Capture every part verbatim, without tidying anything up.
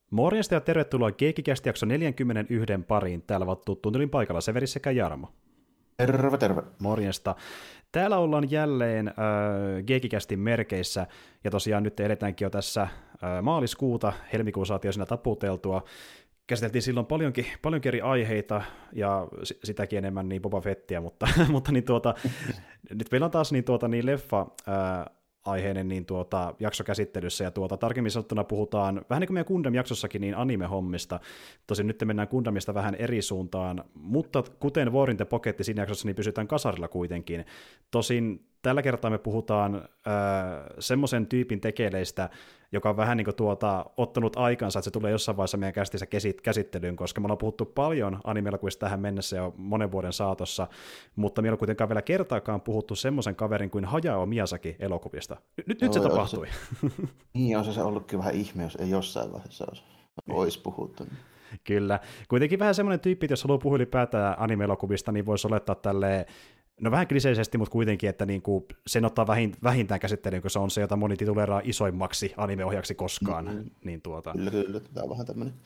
Morjesta ja tervetuloa Geekikästi jakso neljäkymmentäyksi pariin. Täällä ovat tuttuun paikalla Severi sekä Jarmo. Terve, terve. Morjesta. Täällä ollaan jälleen äh, Geekikästin merkeissä, ja tosiaan nyt edetäänkin jo tässä äh, maaliskuuta, helmikuun saatiin jo siinä taputeltua. Käsiteltiin silloin paljonkin, paljonkin eri aiheita, ja sitäkin enemmän niin Boba Fettiä, mutta, mutta niin tuota, nyt meillä on taas niin, tuota, niin leffa äh, aiheinen niin tuota, jakso käsittelyssä, ja tuota, tarkemmin sanottuna puhutaan, vähän niin kuin meidän Gundam-jaksossakin, niin anime-hommista. Tosin nyt mennään Gundamista vähän eri suuntaan, mutta kuten War in the Pocket siinä jaksossa, niin pysytään kasarilla kuitenkin. Tosin tällä kertaa me puhutaan äh, semmoisen tyypin tekeleistä, joka on vähän niin kuin tuota, ottanut aikansa, että se tulee jossain vaiheessa meidän kästissä käsittelyyn, koska me ollaan puhuttu paljon animelokuvista tähän mennessä jo monen vuoden saatossa, mutta me ei ole kuitenkaan vielä kertaakaan puhuttu semmoisen kaverin kuin Hayao Miyazaki elokuvista. Nyt, nyt se Joo, tapahtui. Se, niin, on se, se ollutkin vähän ihme, jos ei jossain vaiheessa olisi, olisi puhuttu. Kyllä. Kuitenkin vähän semmoinen tyyppi, että jos haluaa puhua ylipäätään anime-elokuvista, niin voisi olettaa tälleen, no vähän kliseisesti, mutta kuitenkin, että niinku sen ottaa vähintään käsittelyyn, kun se on se, jota moni tituleeraa isoimmaksi anime-ohjaajaksi koskaan. Mm-hmm. Niin tuota. Kyllä, kyllä. Tämä on vähän tämmöinen,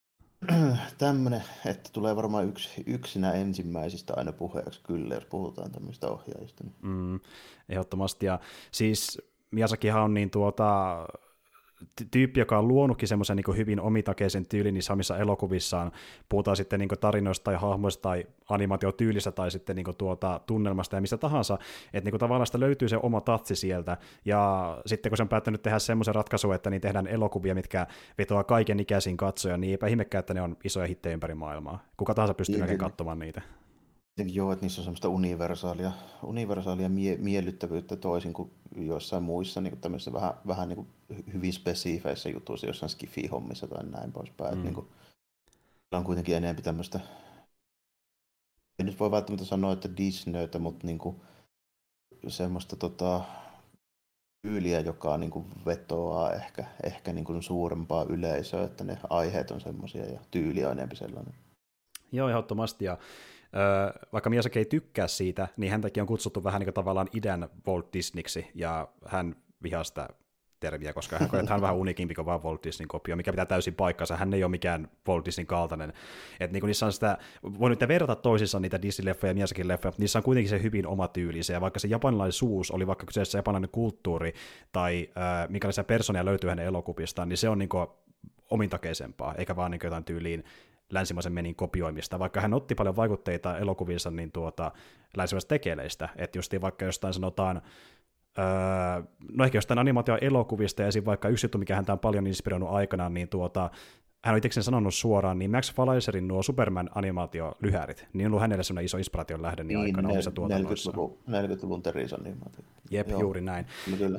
tämmöinen, että tulee varmaan yksi, yksinä ensimmäisistä aina puheeksi, kyllä, jos puhutaan tämmöistä ohjaajista. Mm, ehdottomasti. Ja siis Miyazakihan on niin tuota... tyyppi, joka on luonutkin semmoisen niin hyvin omitakeisen tyylin niissä omissa elokuvissaan. Puhutaan sitten niin tarinoista tai hahmoista tai animaatiotyylistä tai sitten niin tuota, tunnelmasta ja mistä tahansa, että niin tavallaan sitä löytyy se oma tatsi sieltä. Ja sitten kun se on päättänyt tehdä semmoisen ratkaisun, että niin tehdään elokuvia, mitkä vetoaa kaiken ikäisiin katsoja, niin eipä ihmekään, että ne on isoja hittejä ympäri maailmaa. Kuka tahansa pystyy näkemään katsomaan niitä. Joo, että niissä on semmoista universaalia, universaalia mie- miellyttävyyttä toisin kuin joissain muissa niin kuin tämmöisissä vähän, vähän niin kuin hyvin spesifeissä jutuissa, jossain skifi-hommissa tai näin poispäin. Mm. Niin kuin, on kuitenkin enemmän tämmöistä, ei nyt voi välttämättä sanoa, että Disneytä, mutta niin kuin semmoista tota, tyyliä, joka niin kuin vetoaa ehkä, ehkä niin kuin suurempaa yleisöä, että ne aiheet on semmoisia ja tyyli on enemmän sellainen. Joo, ehdottomasti. Ja Öö, vaikka Miyazaki ei tykkää siitä, niin häntäkin on kutsuttu vähän niin kuin tavallaan idän Walt Disneyksi, ja hän vihaa sitä termiä, koska hän, hän on vähän unikimpi kuin vaan Walt Disneyn kopio, mikä pitää täysin paikkansa. Hän ei ole mikään Walt Disneyn kaltainen. Että niin niissä on sitä, voi nyt verrata toisissaan niitä Disney-leffoja ja Miyazakin-leffoja, mutta niissä on kuitenkin se hyvin oma tyylisiä, ja vaikka se japanilaisuus oli vaikka kyseessä japanilainen kulttuuri, tai äh, minkälaisia persoonia löytyy hänen elokuvistaan, niin se on niin kuin omintakeisempaa, eikä vaan niin kuin jotain tyyliin länsimaisen menin kopioimista, vaikka hän otti paljon vaikutteita elokuviinsa niin tuota, länsimaisista tekeleistä, että justiin vaikka jostain sanotaan, öö, no ehkä jostain animaatio-elokuvista, ja esim. Vaikka yksi juttu, mikä häntä on paljon inspiroinut aikanaan, niin tuota, hän on itsekseen sanonut suoraan, niin Max Fleischerin nuo Superman-animaatiolyhärit, niin on ollut hänelle sellainen iso inspiraation lähde niin aikana nel- omissa tuotannoissa. neljäkymmentäluvun Teris-animaatio. Jep, Joo. juuri näin. No, kyllä.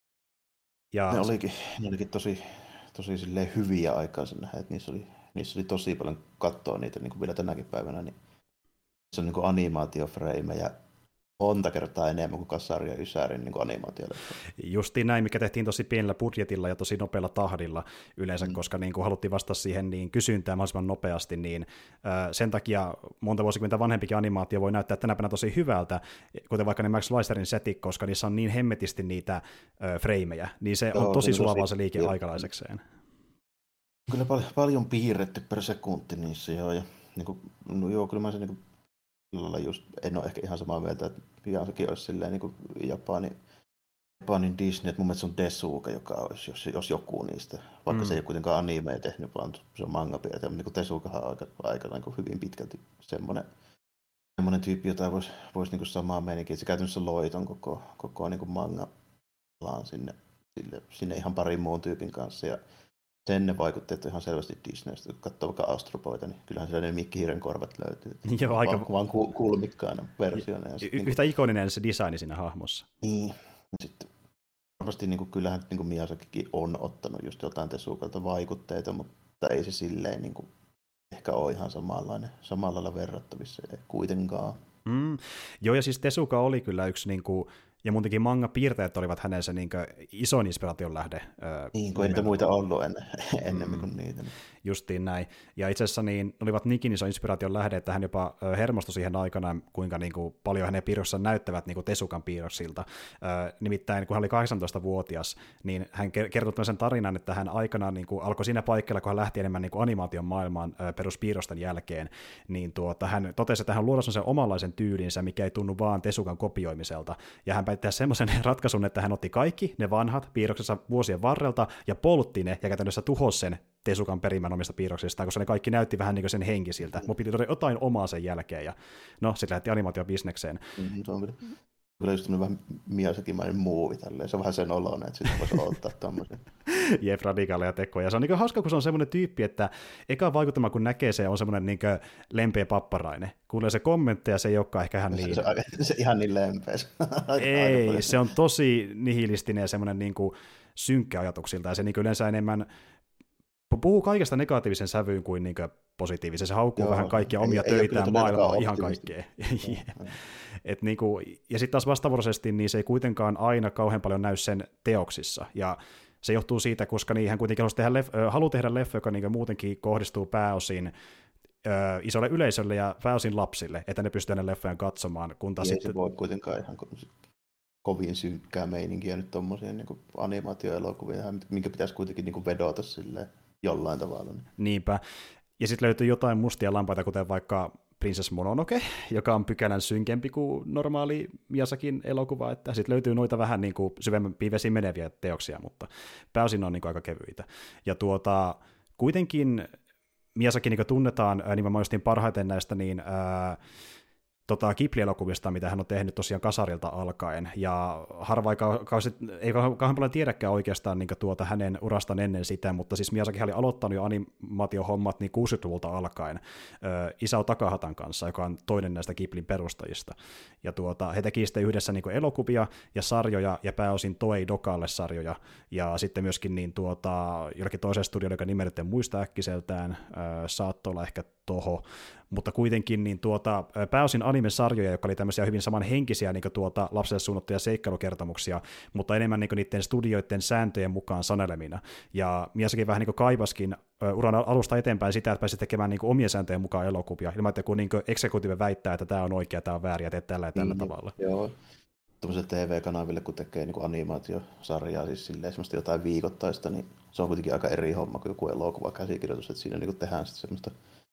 Ja ne olikin, ne olikin tosi, tosi hyviä aikaa sen nähdä, että niissä oli Niissä oli tosi paljon katsoa niitä niin kuin vielä tänäkin päivänä, niin se on niin kuin animaatiofreimejä monta kertaa enemmän kuin Kasari ja Ysärin niin animaatiolle. Justiin näin, mikä tehtiin tosi pienellä budjetilla ja tosi nopealla tahdilla yleensä, mm. koska niin kuin haluttiin vastata siihen niin kysyntään mahdollisimman nopeasti, niin äh, sen takia monta vuosikymmentä vanhempikin animaatio voi näyttää tänä päivänä tosi hyvältä, kuten vaikka ne Max Fleischerin setit, koska niissä on niin hemmetisti niitä äh, freimejä, niin se Joo, on tosi sulavaa se liike aikalaisekseen. Kyllä paljon, paljon piirretty per sekunti niissä, joo, ja niin kuin, no joo, kyllä mä se niin kuin, just, en ole ehkä ihan samaa mieltä, että Miyazakin olisi silleen niin kuin Japani, Japanin Disney, että mun mielestä se on Tezuka, joka olisi, jos, jos joku niistä, vaikka mm. se ei ole kuitenkaan animea tehnyt, vaan se on manga-piirtäjä, mutta niin Tezukahan on aika, aika niin kuin hyvin pitkälti semmoinen, semmoinen tyyppi, jota voisi vois niin kuin samaa meininkin, että se käytännössä loi ton koko, koko niin kuin manga-alaan sinne, sinne, sinne ihan parin muun tyypin kanssa, ja sen ne vaikutteet on ihan selvästi Disneystä. Kun katsoo vaikka Astro Boyta, niin kyllähän siellä ne Mikki Hiiren korvat löytyy. Joo, aika... Vaan, vaan kulmikkaana versiona. Y- y- yhtä ikoninen se designi siinä hahmossa. Niin. Sitten varmasti niin kuin, kyllähän niin kuin Miyazakikin on ottanut just jotain Tezukalta vaikutteita, mutta ei se silleen niin kuin, ehkä ole ihan samanlainen, samalla lailla verrattavissa kuitenkaan. Mm. Joo, ja siis Tezuka oli kyllä yksi niin kuin Ja muutenkin manga-piirteet olivat hänen se niin isoin inspiraation lähde. Niin, kun ei niitä muita ollut ennen, ennemmin kuin niitä. Justiin näin. Ja itse asiassa niin olivat niinkin iso inspiraation lähde, että hän jopa hermostui siihen aikana, kuinka niin kuin paljon hänen piirrossaan näyttävät niin kuin Tezukan piirroksilta. Nimittäin kun hän oli kahdeksantoistavuotias, niin hän kertoi sen tarinan, että hän aikanaan niin kuin alkoi siinä paikalla, kun hän lähti enemmän niin kuin animaation maailmaan peruspiirrosten jälkeen, niin tuota, hän totesi, että hän luoda sen omanlaisen tyylinsä, mikä ei tunnu vaan Tezukan kopioimiselta. Ja hän päätti tehdä semmoisen ratkaisun, että hän otti kaikki ne vanhat piirroksensa vuosien varrelta ja poltti ne ja käytännössä tuhosi sen Tezukan perimän omista piirroksistaan, koska ne kaikki näytti vähän niin kuin sen henkisiltä. Mun piti tehdä jotain omaa sen jälkeen, ja no, sitten lähti animaatiobisnekseen. Mm-hmm, se on kyllä, kyllä just vähän Miyazakimainen muuvi tälleen. Se on vähän sen oloinen, että sitten voisi ottaa tommoisen. Jep, radikaaleja tekoja. Se on niin hauska, kun se on semmoinen tyyppi, että eka vaikutelma, kun näkee se, on semmoinen niin lempeä papparainen. Kuulee se kommentteja, se ei olekaan ehkä ihan niin... Se, se, se ihan niin lempeä. Ei, se on tosi nihilistinen ja semmoinen niin kuin synkkä ajatuksilta, ja se niin yleensä enemmän puhuu kaikesta negatiivisen sävyyn kuin, niin kuin positiivisen. Se haukkuu Joo, vähän kaikkia omia ei, töitään, ei maailmaa, ihan kaikkea. Et niin kuin, ja sitten taas vastavuoroisesti niin se ei kuitenkaan aina kauhean paljon näy sen teoksissa. Ja se johtuu siitä, koska niin hän kuitenkin tehdä leff- haluaa tehdä leffa, joka niin muutenkin kohdistuu pääosin ö, isolle yleisölle ja pääosin lapsille, että ne pystyy ne leffojen katsomaan. Kun taas ei sitten... se voi kuitenkaan ihan kovin synkkää meininkiä nyt tommosia niin animaatioelokuvia, minkä pitäisi kuitenkin niin vedota silleen jollain tavalla. Niinpä. Ja sitten löytyy jotain mustia lampaita, kuten vaikka Princess Mononoke, joka on pykälän synkempi kuin normaali Miyazakin elokuva, että sitten löytyy noita vähän niin kuin syvempiin vesiin meneviä teoksia, mutta pääosin on niin kuin aika kevyitä. Ja tuota, kuitenkin Miyazaki niin kuin tunnetaan nimenomaan justiin parhaiten näistä niin, ää, tota, Ghibli-elokuvista, mitä hän on tehnyt tosiaan Kasarilta alkaen, ja harva ei, kausi, ei kauhean paljon tiedäkään oikeastaan niin tuota hänen urastaan ennen sitä, mutta siis Miyazaki oli aloittanut jo animaatiohommat niin kuusikymmentäluvulta alkaen ö, Isao Takahatan kanssa, joka on toinen näistä Ghiblin perustajista, ja tuota, he teki sitten yhdessä niin elokuvia ja sarjoja, ja pääosin Toei Dokalle sarjoja, ja sitten myöskin niin tuota, jollekin toiselle studiolle, joka nimen nyt en muista äkkiseltään, ö, saattoi olla ehkä Toho, mutta kuitenkin niin tuota, pääosin anime-sarjoja, jotka oli tämmöisiä hyvin samanhenkisiä niin tuota, lapselle suunnattuja seikkailukertomuksia, mutta enemmän niin niiden studioiden sääntöjen mukaan sanelemina. Ja Miyazaki vähän niin kaivaskin uran alusta eteenpäin sitä, että pääsi tekemään niin omien sääntöjen mukaan elokuvia, ilman että kun niin executive väittää, että tämä on oikea, tämä on väärin, ja teet tällä ja tällä niin, tavalla. Joo. Tuollaiselle T V-kanaville, kun tekee niin animaatiosarjaa, siis silleen semmoista jotain viikoittaista, niin se on kuitenkin aika eri homma kuin joku elokuva käsikirjoitus, että siinä niin tehdään sitten semmoista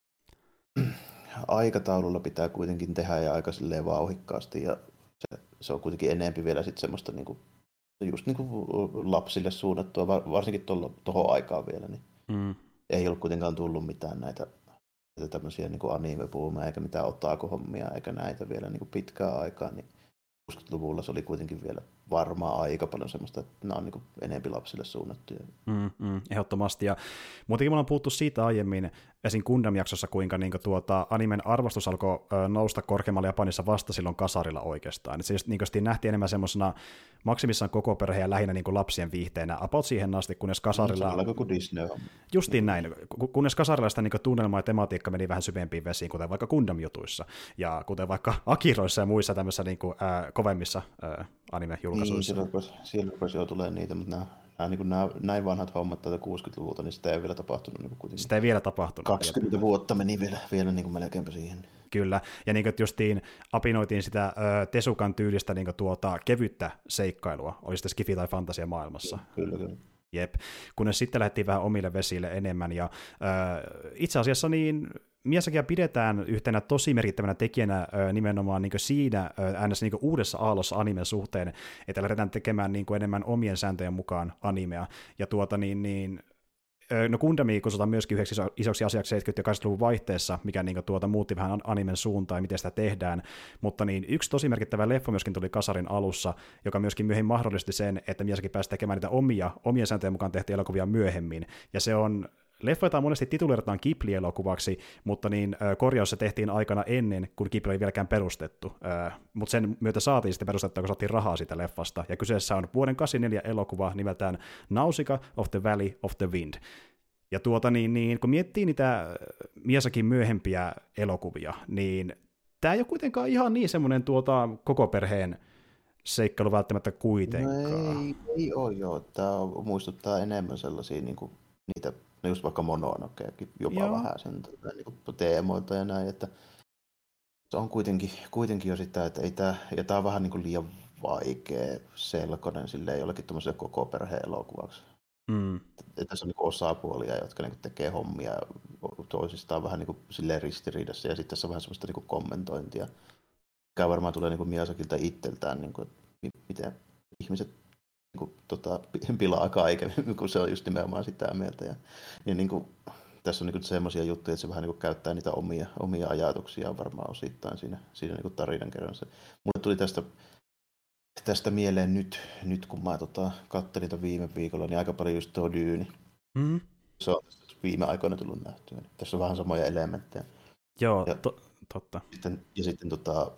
aikataululla pitää kuitenkin tehdä ja aika silleen vauhikkaasti, ja se, se on kuitenkin enemmän vielä sitten semmoista niinku, just niinku lapsille suunnattua, varsinkin tuohon aikaan vielä, niin mm. ei ollut kuitenkaan tullut mitään näitä, näitä tämmöisiä niinku anime-boomeja, eikä mitään otaku-hommia, eikä näitä vielä niinku pitkään aikaa, niin kuusikymmentäluvulla se oli kuitenkin vielä varmaan aika paljon semmoista, että nämä on niin enemmän lapsille suunnattuja. Mm, mm, ehdottomasti, ja muutenkin me ollaan puhuttu siitä aiemmin esim. Gundam-jaksossa, kuinka niin kuin tuota, animen arvostus alkoi nousta korkeammalle Japanissa vasta silloin Kasarilla oikeastaan. Et se just, niin kuin nähtiin enemmän semmoisena maksimissaan koko perheen ja lähinnä niin kuin lapsien viihteenä, about siihen asti, kunnes Kasarilla... No, kuin Disney on. Justiin näin, kunnes Kasarilla sitä niin tunnelma ja tematiikka meni vähän syvempiin vesiin, kuten vaikka Gundam-jutuissa, ja kuten vaikka Akiroissa ja muissa tämmöisissä niin kuin, äh, kovemmissa äh, anime-julkaisuissa. Niin, siellä rupesi jo tulee niitä, mutta nämä, nämä, niin nämä näin vanhat hommat tätä kuusikymmentäluvulta, niin sitä ei vielä tapahtunut. Niin kuitenkin. Sitä ei vielä tapahtunut. kaksikymmentä vuotta meni vielä, vielä niin kuin melkeinpä siihen. Kyllä, ja niin kuin justiin apinoitiin sitä ö, Tezukan tyylistä niin kuin tuota kevyttä seikkailua, oli sitten skifi- tai fantasia maailmassa. Kyllä, kyllä. Jep, kunnes sitten lähdettiin vähän omille vesille enemmän, ja ö, itse asiassa niin Miyazakia pidetään yhtenä tosi merkittävänä tekijänä ö, nimenomaan niin siinä ö, äänessä niin uudessa aallossa animen suhteen, että lähdetään tekemään niin enemmän omien sääntöjen mukaan animea, ja tuota niin, niin no Gundamia kutsutaan myöskin yhdeksi isoksi asiaksi seitsemänkymmentä- ja kahdeksankymmentäluvun vaihteessa, mikä niin tuota, muutti vähän animen suuntaan ja miten sitä tehdään, mutta niin yksi tosi merkittävä leffa myöskin tuli Kasarin alussa, joka myöskin myöhemmin mahdollisti sen, että Miyazaki pääsi tekemään niitä omia, omien sääntöjen mukaan tehtyjä elokuvia myöhemmin, ja se on leffa, jota monesti tituleerataan Ghibli-elokuvaksi, mutta niin korjaus se tehtiin aikana ennen, kun Ghibli ei vieläkään perustettu, mutta sen myötä saatiin sitten perustettua, kun saatiin rahaa siitä leffasta, ja kyseessä on vuoden kahdeksankymmentäneljä elokuva nimeltään Nausicaa of the Valley of the Wind. Ja tuota niin, niin kun miettii niitä Miyazakin myöhempiä elokuvia, niin tämä ei ole kuitenkaan ihan niin semmoinen tuota koko perheen seikkailu välttämättä kuitenkaan. No ei, ei ole joo. Tämä muistuttaa enemmän sellaisia niin kuin, niitä, no just vaikka Mononokeakin jopa joo. vähän sen niin kuin, teemoilta ja näin, että se on kuitenkin, kuitenkin jo sitä, että ei tämä, ja tämä on vähän niin kuin liian vaikea selkoinen silleen jollekin tuommoiselle koko perheen elokuvaksi. Mm. Että tässä on niin kuin osapuolia, jotka niin kuin tekee hommia toisistaan vähän niin kuin silleen ristiriidassa, ja sitten tässä on vähän semmoista niin kuin kommentointia, mikä varmaan tulee niin kuin Miyazakilta itseltään, niin kuin, että miten ihmiset niin kuin, tota, pilaa kaiken, kun se on just nimenomaan sitä mieltä. Ja, ja niin kuin, tässä on niin kuin semmoisia juttuja, että se vähän niin kuin käyttää niitä omia, omia ajatuksia varmaan osittain siinä, siinä niin kuin tarinan kerrassa. Mulle tuli tästä, tästä mieleen nyt, nyt kun mä tota, katselin niitä viime viikolla, niin aika paljon just tuo Dyyni. Mm-hmm. Se on viime aikoina tullut nähtyä. Tässä on vähän samoja elementtejä. Joo, ja, to, totta. Sitten, ja sitten tota,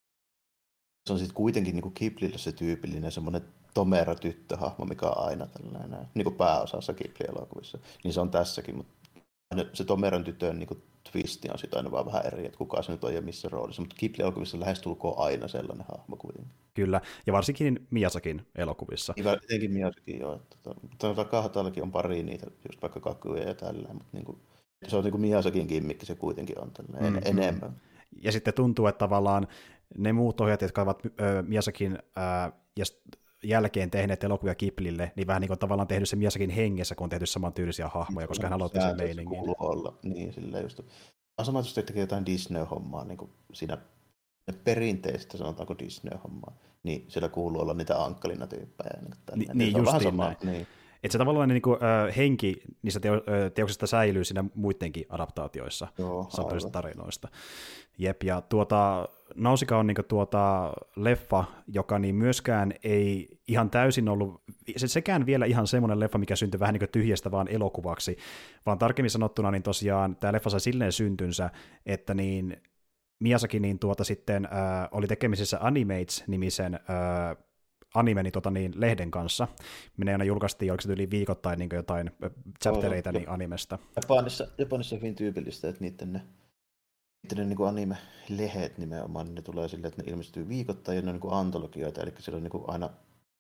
se on sitten kuitenkin niin kuin Ghiblille se tyypillinen semmoinen tomera tyttöhahmo, mikä on aina tällainen, niin kuin pääosassa Ghibli-elokuvissa. Niin se on tässäkin, mutta se tomeran tytön niin kuin twisti on sitten aina vaan vähän eri, että kuka se nyt on ja missä roolissa, mutta Ghibli-elokuvissa lähestulkoon aina sellainen hahmo kuitenkin. Kyllä, ja varsinkin Miyazakin elokuvissa. Niin, etenkin Miyazakin joo. Kahtallakin on pari niitä, just vaikka Kakuja ja tällä, mutta niin kuin, se on niin kuin Miyazakin kimmikki, se kuitenkin on tällainen mm-hmm. enemmän. Ja sitten tuntuu, että tavallaan ne muut ohjaajat, jotka ovat äh, Miyazakin äh, ja jälkeen tehneet elokuvia Ghiblille, niin vähän niin kuin tavallaan tehnyt sen Miyazakin hengessä, kun on tehty samantyylisiä hahmoja, koska hän aloitti sen meiningin. Olla. Niin, sillä just. Samalla tekee jotain Disney-hommaa, niin kuin siinä perinteistä, sanotaanko Disney-hommaa, niin siellä kuuluu olla niitä ankkalina tyyppejä. Niin, niin justiin näin. Niin. Että se tavallaan niin kuin, äh, henki niistä teo, äh, teoksista säilyy siinä muidenkin adaptaatioissa, samoista tarinoista. Jep, ja tuota, Nausicaa on niin kuin, tuota, leffa, joka niin myöskään ei ihan täysin ollut, se, sekään vielä ihan semmoinen leffa, mikä syntyi vähän niin kuin tyhjästä vaan elokuvaksi, vaan tarkemmin sanottuna, niin tosiaan tämä leffa sai silleen syntynsä, että niin Miyazaki niin tuota sitten äh, oli tekemisissä Animates-nimisen äh, animeni tota niin, lehden kanssa. Minä aina julkaistiin, oliko se yli viikoittain niin jotain chaptereita oh, niin animesta. Japanissa, Japanissa on hyvin tyypillistä, että niiden ne, niiden ne niin anime-lehet nimenomaan, niin ne tulee silleen, että ne ilmestyy viikoittain ja ne on niin antologioita, eli siellä on niin aina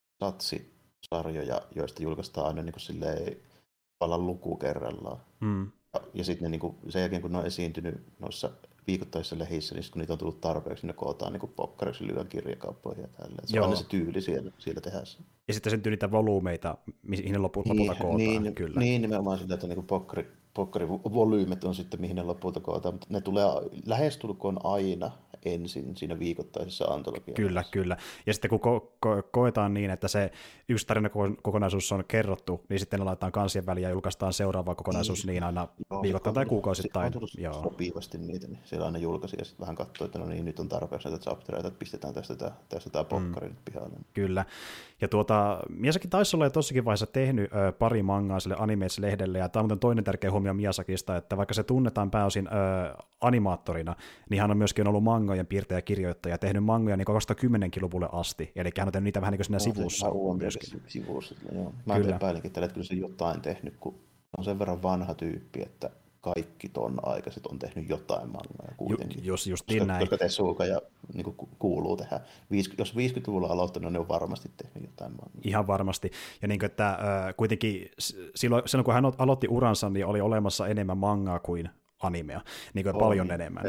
satsisarjoja, joista julkaistaan aina niin silleen vallan luku kerrallaan. Mm. Ja, ja sitten niin sen jälkeen, kun ne on esiintynyt noissa viikoittaisissa lehissä, niin kun niitä on tullut tarpeeksi, niin ne kootaan niin pokkariksi lyön kirjakauppoihin ja tälleen. Se on aina se tyyli siellä, siellä tehdä se. Ja sitten syntyy niitä volyymeita, mihin ne lopulta niin, kootaan. Niin, kyllä. niin nimenomaan sitä, että niin pokkari, pokkarivolyymet on sitten, mihin ne lopulta kootaan, mutta ne tulee lähestulkoon aina ensin siinä viikoittaisessa antologiassa. Kyllä, kyllä. Ja sitten kun ko- ko- koetaan niin, että se yksi tarinakokonaisuus on kerrottu, niin sitten ne laitetaan kansien väliin ja julkaistaan seuraava kokonaisuus niin, niin aina viikoittain tai kuukausittain. Joo. Sopivasti niitä, niin siellä aina julkaisi ja sitten vähän katsoo, että no niin, nyt on tarpeeksi näitä chaptereita, että pistetään tästä tämä, tästä tämä pokkari mm. nyt pihalle. Kyllä. Ja tuota, Miyazaki taisi olla jo tossakin vaiheessa tehnyt ö, pari mangaa sille Animates-lehdelle, ja tämä on muuten toinen tärkeä huomio Miyazakista, että vaikka se tunnetaan pääosin ö, animaattorina, niin hän on myöskin ollut mangojen piirtäjä ja kirjoittaja, tehnyt mangoja niin kaksituhattakymmenluvulle asti, eli hän on tehnyt niitä vähän niin kuin siinä no, sivussa. Se, sivussa joo. Mä epäilinkin tällä, että kyllä se jotain tehnyt, kun on sen verran vanha tyyppi, että kaikki ton aikaiset on tehnyt jotain mangaa kuitenkin. Ju, just, just koska, näin. Koska Tezuka ja niin kuin kuuluu tehdä. Viis, jos viisikymmentäluvulla aloittanut, niin ne on varmasti tehnyt jotain mangaa. Ihan varmasti. Ja niin kuin, että äh, kuitenkin silloin, silloin, kun hän aloitti uransa, niin oli olemassa enemmän mangaa kuin animea, niin kuin paljon niin, enemmän.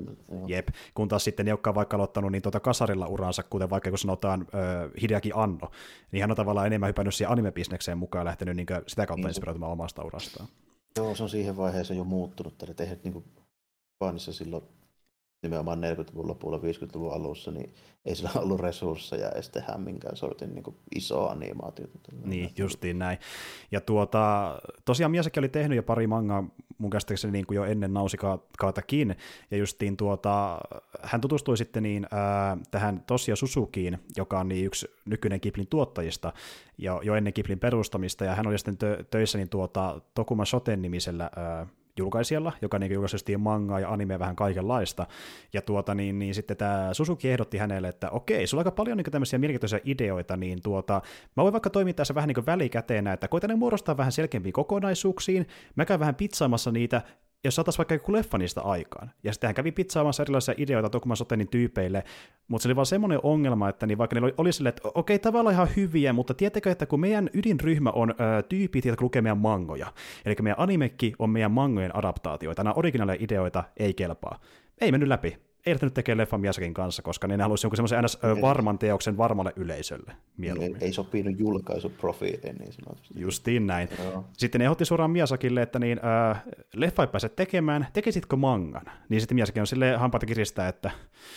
Jep. Kun taas sitten ne, jotka on vaikka aloittanut niin tuota kasarilla uransa, kuten vaikka kun sanotaan äh, Hideaki Anno, niin hän on tavallaan enemmän hypännyt siihen anime-bisnekseen mukaan ja lähtenyt niin kuin sitä kautta niin, inspiroitumaan omasta urastaan. Joo, se on siihen vaiheeseen jo muuttunut. Tällä tehnyt niin Japanissa silloin nimenomaan neljäkymmentäluvun lopulla, viisikymmentäluvun alussa, niin ei sillä ollut resursseja edes tehdä minkään sortin niin isoa animaatiota. Niin, justiin näin. Ja tuota, tosiaan Miyazaki oli tehnyt jo pari mangaa mun käsittääkseni niin kuin jo ennen Nausikaatakin, ja justiin tuota, hän tutustui sitten niin, ää, tähän Toshio Suzukiin, joka on niin yksi nykyinen Ghiblin tuottajista, jo, jo ennen Ghiblin perustamista, ja hän oli sitten tö- töissä niin tuota, Tokuma Shoten-nimisellä ää, julkaisijalla, joka niin julkaisesti mangaa ja animea vähän kaikenlaista, ja tuota, niin, niin sitten tämä Suzuki ehdotti hänelle, että okei, sulla on aika paljon niin tämmöisiä mielenkiintoisia ideoita, niin tuota, mä voin vaikka toimia tässä vähän niin välikäteenä, että koitan ne muodostaa vähän selkeämpiin kokonaisuuksiin, mä käyn vähän pizzaamassa niitä, jos saataisiin vaikka joku leffa niistä aikaan. Ja sitten hän kävi pizzaamassa erilaisia ideoita Tokuma Sotenin tyypeille, mutta se oli vaan semmoinen ongelma, että niin vaikka ne oli, oli silleen, että okei, okay, tavallaan ihan hyviä, mutta tietääkö, että kun meidän ydinryhmä on ö, tyypit, jotka lukee meidän mangoja, eli meidän animekki on meidän mangojen adaptaatioita, nämä originaaleja ideoita ei kelpaa. Ei mennyt läpi. Ei lähtenyt tekemään leffan Miyazakin kanssa, koska ne haluaisi jonkun semmoisen ns. Varman teoksen varmalle yleisölle mieluummin. Ei, ei sopinut julkaisuprofiiliin niin sanotusti. Justiin näin. Joo. Sitten ne ehdotti suoraan Miyazakille, että niin, äh, leffa ei pääse tekemään, tekisitkö mangan? Niin sitten Miyazaki on silleen hampaita kiristää, että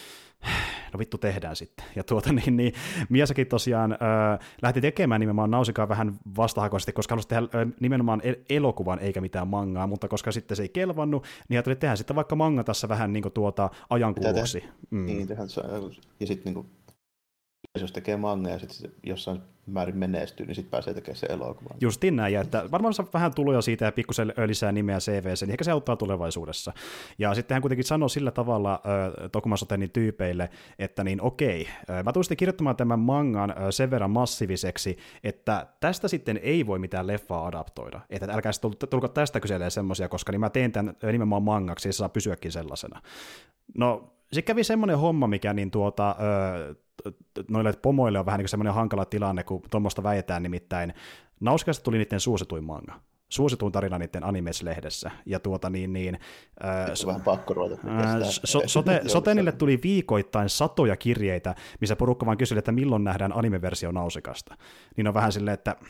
no vittu tehdään sitten. Ja tuota niin, niin Miyazaki tosiaan äh, lähti tekemään nimenomaan Nausikaa vähän vastahakoisesti, koska halusi tehdä äh, nimenomaan el- elokuvan eikä mitään mangaa, mutta koska sitten se ei kelvannut, niin ajattelin, että tehdään sitten vaikka manga tässä vähän niin kuin tuota ajankuluksi. Mm. Niin, tehdään, ja sitten niin jos tekee manga ja sitten se jossain määrin menestyy, niin sitten pääsee tekemään se elokuvan. Justiin näin, ja että varmaan saa vähän tuloja siitä ja pikkusen lisää nimeä C V:seen, niin ehkä se auttaa tulevaisuudessa. Ja sitten hän kuitenkin sanoi sillä tavalla äh, Tokuma Sotenin tyypeille, että niin okei, äh, mä tulen sitten kirjoittamaan tämän mangan äh, sen verran massiiviseksi, että tästä sitten ei voi mitään leffaa adaptoida. Että älkää sitten tulko tästä kyselemään semmoisia, koska niin mä teen tämän äh, nimenomaan mangaksi, ja se saa pysyäkin sellaisena. No, se kävi semmoinen homma, mikä niin tuota... Äh, noille pomoille on vähän niin kuin semmoinen hankala tilanne, kun tuommoista väitetään, nimittäin Nausikasta tuli niiden suosituin manga. Suosituin tarina niiden Animes-lehdessä. Ja tuota niin, niin ää, so, vähän pakko ruveta. So, sote, Sotenille tuli viikoittain satoja kirjeitä, missä porukka vaan kysyi, että milloin nähdään anime-versio Nausikasta. Niin on vähän silleen, että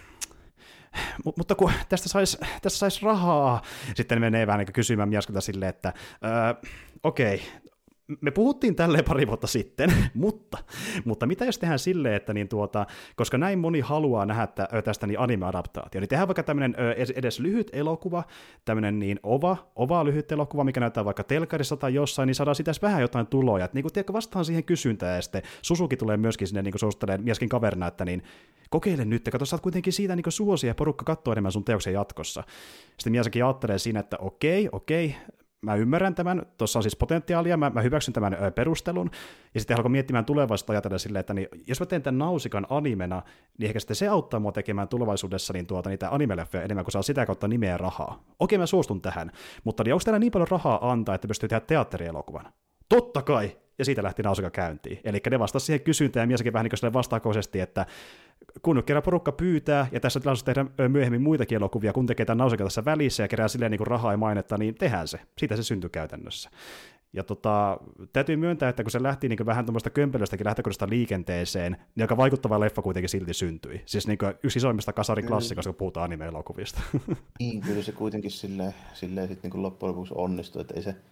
mutta kun tästä saisi tästä sais rahaa, sitten ne menee vähän niin kysymään Miyazakelta silleen, että okei, okay, me puhuttiin tälleen pari vuotta sitten, mutta, mutta mitä jos tehdään silleen, että niin tuota, koska näin moni haluaa nähdä tästä niin anime-adaptaatio, niin tehdään vaikka tämmöinen edes lyhyt elokuva, tämmöinen niin ova, ova lyhyt elokuva, mikä näyttää vaikka telkarissa tai jossain, niin saadaan sitä vähän jotain tuloja, että niin kuin, tiedätkö, vastaan siihen kysyntään, ja sitten Susuki tulee myöskin sinne niin suosittelee Miaskin kaverina, että niin kokeile nyt, kato, saat kuitenkin siitä niin suosia ja porukka katsoo enemmän sun teoksen jatkossa. Sitten Miyazaki ajattelee siinä, että okei, okei, mä ymmärrän tämän, tuossa on siis potentiaalia, mä, mä hyväksyn tämän ö, perustelun, ja sitten alkoi miettimään tulevaisuutta ajatella silleen, että niin, jos mä teen tämän Nausikan animena, niin ehkä sitten se auttaa mua tekemään tulevaisuudessa niin tuota, niitä anime-leffoja enemmän, kun saa sitä kautta nimeä rahaa. Okei, mä suostun tähän, mutta niin, onko täällä niin paljon rahaa antaa, että pystyy tehdä teatterielokuvan? Totta kai! Ja siitä lähti Nausika käyntiin. Eli ne vastasi siihen kysyntään, ja Miyazakin vähän niin kuin vastaakoisesti, että kun kerran porukka pyytää, ja tässä tilaisuudessa tehdään myöhemmin muitakin elokuvia, kun tekee tämän Nausika tässä välissä ja kerää silleen niin kuin rahaa ja mainetta, niin tehdään se. Siitä se syntyi käytännössä. Ja tota, täytyy myöntää, että kun se lähti niin kuin vähän tuommoista kömpelöstäkin lähtökohdasta liikenteeseen, niin aika vaikuttava leffa kuitenkin silti syntyi. Siis niin kuin yksi isoimmista kasariklassikoista, kun puhutaan anime-elokuvista. Niin, kyllä se kuitenkin silleen, silleen sit niin kuin loppujen lopuksi onnistui, että ei se,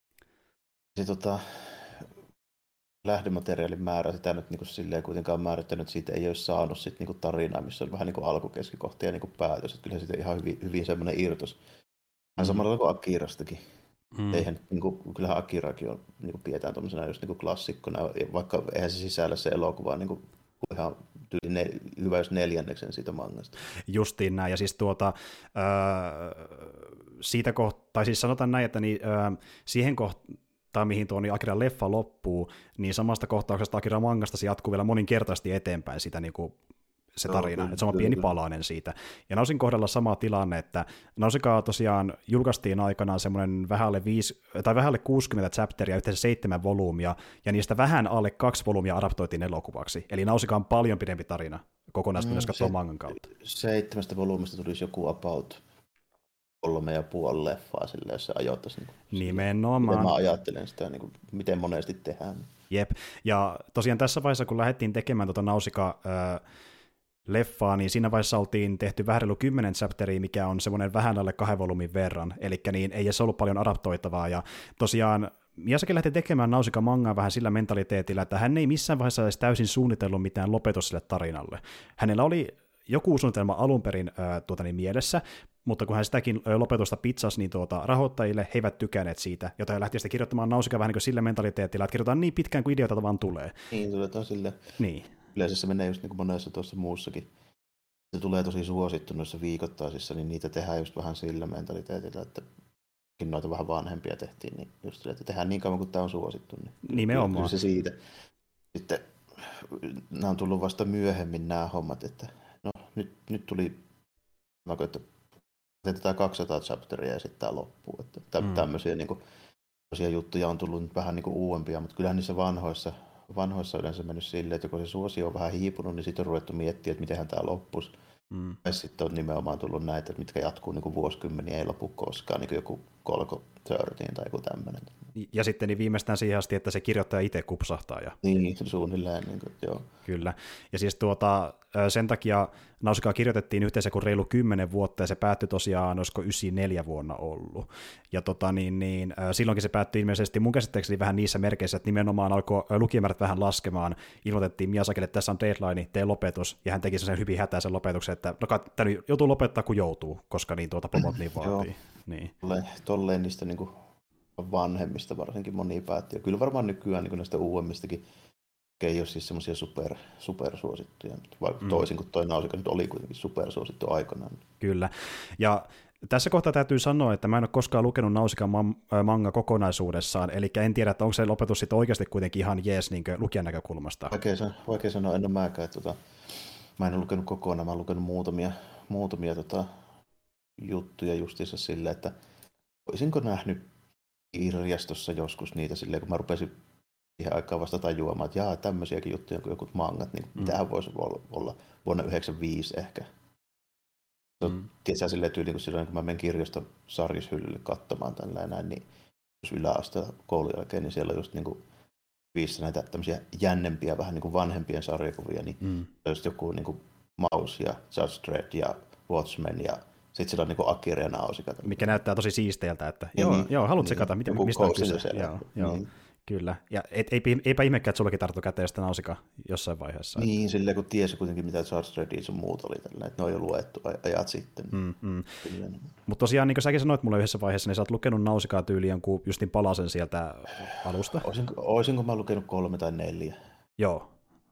se tota, lähdemateriaalin määrä sitä nyt niin kuin silleen kuitenkaan määrittänyt, siitä ei olisi saanut sit niin kuin tarinaa, missä on vähän niin kuin alkukeskikohta ja niin kuin päätös, että kyllä siitä ihan hyvin, hyvin semmoinen irtos. Vähän samalla tavalla kuin Akirastakin. Mm. Eihän, niin kuin, kyllähän Akirakin on, niin kuin pidetään tuollaisena just niin kuin klassikkona, vaikka eihän se sisällä se elokuva niin kuin ihan tyyli ne, hyvä jos neljänneksen siitä mangasta. Justiin näin, ja siis tuota, öö, siitä kohtaa, tai siis sanotaan näin, että niin, öö, siihen kohtaan, tai mihin tuo niin Akiran leffa loppuu, niin samasta kohtauksesta Akiran mangasta se jatkuu vielä moninkertaisesti eteenpäin sitä niin kuin se tarina, no, että se on pieni palanen siitä. Ja Nausin kohdalla sama tilanne, että Nausikaa tosiaan julkaistiin aikanaan semmoinen vähän alle, viisi, tai vähän alle kuusikymmentä chapteria, yhteensä seitsemän volyymia, ja niistä vähän alle kaksi volyymia adaptoitiin elokuvaksi. Eli Nausika on paljon pidempi tarina kokonaisuudessa, mm, jos katsoo mangan kautta. Seitsemästä volyymista tulisi joku about kolme ja puoli leffaa sille, jos se ajoittaisi. Niin nimenomaan. Mä ajattelen sitä, niin kuin, miten monesti tehdään. Jep, ja tosiaan tässä vaiheessa, kun lähdettiin tekemään tuota Nausika äh, leffaa, niin siinä vaiheessa oltiin tehty vähän reilu kymmenen chapteria, mikä on semmoinen vähän alle kahden volyymin verran, eli niin ei edes ollut paljon adaptoitavaa, ja tosiaan Miyazaki lähti tekemään Nausika mangaa vähän sillä mentaliteetillä, että hän ei missään vaiheessa edes täysin suunnitellut mitään lopetus sille tarinalle. Hänellä oli joku suunnitelma alun perin äh, tuota niin, mielessä, mutta kun hän sitäkin lopetusta pizzasi, niin tuota, rahoittajille he eivät tykänneet siitä, jota he lähti sitten kirjoittamaan Nausika vähän niin kuin sillä mentaliteetillä, että kirjoitetaan niin pitkään kuin ideoita vaan tulee. Niin, tulee sille. Niin. Yleensä se menee just niin kuin monessa tuossa muussakin. Se tulee tosi suosittu noissa viikoittaisissa, niin niitä tehdään just vähän sillä mentaliteetillä, että noita vähän vanhempia tehtiin, niin just sille, että tehdään niin kauan kuin tämä on suosittu. Niin nimenomaan. Kyllä se siitä. Sitten nämä on tullut vasta myöhemmin nämä hommat, että no nyt, nyt tuli, että Teetetään kaksisataa chapteria ja sitten tämä loppuu. Että tä- mm. tämmöisiä niin kuin, juttuja on tullut nyt vähän niin kuin uudempia, mutta kyllähän niissä vanhoissa, vanhoissa yleensä mennyt silleen, että kun se suosio on vähän hiipunut, niin sitten on ruvettu miettiä, että mitenhän tämä loppuisi. Mm. Ja sitten on nimenomaan tullut näitä, mitkä jatkuu niin kuin vuosikymmeniä, ei lopu koskaan, niin kuin joku kolko kolmetoista tai joku tämmöinen. Ja sitten niin viimeistään siihen asti, että se kirjoittaja itse kupsahtaa. Ja... Niin, suunnilleen. Niin kuin, joo. Kyllä. Ja siis tuota, sen takia Nausikaa kirjoitettiin yhteensä kuin reilu kymmenen vuotta, ja se päättyi tosiaan, olisiko yhdeksänkymmentäneljä vuonna ollut. Ja tota, niin, niin, silloinkin se päättyi ilmeisesti mun käsittääkseni vähän niissä merkeissä, että nimenomaan alkoi lukijamäärät vähän laskemaan. Ilmoitettiin Miyazakille, että tässä on deadline, tee lopetus, ja hän teki sen hyvin hätää sen lopetuksen, että no, tämä joutuu lopettaa, kun joutuu, koska niin tuota pomot niin vaatii. Niin. Tolleen, tolleen niistä niin kuin vanhemmista varsinkin moni päätti. Ja kyllä varmaan nykyään niin kuin näistä uudemmistakin ei ole siis semmoisia super, supersuosittuja, vaikka mm. toisin kuin toi Nausika nyt oli kuitenkin supersuosittu aikanaan. Kyllä, ja tässä kohtaa täytyy sanoa, että mä en ole koskaan lukenut Nausikan manga kokonaisuudessaan, eli en tiedä, että onko se lopetus sitten oikeasti kuitenkin ihan jees niin lukijan näkökulmasta. Vaikea, vaikea sanoa, en ole mäkään, että tota, mä en ole lukenut kokonaan, mä olen lukenut muutamia, muutamia tota, juttuja justiinsa silleen, että olisinko nähnyt kirjastossa joskus niitä silleen, kun mä rupesin siihen aikaan vasta tajuamaan, että jaa, tämmöisiäkin juttuja kuin jotkut mangat, niin mm. mitähän voisi olla, olla vuonna yhdeksänkymmentäviisi ehkä. Mm. Tiedätkö silleen tyyliin, kun silloin kun mä menen kirjaston sarjishyllylle katsomaan tällä näin, niin jos yläasteella koulun jälkeen, niin siellä on just niin kuin viisi näitä tämmöisiä jännempiä, vähän niin kuin vanhempien sarjakuvia, niin mm. just joku niin kuin Mouse ja Judge Dredd ja Watchmen ja sitten sillä on niin kuin Akira ja Nausika. Mikä näyttää tosi siisteeltä, että joo, niin, joo haluatko niin, sekata, mitä, mistä on kyse? Joo, joo. Niin. Kyllä, ja et, eipä, eipä ihmekään, että sullakin tarttu käteen sitä Nausika jossain vaiheessa. Niin, silleen kun tiesi kuitenkin, mitä Judge Dreddin sun muut oli tällä, että ne on jo luettu ajat sitten. Mm, mm. Mutta tosiaan, niin kuin säkin sanoit mulle yhdessä vaiheessa, niin sä oot lukenut Nausikaa tyyliin jonkun justin palasen sieltä alusta. Olisinko, olisinko mä lukenut kolme tai neljä? Joo.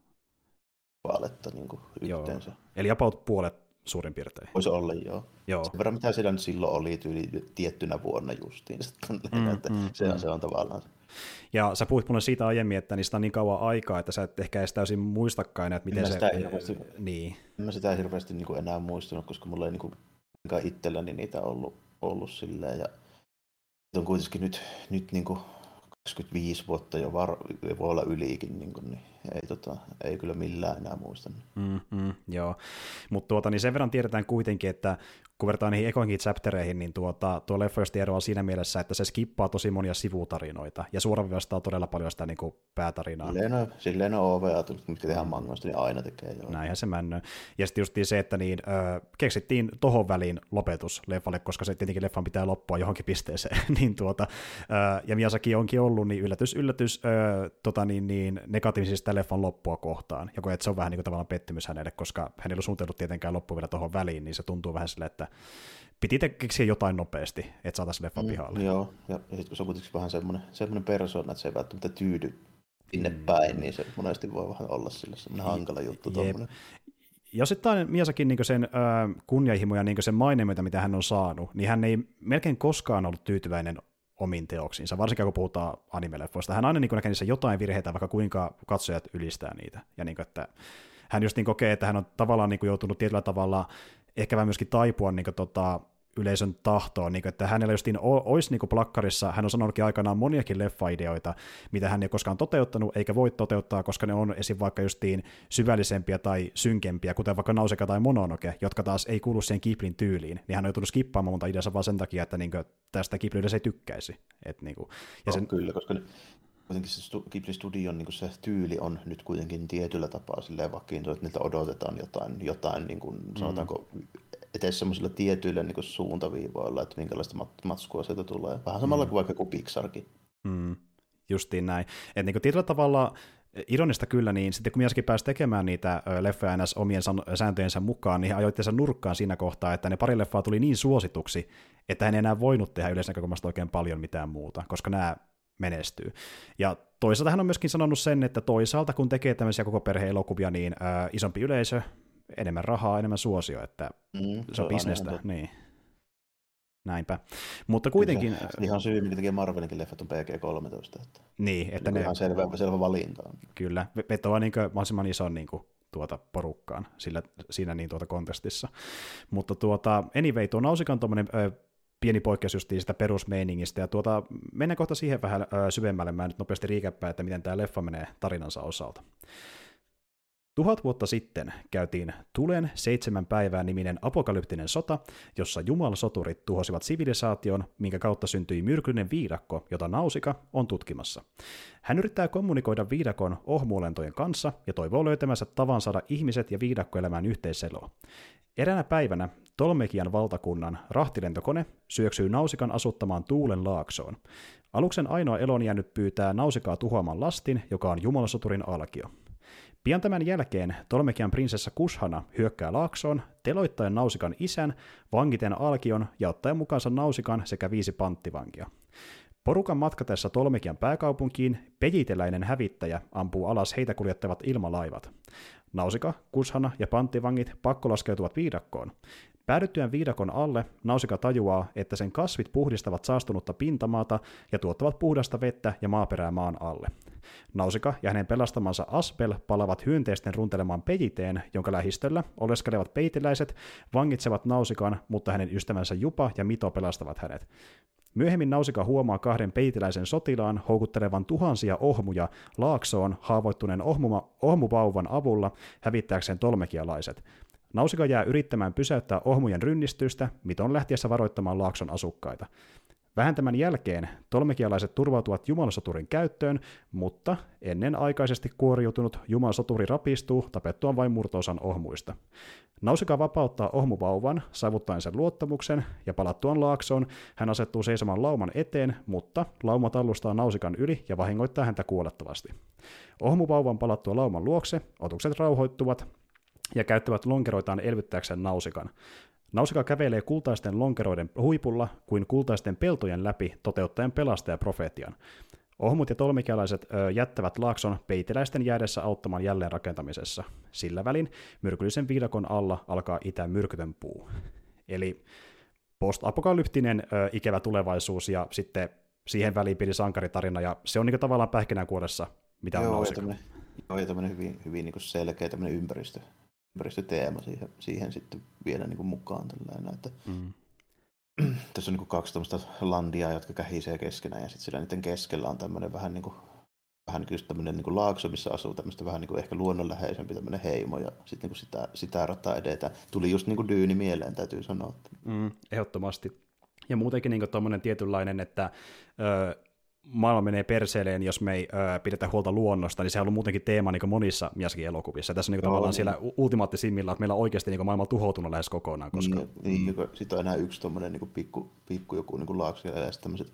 Paaletta niin kuin yhteensä. Joo. Eli about puolet suurin piirtein. Voisi olla, joo. joo. Sen verran, mitä siellä nyt silloin oli tyyli tiettynä vuonna justiin. Mm, että mm, se, on, mm. se on tavallaan se. Ja sä puhuit mulle siitä aiemmin, että niistä on niin kauan aikaa, että sä et ehkä edes täysin muistakaan, että miten en se... Sitä hirveästi, niin. En mä sitä hirveästi niin kuin enää muistunut, koska mulla ei niin kuin itselläni niitä ollut, ollut silleen. Ja on kuitenkin nyt, nyt niin kuin kaksikymmentäviisi vuotta jo var, voi olla ylikin, niin, kuin, niin ei, tota, ei kyllä millään enää muista. Mm, mm, joo, mutta tuota, niin sen verran tiedetään kuitenkin, että kun vertaan niihin ekoinkin chaptereihin, niin tuota, tuo leffa just eroaa siinä mielessä, että se skippaa tosi monia sivutarinoita, ja suoraviivastaa todella paljon sitä niin kuin päätarinaa. Silleen on, silleen on O V A, mitkä tehdään mangoista, niin aina tekee. Joo. Näinhän se männö. Ja sitten just se, että niin, ö, keksittiin tohon väliin lopetus leffalle, koska se tietenkin leffan pitää loppua johonkin pisteeseen. niin tuota, ö, ja Miyazaki onkin ollut, niin yllätys, yllätys ö, tota niin, niin, negatiivisista leffan loppua kohtaan. Ja kun et se on vähän niin kuin tavallaan pettymys hänelle, koska hän ei ollut suunnitellut tietenkään loppu vielä tohon väliin, niin se tuntuu vähän silleen, että piti keksiä jotain nopeasti, että saataisiin leffa pihalle. Mm, joo, ja, ja sitten kun se on kuitenkin vähän semmoinen, semmoinen persoona, että se ei välttämättä tyydy sinne mm. päin, niin se monesti voi vähän olla sille semmoinen hankala juttu. Ja sitten Miyazakin niin sen äh, kunnianhimo ja niin sen maine, mitä hän on saanut, niin hän ei melkein koskaan ollut tyytyväinen omiin teoksiinsa, varsinkin kun puhutaan anime-leffoista. Hän aina niin näkee niissä jotain virheitä, vaikka kuinka katsojat ylistää niitä. Ja niin kuin, että hän just niin kokee, että hän on tavallaan niin joutunut tietyllä tavalla ehkä vähän myöskin taipua niin kuin, tota, yleisön tahtoon, niin kuin, että hänellä justiin olisi niin kuin plakkarissa, hän on sanonutkin aikanaan moniakin leffa-ideoita, mitä hän ei koskaan toteuttanut, eikä voi toteuttaa, koska ne on esim. Vaikka justiin syvällisempiä tai synkempiä, kuten vaikka Nausicaa tai Mononoke, jotka taas ei kuulu siihen Ghiblin tyyliin, niin hän on joutunut skippaamaan monta ideansa vaan sen takia, että niin kuin, tästä Ghibli yleensä ei tykkäisi. Et, niin kuin, ja no, sen... Kyllä, koska kuitenkin se Ghibli-studion niin se tyyli on nyt kuitenkin tietyllä tapaa silleen vakiintunut, että niiltä odotetaan jotain, jotain niin kuin, mm. sanotaanko, edes semmoisilla tietyillä niin kuin suuntaviivoilla, että minkälaista mat- matskua sieltä tulee. Vähän samalla mm. kuin vaikka kuin Pixarkin. Mm. Justiin näin. Että niin kuin tietyllä tavalla ironista kyllä, niin sitten kun Miyazaki pääsi tekemään niitä leffoja ns. Omien sääntöjensä mukaan, niin hän ajoi itseänsä nurkkaan siinä kohtaa, että ne pari leffaa tuli niin suosituksi, että hän ei enää voinut tehdä yleisnäkökulmasta oikein paljon mitään muuta, koska nämä menestyy. Ja toisaalta hän on myöskin sanonut sen, että toisaalta kun tekee tämmöisiä koko perheen elokuvia, niin ää, isompi yleisö, enemmän rahaa, enemmän suosio, että mm, se on bisnestä. Niin. Näinpä. Mutta kuitenkin... Se, ihan syy, minkä tekee Marvelinkin leffat on P G kolmetoista. Että niin, että ne... ne... Ihan selvä, selvä valinta. Kyllä, vetoaa niin mahdollisimman ison niin kuin, tuota porukkaan sillä, siinä niin tuota kontestissa. Mutta tuota, anyway, tuo Nausika on tuommoinen ö, pieni poikkeus justiin sitä perusmeiningistä, ja tuota, mennään kohta siihen vähän ö, syvemmälle, mä nyt nopeasti riikäppään, että miten tämä leffa menee tarinansa osalta. Tuhat vuotta sitten käytiin Tulen seitsemän päivää niminen apokalyptinen sota, jossa jumalasoturit tuhosivat sivilisaation, minkä kautta syntyi myrkyllinen viidakko, jota Nausika on tutkimassa. Hän yrittää kommunikoida viidakon ohmuolentojen kanssa ja toivoo löytämänsä tavan saada ihmiset ja viidakko elämään yhteiseloa. Eräänä päivänä Tolmekian valtakunnan rahtilentokone syöksyy Nausikan asuttamaan Tuulen laaksoon. Aluksen ainoa elon jäänyt pyytää Nausikaa tuhoamaan lastin, joka on jumalasoturin alkio. Pian tämän jälkeen Tolmekian prinsessa Kushana hyökkää laaksoon, teloittaen Nausikan isän, vangiten alkion ja ottaen mukaansa Nausikan sekä viisi panttivankia. Porukan matkatessa Tolmekian pääkaupunkiin pejiteläinen hävittäjä ampuu alas heitä kuljettavat ilmalaivat. Nausika, Kushana ja panttivangit pakkolaskeutuvat viidakkoon. Päädyttyään viidakon alle, Nausika tajuaa, että sen kasvit puhdistavat saastunutta pintamaata ja tuottavat puhdasta vettä ja maaperää maan alle. Nausika ja hänen pelastamansa Asbel palavat hyönteisten runtelemaan pejiteen, jonka lähistöllä oleskelevat peitiläiset vangitsevat Nausikan, mutta hänen ystävänsä Jupa ja Mito pelastavat hänet. Myöhemmin Nausika huomaa kahden peitiläisen sotilaan houkuttelevan tuhansia ohmuja laaksoon haavoittuneen ohmuma, ohmuvauvan avulla hävittääkseen tolmekialaiset. Nausika jää yrittämään pysäyttää ohmujen rynnistystä, Miton lähtiessä varoittamaan laakson asukkaita. Vähän tämän jälkeen tolmekialaiset turvautuvat jumalasoturin käyttöön, mutta ennenaikaisesti kuoriutunut jumalasoturi rapistuu tapettuaan vain murtoosan ohmuista. Nausika vapauttaa ohmuvauvan, saavuttaen sen luottamuksen, ja palattuaan laaksoon hän asettuu seisomaan lauman eteen, mutta lauma tallustaa Nausikan yli ja vahingoittaa häntä kuolettavasti. Ohmuvauvan palattua lauman luokse otukset rauhoittuvat ja käyttävät lonkeroitaan elvyttääkseen Nausikan. Nausika kävelee kultaisten lonkeroiden huipulla kuin kultaisten peltojen läpi toteuttaen pelastajaprofetian. Ohmut ja tolmekialaiset ö, jättävät laakson peitiläisten jäädessä auttamaan jälleen rakentamisessa. Sillä välin myrkyllisen viidakon alla alkaa itää myrkytön puu. Eli post-apokalyptinen ö, ikävä tulevaisuus ja sitten siihen väliin pieni sankaritarina, ja se on niin tavallaan pähkinänkuoressa, mitä on Nausika. Joo, ja tämmöinen hyvin, hyvin niin selkeä tämmöinen ympäristö. ympäristöteema siihen, siihen sitten vielä niin kuin mukaan. Tällainen, että mm. Tässä on niin kuin kaksi tämmöistä landia, jotka kähisee keskenään, ja sitten sillä niiden keskellä on tämmöinen vähän niin kuin, vähän niin kuin tämmöinen niin kuin laakso, missä asuu tämmöistä vähän niin kuin ehkä luonnonläheisempi tämmöinen heimo, ja sitten niin kuin sitä, sitä rataa edetään. Tuli just niin kuin Dyyni mieleen, täytyy sanoa. Mm, ehdottomasti. Ja muutenkin niin kuin tommoinen tietynlainen, että Öö, maailma menee perseelleen, jos me ei ö, pidetä huolta luonnosta, niin se on ollut muutenkin teema niin monissa Miyazaki-elokuvissa. Ja tässä on niin tavallaan niin siellä ultimaattisimmilla, että meillä on oikeasti niin maailma tuhoutunut lähes kokonaan. Koska... Niin, niin mm. Sitten on enää yksi tuommoinen niin pikku, pikku joku niin laakso, ja sitten tämmöiset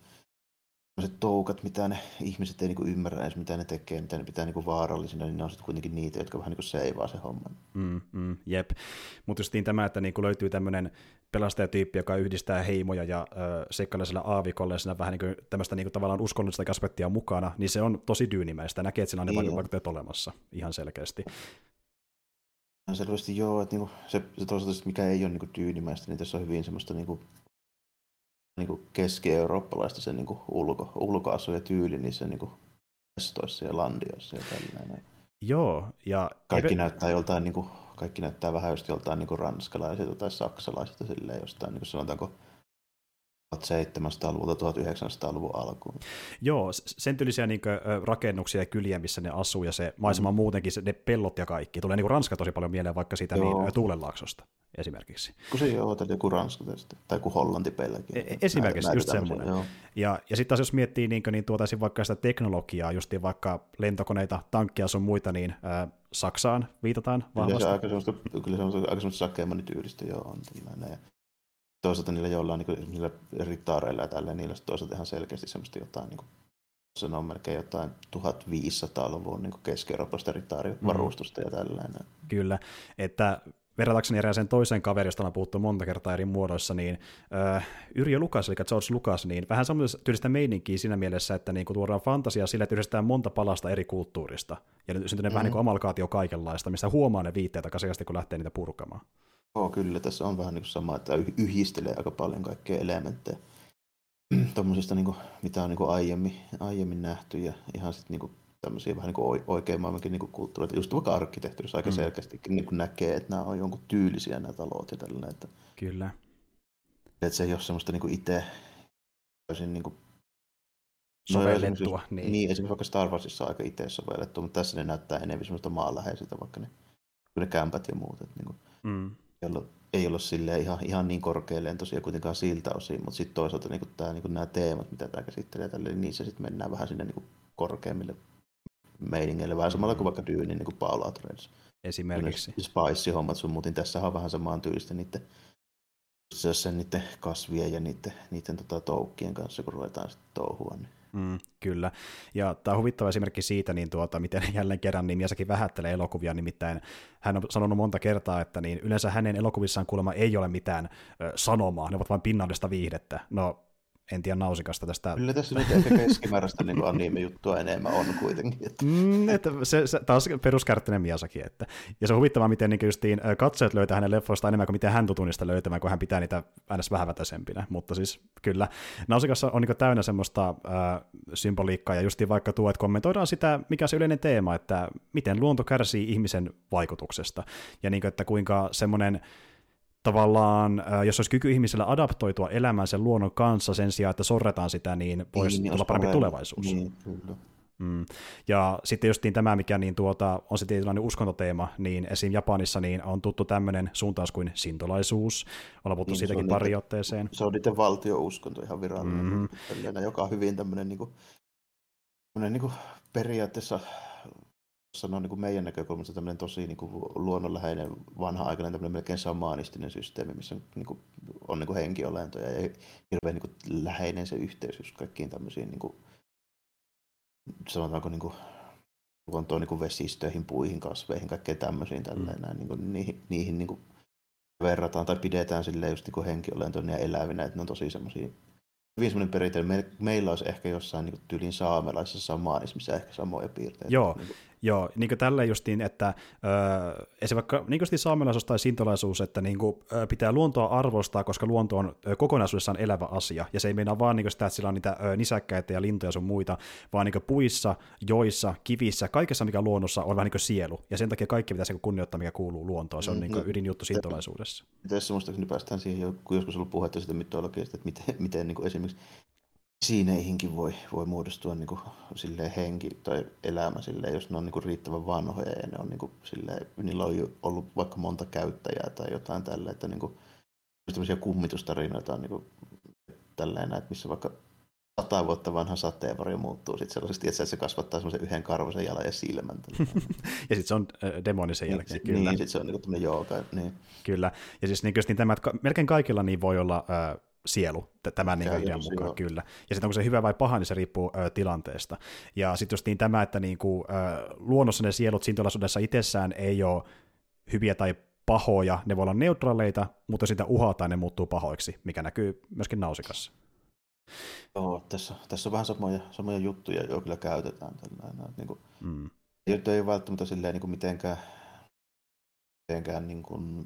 toukat, mitä ne ihmiset ei niin ymmärrä edes, mitä ne tekee, mitä ne pitää niin vaarallisina, niin ne on sitten kuitenkin niitä, jotka vähän niin seivaa se homma. Mm, mm, jep. Mutta justiin tämä, että niin löytyy tämmöinen pelastajatyyppi, joka yhdistää heimoja ja ö, seikkailee aavikolle, ja siinä vähän niin tämmöistä niin tavallaan uskonnollista aspektia mukana, niin se on tosi dyynimäistä. Näkee, että siinä on niin paljon vaikutteet olemassa, ihan selkeästi. Selvästi joo, että niinku se, se toisaalta, mikä ei ole niinku dyynimäistä, niin tässä on hyvin semmoista niinku niinku keski-eurooppalaista se niinku ulko, ulkoasu ja tyyli niissä niinku estoissa ja landioissa ja tällainen. Joo, ja kaikki epä... näyttää joltain niinku kaikki näyttää vähän just joltain niinku ranskalaisilta tai saksalaisilta silleen jostain niinku sanotaanko tuhatseitsemänsataaluvulta tuhatyhdeksänsataaluvun alkuun. Joo, sen tyylisiä niin rakennuksia ja kyliä, missä ne asuu, ja se maisema mm. muutenkin, ne pellot ja kaikki. Tulee niin Ranska tosi paljon mieleen vaikka siitä niin, Tuulenlaaksosta esimerkiksi. Kun se joo, tai joku Ranska tai joku Hollanti pelläkin. E- esimerkiksi, näitä, just semmoinen. Joo. Ja, ja sitten taas jos miettii, niin, niin tuotaisiin vaikka sitä teknologiaa, justiin vaikka lentokoneita, tankkeja sun muita, niin ää, Saksaan viitataan vahvasti. Kyllä se aika semmoista, kyllä se on aika semmoista sakemanityylistä, joo, on tällainen. Toisaalta niillä jollain niin niillä ritaareilla ja tälleen, niillä on toisaalta ihan selkeästi semmoista jotain, niin kuin, se on melkein jotain tuhatviisisataaluvun niin keski-euroopasta ritaarivarustusta mm. ja tällainen. Kyllä, että verratakseni erääseen toiseen kaveriin, josta on puhuttu monta kertaa eri muodoissa, niin äh, Yrjö Lukas, eli George Lucas, niin vähän samoin tyylistä meininkiä siinä mielessä, että niin tuodaan fantasiaa sillä, että yhdistetään monta palasta eri kulttuurista, ja nyt syntyy mm. vähän niin kuin amalgaatio kaikenlaista, mistä huomaa ne viitteet aika selkeästi, kun lähtee niitä purkamaan. Joo, kyllä. Tässä on vähän niin kuin sama, että yhdistelee aika paljon kaikkea elementtejä tuommoisesta, niin kuin, mitä on niin kuin aiemmin, aiemmin nähty, ja ihan sitten niin kuin tämmöisiä vähän niin kuin oikein maailmankin niin kuin kulttuureita. Just vaikka arkkitehtuurissa aika mm. selkeästi niin kuin näkee, että nämä on jonkun tyylisiä nämä talot ja tällainen. Että, Kyllä. että se ei ole semmoista niin kuin itse täysin niin kuin sovellettua. No, niin. niin, esimerkiksi vaikka Star Warsissa on aika itse sovellettua, mutta tässä ne näyttää enemmän semmoista maanläheisiltä, vaikka ne, ne kämpät ja muut. Että niin kuin, mm. ei ollut, ei ollut silleen ihan, ihan niin korkealleen tosiaan kuitenkaan siltä osin, mutta sitten toisaalta niin kuin tämä, niin kuin nämä teemat, mitä tämä käsittelee, tälle, niin niissä sitten mennään vähän sinne niin kuin korkeammille meiningeille, vähän samalla kuin vaikka Dyynin niin kuin Paul Atreides. Esimerkiksi. Spice-hommat sun muuten, tässä on vähän samaan tyylistä niiden, sen, niiden kasvien ja niiden, niiden tota, toukkien kanssa, kun ruvetaan sitten touhua. Niin. Mm, kyllä. Ja tämä on huvittava esimerkki siitä, niin tuota, miten jälleen kerran niin Miyazaki vähättelee elokuvia, nimittäin hän on sanonut monta kertaa, että niin yleensä hänen elokuvissaan kuulemma ei ole mitään ö, sanomaa, ne ovat vain pinnallista viihdettä. No, en tiedä Nausikasta tästä. Kyllä tässä nyt ehkä keskimääräistä niin anime-juttua enemmän on kuitenkin. Että. Mm, että se, se, taas peruskärttinen Miyazaki. Että. Ja se on huvittavaa, miten niin justiin katsojat löytää hänen leffoista enemmän kuin miten hän tutuu niistä löytämään, kun hän pitää niitä aina vähävätäisempinä. Mutta siis kyllä, Nausikassa on niin täynnä semmoista äh, symboliikkaa, ja justiin vaikka tuo, että kommentoidaan sitä, mikä se yleinen teema, että miten luonto kärsii ihmisen vaikutuksesta. Ja niin kuin, että kuinka semmoinen tavallaan, jos olisi kyky ihmisellä adaptoitua elämään sen luonnon kanssa sen sijaan, että sorretaan sitä, niin voisi niin, tulla parempi parempi tulevaisuus. Niin, kyllä. Mm. Ja sitten justiin tämä, mikä niin tuota, on se tietynlainen uskontoteema, niin esim. Japanissa niin on tuttu tämmöinen suuntaus kuin sintolaisuus. Ollaan puhuttu niin, siitäkin pari niiden, otteeseen. Se on niiden valtio-uskonto ihan virallinen, mm-hmm. joka on hyvin tämmöinen niin kuin, niin kuin periaatteessa sanoa niin kuin meidän näkökulmasta tämmöinen tosi niin kuin luonnonläheinen, vanha-aikainen tämmöinen melkein samanistinen systeemi, missä niin kuin, on niin kuin henkiolentoja ja hirveän niin kuin läheinen se yhteys just kaikkiin tämmöisiin, niin kuin, sanotaanko niin kuin, luontoon, niin kuin vesistöihin, puihin, kasveihin, kaikkeen tämmöisiin tällainen, mm. niin kuin, niihin, niihin niin kuin verrataan tai pidetään silleen just niin kuin henkiolentoina ja elävinä, että ne on tosi semmoisia hyvin semmoinen perinteinen. Me, meillä olisi ehkä jossain niin tyylin saamelaisessa samaanismissa ehkä samoja piirteitä. Joo, niin kuin. Joo, niin kuin tälleen justiin, että öö, se vaikka niin kuin saamelaisuus tai sintolaisuus, että niin kuin, ö, pitää luontoa arvostaa, koska luonto on ö, kokonaisuudessaan elävä asia, ja se ei meinaa vaan niin kuin sitä, että sillä on niitä ö, nisäkkäitä ja lintuja sun muita, vaan niin kuin puissa, joissa, kivissä, kaikessa mikä luonnossa on vähän niin kuin sielu, ja sen takia kaikki pitäisi kunnioittaa, mikä kuuluu luontoon, se on mm, niin kuin no, ydinjuttu sintolaisuudessa. Tässä muistaakseni päästään siihen, kun joskus on ollut puhetta siitä mytologiasta, että miten, miten niin kuin esimerkiksi siineihinkin voi, voi muodostua niin kuin, silleen, henki tai elämä, silleen, jos ne on niin kuin, riittävän vanhoja ja ne on, niin kuin, silleen, niillä on ollut vaikka monta käyttäjää tai jotain tällä, että niin kuin, tämmöisiä kummitustarinoita on niin kuin, tälleen, että missä vaikka sata vuotta vanha sateenvarjo muuttuu sitten sellaisesti, että se kasvattaa semmoisen yhden karvosen jalan ja silmän. Ja sitten se on äh, demoni sen jälkeen, niin, kyllä. Niin, sitten se on niin tämmöinen jooga. Niin. Kyllä, ja siis niin, niin tämä, että melkein kaikilla niin voi olla äh, sielu tämän niin idean mukaan, joo. Kyllä. Ja sitten onko se hyvä vai paha, niin se riippuu ö, tilanteesta. Ja sitten just niin tämä, että niin kuin, ö, luonnossa ne sielut sintolaisuudessa itsessään ei ole hyviä tai pahoja, ne voi olla neutraaleita, mutta sitä uhataan, ne muuttuu pahoiksi, mikä näkyy myöskin Nausikassa. Joo, tässä, tässä on vähän samoja, samoja juttuja, joita kyllä käytetään. Tällainen, niin kuin, mm. ei ole välttämättä silleen, niin kuin mitenkään, mitenkään niin kuin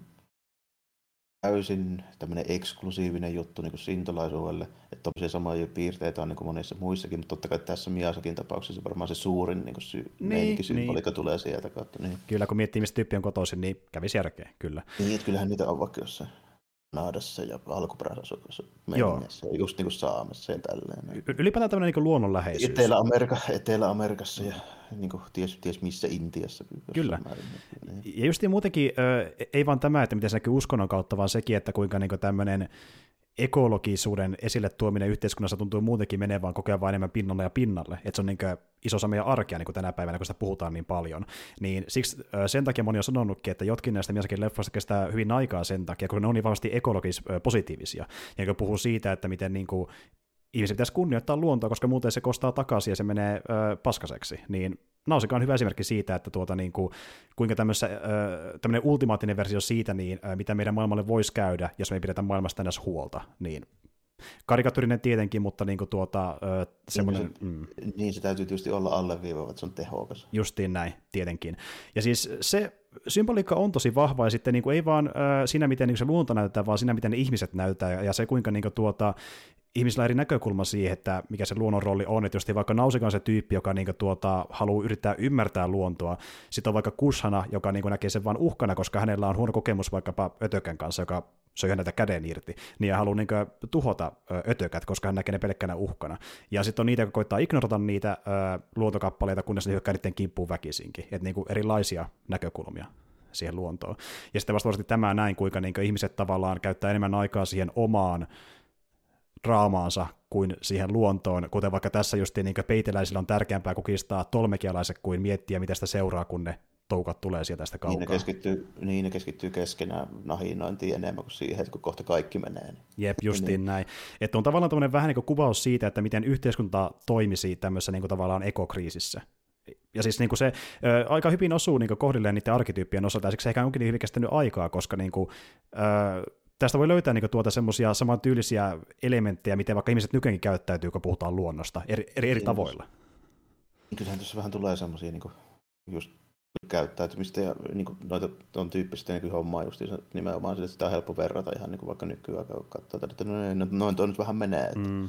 täysin tämmöinen eksklusiivinen juttu niin kuin sintolaisuudelle, että tommoisia samoja piirteitä on niin kuin monissa muissakin, mutta totta kai tässä Miyazakin tapauksessa varmaan se suurin niin kuin sy- niin, symbolika niin. tulee sieltä kautta. Niin. Kyllä, kun miettii, mistä tyyppi on kotoisin, niin kävisi järkeä, kyllä. Niin, että kyllähän niitä on vaikka jossain Naadassa ja alkuperäisessä meiningissä, just niin kuin Saamessa ja tälleen. Y- ylipäätään tämmöinen niin luonnonläheisyys. Etelä-Amerika, Etelä-Amerikassa ja niin kuin ties, ties missä Intiassa. Kyllä. Niin. Ja just muutenkin, äh, ei vaan tämä, että miten se näkyy uskonnon kautta, vaan sekin, että kuinka niin kuin tämmöinen ekologisuuden esille tuominen yhteiskunnassa tuntuu muutenkin menevän koko ajan vain enemmän pinnalle ja pinnalle, että se on niin kuin iso osa meidän arkea niin kuin tänä päivänä, kun sitä puhutaan niin paljon. Niin siksi sen takia moni on sanonutkin, että jotkin näistä Miyazakin leffoista kestää hyvin aikaa sen takia, kun ne on niin vahvasti ekologis-positiivisia. Ja kun puhuu siitä, että miten niin kuin ihmisen pitäisi kunnioittaa luontoa, koska muuten se kostaa takaisin ja se menee ö, paskaseksi, niin Nausika on hyvä esimerkki siitä, että tuota, niin kuin, kuinka tämmöinen ultimaattinen versio siitä, niin, ö, mitä meidän maailmalle voisi käydä, jos me ei pidetä maailmasta enää huolta. Niin, karikatyyrinen tietenkin, mutta niin kuin, tuota, ö, semmoinen... Niin se, mm. niin se täytyy tietysti olla alleviivaava, että se on tehokas. Justiin näin, tietenkin. Ja siis se symboliikka on tosi vahva, ja sitten niin kuin ei vaan äh, siinä, miten niin se luonto näyttää, vaan siinä, miten ne ihmiset näyttää, ja, ja se kuinka niin kuin, tuota, ihmisillä eri näkökulma siihen, että mikä se luonnon rooli on, että jos vaikka Nausicaa on se tyyppi, joka niin kuin, tuota, haluaa yrittää ymmärtää luontoa, sitten on vaikka Kushana, joka niin kuin, näkee sen vain uhkana, koska hänellä on huono kokemus vaikkapa ötökän kanssa, joka söi häneltä käden irti, niin hän haluaa niin kuin, tuhota ötökät, koska hän näkee ne pelkkänä uhkana. Ja sitten on niitä, jotka koittaa ignorata niitä ö, luontokappaleita, kunnes ne hyökkää niiden kimppuun väkisinkin. Että niin kuin erilaisia näkökulmia siihen luontoon. Ja sitten vastaavasti tämä näin, kuinka niin kuin ihmiset tavallaan käyttää enemmän aikaa siihen omaan draamaansa kuin siihen luontoon, kuten vaikka tässä justiin niin peiteläisillä on tärkeämpää kukistaa tolmekialaiset kuin miettiä, mitä sitä seuraa, kun ne toukat tulee sieltä tästä kaukaa. Niin ne keskittyy, niin ne keskittyy keskenään nahinointiin enemmän kuin siihen, että kun kohta kaikki menee. Niin. Jep, justiin niin. Näin. Että on tavallaan tämmöinen vähän niin kuin kuvaus siitä, että miten yhteiskunta toimisi tämmöisessä niin kuin tavallaan ekokriisissä. Ja siis niin kuin se ö, aika hyvin osuu niin kuin kohdilleen niiden arkityyppien osalta, ja siksi ehkä onkin niin hyvin kestänyt aikaa, koska niin kuin, ö, tästä voi löytää niin tuota semmoisia samantyylisiä elementtejä, miten vaikka ihmiset nykyäänkin käyttäytyy, kun puhutaan luonnosta, eri, eri, eri tavoilla. Kyllähän tuossa vähän tulee semmoisia niin just käyttäytymistä ja niin kuin, noita on tyyppistä niin hommaa just nimenomaan sille, että sitä on helppo verrata ihan niin kuin vaikka nykyään katsoa, että noin, noin toi nyt vähän menee. Että... Mm.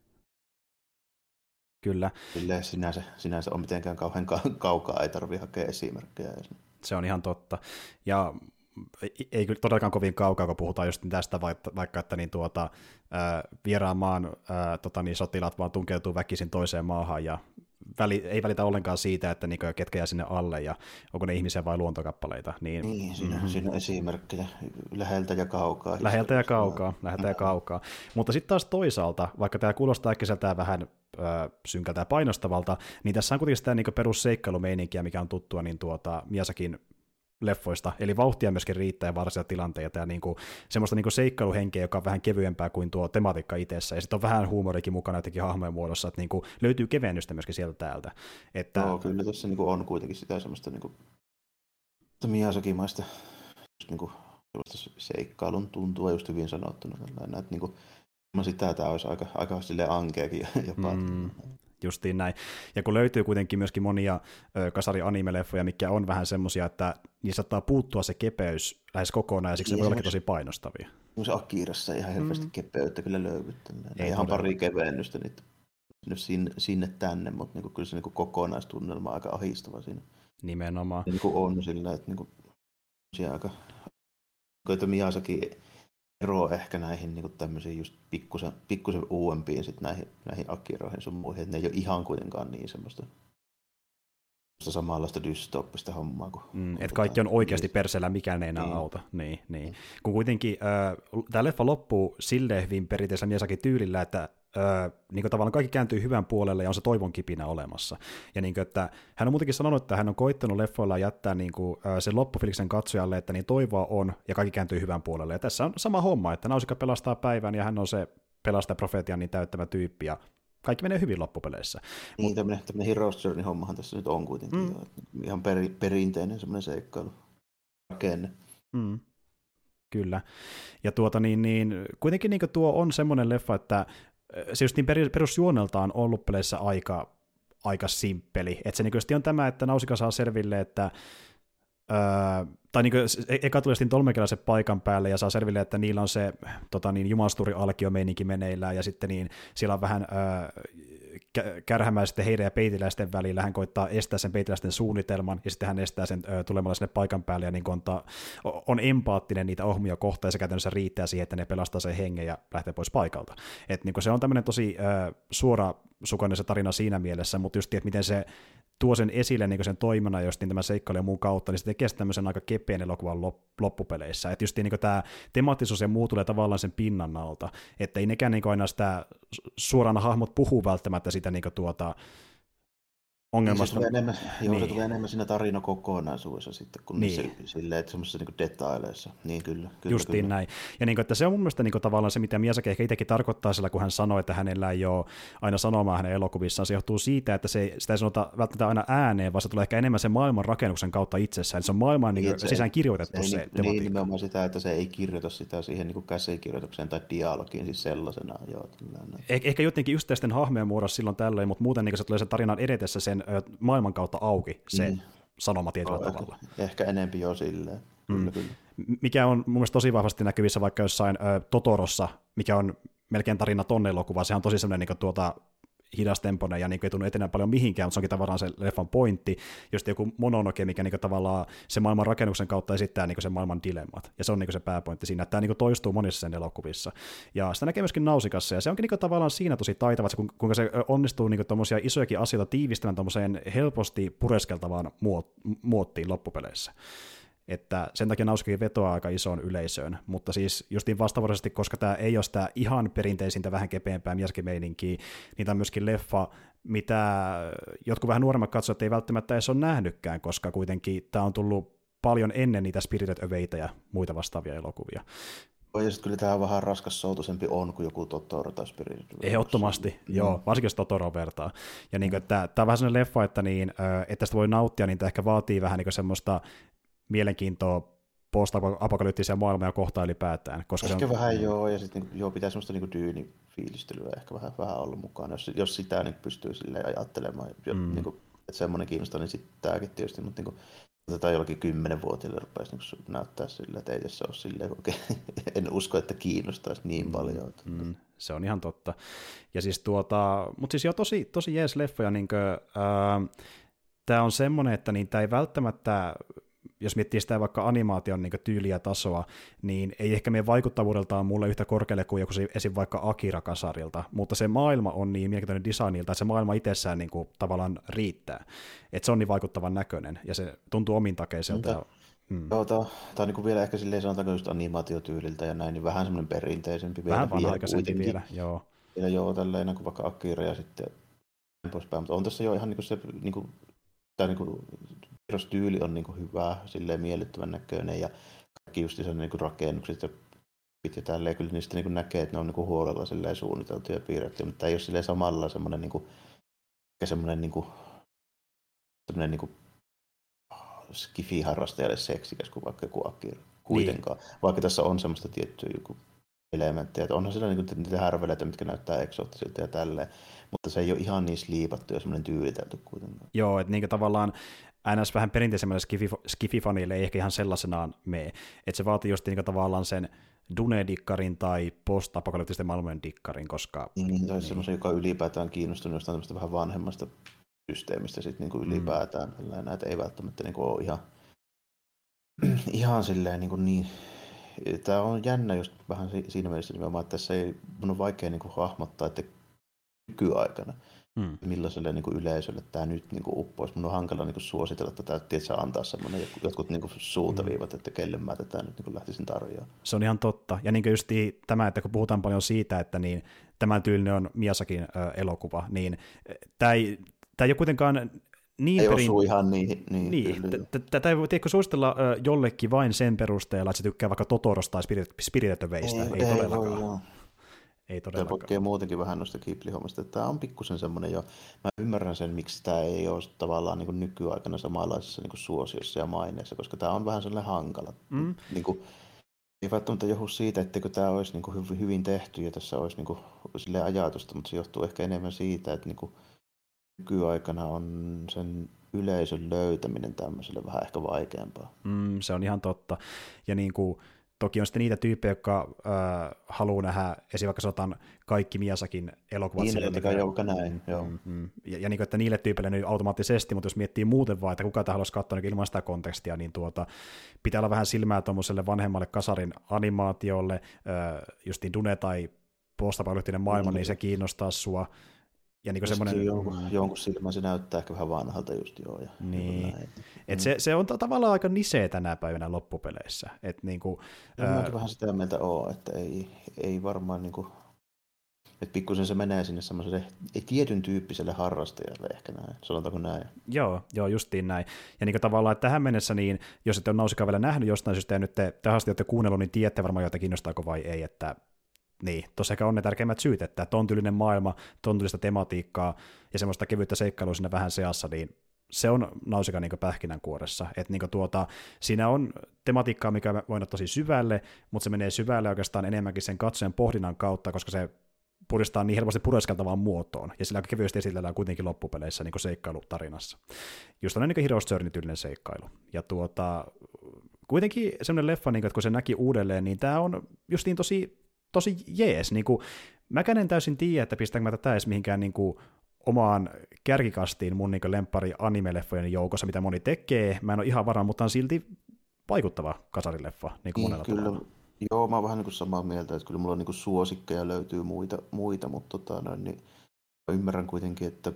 Kyllä. Silleen sinänsä, sinänsä on mitenkään kauhean kaukaa, ei tarvitse hakea esimerkkejä. Se on ihan totta. Ja ei kyllä todellakaan kovin kaukaa, kun puhutaan just tästä, vaikka että niin tuota, ää, vieraan maan ää, tota, niin sotilaat vaan tunkeutuu väkisin toiseen maahan ja väli, ei välitä ollenkaan siitä, että niin, ketkä jää sinne alle ja onko ne ihmisiä vai luontokappaleita. Niin, niin siinä, mm-hmm. siinä on esimerkkejä läheltä ja kaukaa. Läheltä ja kaukaa, läheltä ja kaukaa. Mutta sitten taas toisaalta, vaikka tämä kuulostaa äkkiseltään vähän ö, synkältä ja painostavalta, niin tässä on kuitenkin sitä niin perusseikkailumeininkiä, mikä on tuttua niin tuota, Miyazakin leffoista, eli vauhtia myöskin riittää ja varsinaisia tilanteita ja niinku, semmoista niinku seikkailuhenkeä, joka on vähän kevyempää kuin tuo tematiikka itsessä, ja sitten on vähän huumorikin mukana jotenkin hahmojen muodossa, että niinku löytyy kevennystä myöskin sieltä täältä. Että... Joo, kyllä tässä niinku on kuitenkin sitä semmoista niinku, Miyazakimaista niinku, seikkailun tuntua just hyvin sanottuna. Että niinku, sitä tämä olisi aika, aika silleen ankeakin jopa. Mm. Justiin näin. Ja kun löytyy kuitenkin myöskin monia ö, kasari-anime-leffoja, mikä on vähän semmoisia, että niissä saattaa puuttua se kepeys lähes kokonaan, ja siksi ne voi ollakin tosi painostavia. Se Akirassa ihan hirveästi mm. kepeyttä kyllä löytyy. Ihan pari kevennystä niitä sinne, sinne tänne, mutta niinku, kyllä se niinku kokonaistunnelma on aika ahistava siinä. Nimenomaan. Ja niinku on sillä, että niinku, aika koita Miyazaki ero ehkä näihin niin tämmöisiin just pikkusen, pikkusen uudempiin sit näihin, näihin Akiroihin sun muihin, että ne ei ole ihan kuitenkaan niin semmoista samanlaista dystooppista hommaa. Kuin, mm, että kaikki on oikeasti perseellä, mikään ei enää niin. auta. Niin, niin. Kun kuitenkin äh, tämä leffa loppuu silleen hyvin perinteisellä Miyazakin tyylillä, että Öö, niin kuin tavallaan kaikki kääntyy hyvän puolelle ja on se toivon kipinä olemassa. Ja niin kuin, että hän on muutenkin sanonut, että hän on koittanut leffoilla jättää niin kuin, öö, sen loppufiliksen katsojalle, että niin toivoa on ja kaikki kääntyy hyvän puolelle. Ja tässä on sama homma, että Nausicaa pelastaa päivän ja hän on se pelastaa profeetian niin täyttävä tyyppi ja kaikki menee hyvin loppupeleissä. Niin, Mut... tämmöinen, tämmöinen Hero's Journey -hommahan tässä nyt on kuitenkin mm. jo, ihan peri, perinteinen semmoinen seikkailu rakenne. Mm. Kyllä. Ja tuota niin, niin kuitenkin niin tuo on semmoinen leffa, että se just niin perusjuoneltaan on loppupeleissä aika, aika simppeli. Että se niin on tämä, että Nausicaa saa selville, että öö, tai niin kuin, eka tulee sitten tolmekialaisen paikan päälle ja saa selville, että niillä on se tota niin, jumalasturi-alkio-meininki meneillään ja sitten niin, siellä on vähän öö, kärhämäisten heidän ja peitiläisten välillä, hän koittaa estää sen peitiläisten suunnitelman, ja sitten hän estää sen ö, tulemalla sinne paikan päälle, ja niin on, ta, on empaattinen niitä ohmia kohtaan, ja se käytännössä riittää siihen, että ne pelastaa sen hengen ja lähtee pois paikalta. Et, niin se on tämmöinen tosi ö, suorasukainen se tarina siinä mielessä, mutta just, että miten se tuo sen esille niin sen toimena, just niin tämän seikkailun muun kautta, niin se tekee tämmöisen aika kepeän elokuvan loppupeleissä. Että just niin tämä temaattisuus ja muu tulee tavallaan sen pinnan alta, että ei nekään niin aina sitä suoraan hahmot puhuu välttämättä sitä niin tuota, ongelmasta. Se tulee enemmän, joo, niin. se tulee enemmän siinä tarinakokonaisuudessa sitten, kuin niin. niissä silleen, että semmoisissa niin detaileissa. Niin kyllä, kyllä. Justiin kyllä. näin. Ja niin kuin, että se on mun mielestä niin kuin, tavallaan se, mitä Miyazaki ehkä itsekin tarkoittaa sillä, kun hän sanoi, että hänellä ei ole aina sanomaa hänen elokuvissaan. Se johtuu siitä, että se, sitä ei sanota välttämättä aina ääneen, vaan se tulee ehkä enemmän sen maailman rakennuksen kautta itsessään. Eli se on maailmaan niin, niin, sisään kirjoitettu se, se niin, niin nimenomaan sitä, että se ei kirjoita sitä siihen niin kuin käsikirjoitukseen tai dialogiin siis sellaisenaan. Joo, eh, ehkä jotenkin yksittäisten hahmojen muodossa silloin tällöin, mutta muuten niin se tulee sen tarinan edetessä sen ö, maailman kautta auki se mm. sanoma tietyllä no, tavalla. Ehkä, ehkä enempi jo silleen. Kyllä, mm. kyllä. Mikä on mun mielestä tosi vahvasti näkyvissä vaikka jossain ö, Totorossa, mikä on melkein tarina tonne elokuva. Se on tosi semmoinen niin tuota, hidastempoinen ja niin kuin ei tunnu etenä paljon mihinkään, mutta se onkin tavallaan se leffan pointti, just joku Mononoke, mikä niin kuin tavallaan se maailman rakennuksen kautta esittää niin kuin sen maailman dilemmat. Ja se on niin kuin se pääpointti siinä, että tämä niin kuin toistuu monissa sen elokuvissa. Ja sitä näkee myöskin Nausikassa, ja se onkin niin kuin tavallaan siinä tosi taitava, että se, kuinka se onnistuu niin kuin tommosia isojakin asioita tiivistämään tommoseen helposti pureskeltavaan muottiin loppupeleissä. Että sen takia Nausikakin vetoaa aika isoon yleisöön, mutta siis justiin vastavuoroisesti, koska tämä ei ole sitä ihan perinteisintä vähän kepeämpää Miyazaki-meininkiä, niin tämä on myöskin leffa, mitä jotkut vähän nuoremmat katsojat ei välttämättä edes ole nähnytkään, koska kuitenkin tämä on tullut paljon ennen niitä Spirited Awayta ja muita vastaavia elokuvia. Ja sitten kyllä tämä vähän raskas soutuisempi on kuin joku Totoro tai Spirited Away. Ehdottomasti, mm. joo, varsinkin jos Totoro vertaa. Ja niin kuin, että tämä on vähän sellainen leffa, että, niin, että sitä voi nauttia, niin tämä ehkä vaatii vähän niin semmoista mielenkiintoa post-apokalyptisia maailmoja kohtaan ylipäätään. Koska ehkä se on, vähän joo, ja sitten niin, joo, pitää semmoista niin dyyni-fiilistelyä ehkä vähän, vähän olla mukaan, jos, jos sitä niin pystyy silleen ajattelemaan, mm. niin kuin, että semmoinen kiinnostaa, niin sitten tämäkin tietysti, mutta niin kuin, otetaan jollakin kymmenenvuotiaille rupeaisi niin näyttää silleen, että ei tässä ole silleen, okei, en usko, että kiinnostaisi niin mm. paljon. Mm. Se on ihan totta. Ja siis tuota, mutta siis jo tosi, tosi jees leffoja, niin kuin, äh, tämä on semmoinen, että niin tämä ei välttämättä, jos miettii sitä vaikka animaation niin tyyliä tasoa, niin ei ehkä meidän vaikuttavuudeltaan mulle yhtä korkealle kuin joku esim. Vaikka Akira-kasarilta, mutta se maailma on niin mielenkiintoinen designilta, että se maailma itsessään niin kuin, tavallaan riittää. Että se on niin vaikuttavan näköinen, ja se tuntuu omintakeiselta. Mutta, mm. Joo, tämä on niin vielä ehkä silleen sanotaanko just animaatiotyyliltä ja näin, niin vähän semmoinen perinteisempi. Vähän vanha-aikaisempi vielä, joo. Ja joo, tälleen kuin vaikka Akira ja sitten poispäin, mutta on tässä jo ihan niin kuin se, niin kuin, tämä niin kuin, tyyli on niinku hyvä, silleen miellyttävän näköinen ja kaikki just se niinku rakennukset ja ja tälleen kyllä niistä niinku näkee, että ne on niinku huolella silleen suunniteltu ja piirretty, mutta ei ole silleen samalla semmoinen niinku semmoinen niinku semmoinen niinku skifi-harrastajalle seksikäs kuin vaikka joku Akira kuitenkaan, niin. Vaikka tässä on semmoista tiettyä joku elementtejä, että onhan siellä niinku niitä härveleitä, mitkä näyttää eksoottisilta ja tälleen, mutta se ei ole ihan niin sliipattu ja semmoinen tyylitelty kuitenkaan. Joo, että niinku tavallaan ns. Vähän perinteisemmälle skifi-fanille ei ehkä ihan sellaisenaan mene. Että se vaatii just niinku tavallaan sen Dune-dikkarin tai post-apokalyptisten maailmojen dikkarin, koska... Mm, tai niin. Semmoisen, joka ylipäätään kiinnostunut jostain tämmöistä vähän vanhemmasta systeemistä sit niinku ylipäätään. Mm. Näitä ei välttämättä niinku ole ihan, ihan silleen niinku niin... Tämä on jännä just vähän siinä mielessä nimenomaan, että tässä ei, mun on vaikea niinku hahmottaa, että nykyaikana, hmm. millaiselle niin kuin yleisölle tämä nyt niin kuin uppoisi. Mun on hankala niin kuin suositella tätä, että saa antaa semmoinen jotkut niin kuin suuntaviivat, että kelle mä tätä nyt niin kuin lähtisin tarjoamaan. Se on ihan totta. Ja niin kuin just tämä, että kun puhutaan paljon siitä, että niin, tämän tyylinen on Miyazakin äh, elokuva, niin tämä ei, tämä ei ole kuitenkaan niin ei perin... osu ihan niin. niin, niin. Tätä ei voi tiedätkö, suositella äh, jollekin vain sen perusteella, että se tykkää vaikka Totorosta tai Spirited Awaysta. Ei, ei, ei todellakaan. Voi, Ei todellakaan. Tämä poikkeaa muutenkin vähän noista Ghibli-hommista. Tämä on pikkusen semmoinen jo, mä ymmärrän sen, miksi tämä ei ole tavallaan niin kuin nykyaikana samanlaisessa niin kuin suosiossa ja maineessa, koska tämä on vähän sellainen hankala. Mm. Niin kuin, ei välttämättä johdu siitä, etteikö tämä olisi niin kuin hyvin tehty ja tässä olisi niin kuin silleen ajatusta, mutta se johtuu ehkä enemmän siitä, että niin kuin nykyaikana on sen yleisön löytäminen tämmöiselle vähän ehkä vaikeampaa. Mm, se on ihan totta. Ja niin kuin toki on sitten niitä tyyppejä, jotka äh, haluaa nähdä esimerkiksi vaikka sanotaan kaikki Miyazakin elokuvat. Niin, että joka näin, joo. Mm-hmm. Ja, ja niin kuin, että niille tyypeille nyt automaattisesti, mutta jos miettii muuten vaan, että kuka tämä haluaisi katsoa niin ilman sitä kontekstia, niin tuota, pitää olla vähän silmää tuommoiselle vanhemmalle kasarin animaatiolle, äh, justiin Dune tai postapokalyptinen maailma, mm-hmm. niin se kiinnostaa sua. Ja niin semmoinen... jonkun, jonkun silmän se näyttää ehkä vähän vanhalta just joo. Ja niin. Et mm. se, se on tavallaan aika nisee tänä päivänä loppupeleissä. Et niin kuin, ää... Mäkin vähän sitä mieltä ole, että ei, ei varmaan niin kuin... että pikkusen se menee sinne semmoiselle tietyn tyyppiselle harrastajalle ehkä näin, sanotaanko näin. Joo, joo, justiin näin. Ja niin kuin tavallaan, että tähän mennessä, niin jos ette ole Nausikaa vielä nähnyt jostain syystä, ja nyt te tähän asti olette kuunnellut, niin tiedätte varmaan, joita kiinnostaako vai ei, että niin, tosiaan on ne tärkeimmät syyt, että ton tyylinen maailma, ton tyylistä tematiikkaa ja semmoista kevyttä seikkailua siinä vähän seassa, niin se on Nausicaa niin pähkinänkuoressa. Että niin tuota, siinä on tematiikkaa, mikä voi olla tosi syvälle, mutta se menee syvälle oikeastaan enemmänkin sen katsojan pohdinnan kautta, koska se puristaa niin helposti pureskeltavaan muotoon, ja sillä aika kevyesti esitellään kuitenkin loppupeleissä niin seikkailutarinassa. Just on niin Heroes Journey-tyylinen seikkailu. Ja tuota, kuitenkin semmoinen leffa, niin kuin, että kun se näki uudelleen, niin tämä on justiin tosi, tosi jees. Niin kuin, mäkään en täysin tiedä, että pistääkö mä tätä edes mihinkään niin kuin omaan kärkikastiin mun niin lemppari anime-leffojen joukossa, mitä moni tekee. Mä en ole ihan varma, mutta on silti vaikuttava kasarileffa. Niin kuin monella kyllä, tavalla. Joo, mä oon vähän niin kuin samaa mieltä, että kyllä mulla on niin kuin suosikkeja, löytyy muita, muita mutta tota, no, niin ymmärrän kuitenkin, että,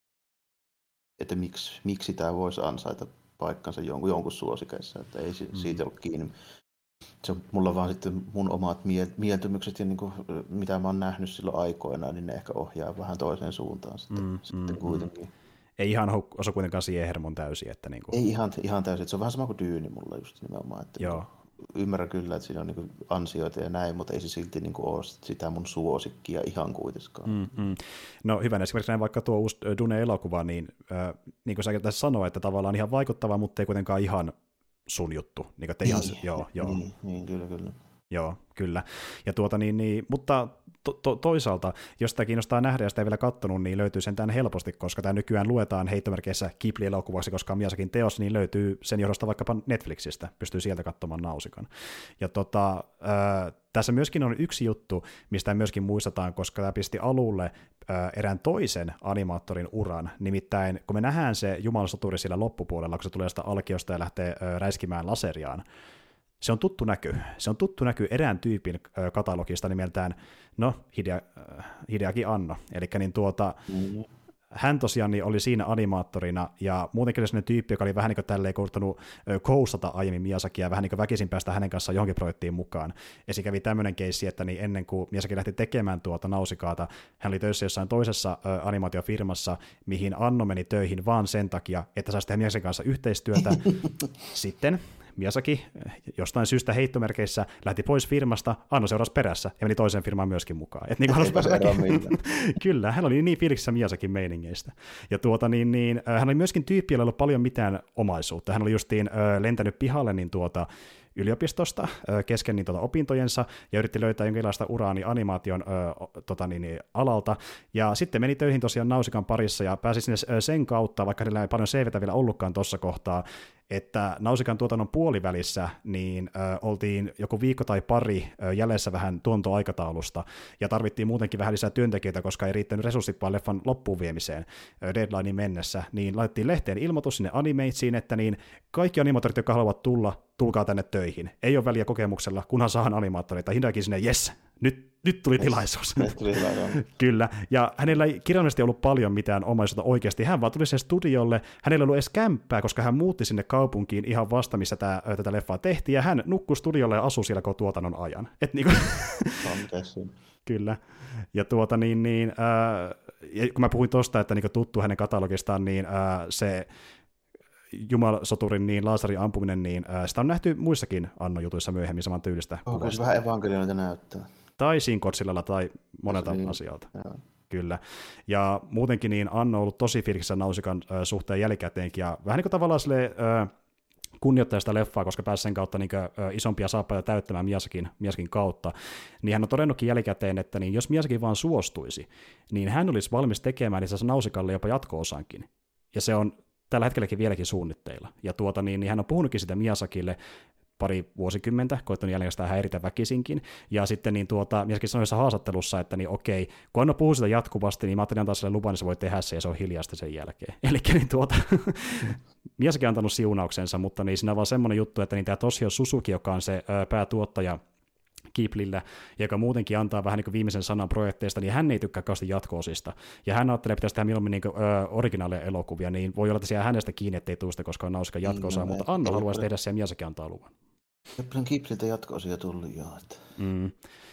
että miksi, miksi tämä voisi ansaita paikkansa jonkun, jonkun suosikeissa, että ei mm. siitä ole kiinni. Se on mulla vaan sitten mun omat mieltymykset ja niin kuin, mitä mä oon nähnyt silloin aikoinaan, niin ne ehkä ohjaa vähän toiseen suuntaan sitten, mm, sitten mm, kuitenkin. Ei ihan osa kuitenkaan siihen hermon täysin. Että niin kuin... Ei ihan, ihan täysin, että se on vähän sama kuin Dyyni mulla just nimenomaan. Että joo. Ymmärrän kyllä, että siinä on niin ansioita ja näin, mutta ei se silti niin kuin ole sitä mun suosikkia ihan kuitenkaan. Mm, mm. No hyvän esimerkiksi näin vaikka tuo uusi Dune-elokuva, niin äh, niin kuin sä tässä sanoa, että tavallaan ihan vaikuttava, mutta ei kuitenkaan ihan sun juttu. Niin, että ihan, niin, joo, joo. Niin, niin, kyllä, kyllä. Joo, kyllä. Ja tuota niin, niin mutta to, to, toisaalta, jos sitä kiinnostaa nähdä ja sitä ei vielä katsonut, niin löytyy sen tämän helposti, koska tämä nykyään luetaan heittomerkeissä Ghibli-elokuvaksi, koska on Miyazakin teos, niin löytyy sen johdosta vaikkapa Netflixistä, pystyy sieltä katsomaan Nausikan. Ja tota, äh, tässä myöskin on yksi juttu, mistä myöskin muistetaan, koska tämä pisti alulle äh, erään toisen animaattorin uran, nimittäin kun me nähdään se jumalasoturi siellä loppupuolella, kun se tulee sitä alkiosta ja lähtee äh, räiskimään laseriaan, se on tuttu näky. Se on tuttu näky erään tyypin katalogista nimeltään, no, Hidea, Hideaki Anno. Eli niin tuota, mm-hmm. hän tosiaan niin oli siinä animaattorina, ja muutenkin sellainen tyyppi, joka oli vähän niin kuin tälleen kouluttanut kousata aiemmin Miyazakia, ja vähän niin kuin väkisin päästä hänen kanssaan johonkin projektiin mukaan. Ja se kävi tämmöinen keissi, että niin ennen kuin Miyazaki lähti tekemään tuota Nausikaata, hän oli töissä jossain toisessa ä, animaatiofirmassa, mihin Anno meni töihin vaan sen takia, että saisi tehdä Miyazakin kanssa yhteistyötä. Sitten Miyazaki jostain syystä heittomerkeissä lähti pois firmasta, Anno seurasi perässä ja meni toiseen firmaan myöskin mukaan. Et niin kuin Kyllä, hän oli niin fiiliksissä Miyazakin meiningeistä. Ja tuota, niin, niin, hän oli myöskin tyyppi, jolla ei ollut paljon mitään omaisuutta. Hän oli justiin ö, lentänyt pihalle niin tuota, yliopistosta ö, kesken niin, tuota, opintojensa ja yritti löytää jonkinlaista uraa niin animaation ö, tota, niin, alalta. Ja sitten meni töihin tosiaan Nausikan parissa ja pääsi sinne ö, sen kautta, vaikka hänellä ei paljon C V:tä vielä ollutkaan tuossa kohtaa, että Nausikan tuotannon puolivälissä niin ö, oltiin joku viikko tai pari ö, jäljessä vähän tuontoaikataulusta, ja tarvittiin muutenkin vähän lisää työntekijöitä, koska ei riittänyt resurssit vaan leffan loppuun viemiseen ö, deadlinein mennessä, niin laitettiin lehteen ilmoitus sinne Animatesiin, että niin kaikki animaattorit, jotka haluavat tulla, tulkaa tänne töihin. Ei ole väliä kokemuksella, kunhan saahan animaattoreita. Hideaki sinne, jes, nyt, nyt tuli tilaisuus. Nyt tuli tilaisuus. Kyllä, ja hänellä ei kirjallisesti ollut paljon mitään omaisuutta oikeasti. Hän vaan tuli sen studiolle, hänellä ei ollut edes kämppää, koska hän muutti sinne kaupunkiin ihan vasta, missä tää, tätä leffaa tehtiin, ja hän nukkui studiolle ja asui siellä koko tuotannon ajan. Et niinku... Kyllä, ja tuota niin, niin äh, ja kun mä puhuin tosta, että niinku tuttu hänen katalogistaan, niin äh, se Jumalasoturin niin laasarin ampuminen, niin äh, sitä on nähty muissakin Anno-jutuissa myöhemmin saman tyylistä. Onko se vähän evankelioita näyttää? Tai Sinkotsillalla tai monelta niin, asialta. Joo. Kyllä. Ja muutenkin niin Anno on ollut tosi fiiliksissä Nausikan äh, suhteen jälkikäteenkin, ja vähän niin kuin tavallaan silleen, äh, kunnioittaa sitä leffaa, koska pääsi sen kautta niin kuin, äh, isompia saappaita täyttämään Miyazakin, Miyazakin kautta, niin hän on todennutkin jälkikäteen, että niin jos Miyazaki vaan suostuisi, niin hän olisi valmis tekemään itse asiassa Nausikalle jopa jatko-osankin. Ja se on tällä hetkelläkin vieläkin suunnitteilla. Ja tuota, niin, niin hän on puhunutkin sitä Miyazakille pari vuosikymmentä, koittanut jälleen sitä häiritä väkisinkin, ja sitten niin tuota, Miyazaki sanoi jossain haastattelussa, että niin okei, kun Anno puhuu sitä jatkuvasti, niin mä ajattelin antaa sille luvan, niin se voi tehdä se, ja se on hiljasta sen jälkeen. Eli niin tuota, Miyazaki on antanut siunauksensa, mutta niin siinä on vaan semmoinen juttu, että niin tämä Toshio Suzuki, joka on se ö, päätuottaja Ghiblillä, joka muutenkin antaa vähän niin kuin viimeisen sanan projekteista, niin hän ei tykkää kauheasti jatko-osista. Ja hän ajattelee, että pitäisi tehdä milloin niin originaaleja elokuvia, niin voi olla, että siellä hänestä kiinni, ettei tule sitä koskaan Nausika jatko-osaa, mutta Anno haluaisi tehdä se ja Miyazaki antaa luvan. Ei paljon Ghibliltä jatko-osia tullut, joo. Että... Mm.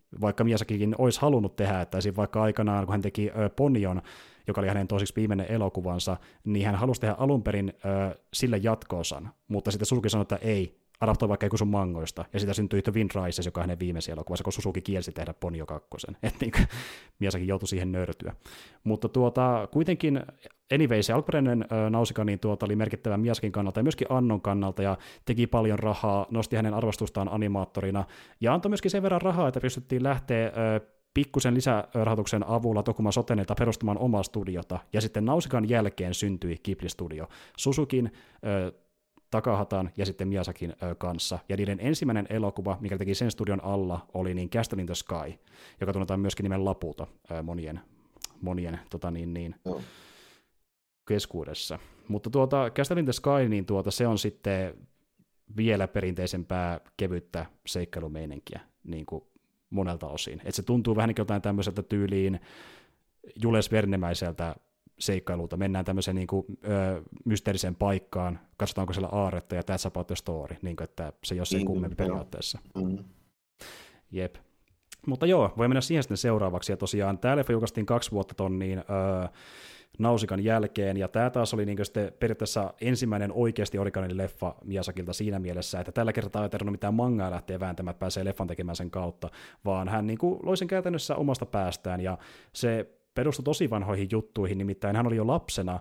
vaikka Miyazakikin olisi halunnut tehdä, että esim. Vaikka aikanaan, kun hän teki ö, Ponyon, joka oli hänen toiseksi viimeinen elokuvansa, niin hän halusi tehdä alun perin ö, sille jatkoosan, mutta sitten Suzuki sanoi, että ei, adaptoi vaikka joku sun mangoista, ja sitä syntyi The Wind Rises, joka on hänen viimeisen elokuvansa, kun Suzuki kielsi tehdä Ponyo kakkosen, että niin Miyazaki joutui siihen nöyrtyä. Mutta tuota, kuitenkin, anyway, se alkuperäinen ö, Nausicaa niin tuota, oli merkittävä Miyazakin kannalta ja myöskin Annon kannalta, ja teki paljon rahaa, nosti hänen arvostustaan animaattorina, ja antoi myöskin sen verran rahaa, että pystyttiin lähteä ö, pikkusen lisärahoituksen avulla Tokuma Sotenilta perustamaan omaa studiota, ja sitten Nausikan jälkeen syntyi Ghibli-studio. Suzukin, ö, Takahatan ja sitten Miyazakin ö, kanssa. Ja niiden ensimmäinen elokuva, mikä teki sen studion alla, oli niin Castle in the Sky, joka tunnetaan myöskin nimen Laputa ö, monien, monien tota niin, niin, Joo. keskuudessa. Mutta tuota, Castle in the Sky, niin tuota, se on sitten vielä perinteisempää kevyttä seikkailumeininkiä niin kuin monelta osin. Et se tuntuu vähän niin kuin jotain tämmöiseltä tyyliin Jules Verne-mäiseltä seikkailulta. Mennään tämmöiseen niin kuin, ö, mysteeriseen paikkaan, katsotaanko siellä aarretta ja that's about the story, niin kuin, että se ei ole sen kummempi periaatteessa. Mm. Jep. Mutta joo, voi mennä siihen sitten seuraavaksi. Ja tosiaan tämä leffa julkaistiin kaksi vuotta ton niin, öö, Nausikan jälkeen, ja tämä taas oli niin sitten periaatteessa ensimmäinen oikeasti originaali leffa Miyazakilta siinä mielessä, että tällä kertaa ei tarvinnut mitään mangaa lähteä vääntämään, että pääsee leffan tekemään sen kautta, vaan hän niin kuin loi sen käytännössä omasta päästään, ja se perustui tosi vanhoihin juttuihin, nimittäin hän oli jo lapsena,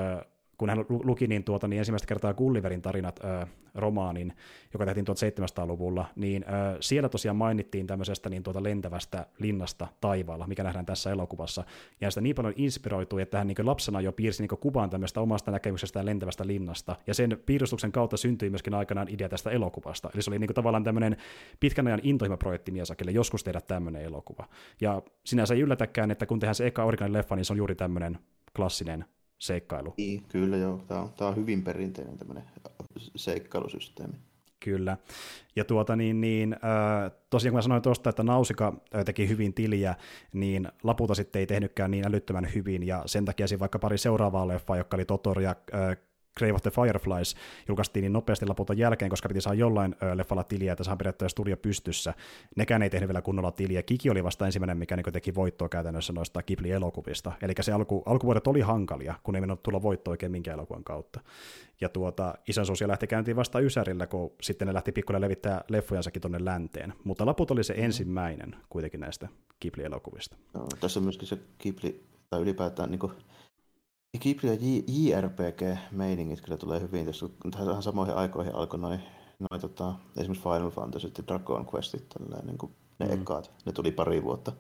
kun hän luki niin, tuota, niin ensimmäistä kertaa Gulliverin tarinat ö, romaanin, joka tehtiin seitsemäntoistasataa-luvulla, niin ö, siellä tosiaan mainittiin tämmöisestä niin, tuota, lentävästä linnasta taivaalla, mikä nähdään tässä elokuvassa, ja sitä niin paljon inspiroitui, että hän niin lapsena jo piirsi niin kuvan tämmöistä omasta näkemyksestä lentävästä linnasta, ja sen piirustuksen kautta syntyi myöskin aikanaan idea tästä elokuvasta, eli se oli niin kuin, tavallaan tämmöinen pitkän ajan intohimoprojekti Miyazakille joskus tehdä tämmöinen elokuva, ja sinänsä ei yllätäkään, että kun tehdään se eka originaali leffa, niin se on juuri tämmöinen klassinen seikkailu. Niin, kyllä joo. Tämä on, tämä on hyvin perinteinen tämmöinen seikkailusysteemi. Kyllä. Ja tuota niin, niin äh, tosiaan kun mä sanoin tuosta, että Nausika teki hyvin tiliä, niin Laputa sitten ei tehnytkään niin älyttömän hyvin, ja sen takia siinä vaikka pari seuraavaa leffaa, jotka oli Totoro ja äh, Grave of the Fireflies, julkaistiin niin nopeasti Laputan jälkeen, koska piti saada jollain ö, leffalla tiliä, että saa periaatteessa studio pystyssä. Nekään ei tehnyt vielä kunnolla tiliä. Kiki oli vasta ensimmäinen, mikä niin teki voittoa käytännössä noista Ghibli-elokuvista. Eli se alku, alkuvuodet oli hankalia, kun ei mennyt tulla voittoa oikein minkään elokuvan kautta. Ja tuota, Isän suosia lähti käyntiin vasta Ysärillä, kun sitten ne lähti pikkuille levittää leffojansakin tuonne länteen. Mutta Laput oli se ensimmäinen kuitenkin näistä Ghibli-elokuvista. No, tässä on myöskin se Ghibli, tai ylipäätään niin kuin Ghibli ja J R P G-meiningit kyllä tulee hyvin, tässä tähän samoihin aikoihin alkoi noin, noi, tota, esimerkiksi Final Fantasy ja Dragon Questit, tälleen, niin kuin ne mm. ekaat, ne tuli pari vuotta,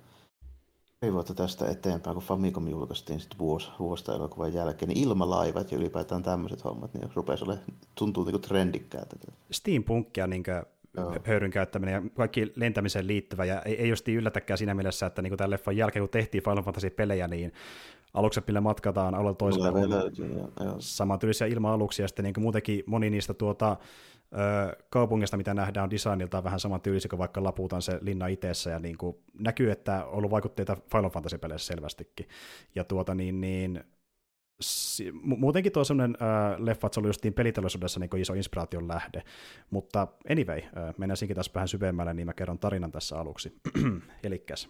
pari vuotta tästä eteenpäin, kun Famicom julkaistiin sitten vuosi, vuosta elokuvan jälkeen, niin ilmalaivat ja ylipäätään tämmöiset hommat, niin rupesi olemaan, tuntuu niin kuin trendikkäältä. Steampunkia niin höyryn käyttäminen ja kaikki lentämiseen liittyvä, ja ei, ei just yllätäkään siinä mielessä, että niin tämän leffan jälkeen, kun tehtiin Final Fantasy-pelejä, niin alukset, millä matkataan alueella toisella on samantyylisiä ilma-aluksia, ja sitten niin muutenkin moni niistä tuota, ö, kaupungista, mitä nähdään, on designiltaan vähän samantyylisiä kuin vaikka Laputan se linna itsessä, ja niin kuin näkyy, että on ollut vaikutteita Final Fantasy-peleissä selvästikin. Ja tuota niin, niin muutenkin tuo sellainen äh, leffa, että se oli justiin peliteollisuudessa niin iso inspiraation lähde, mutta anyway, äh, mennään siinkin taas vähän syvemmälle, niin mä kerron tarinan tässä aluksi. Elikkäs.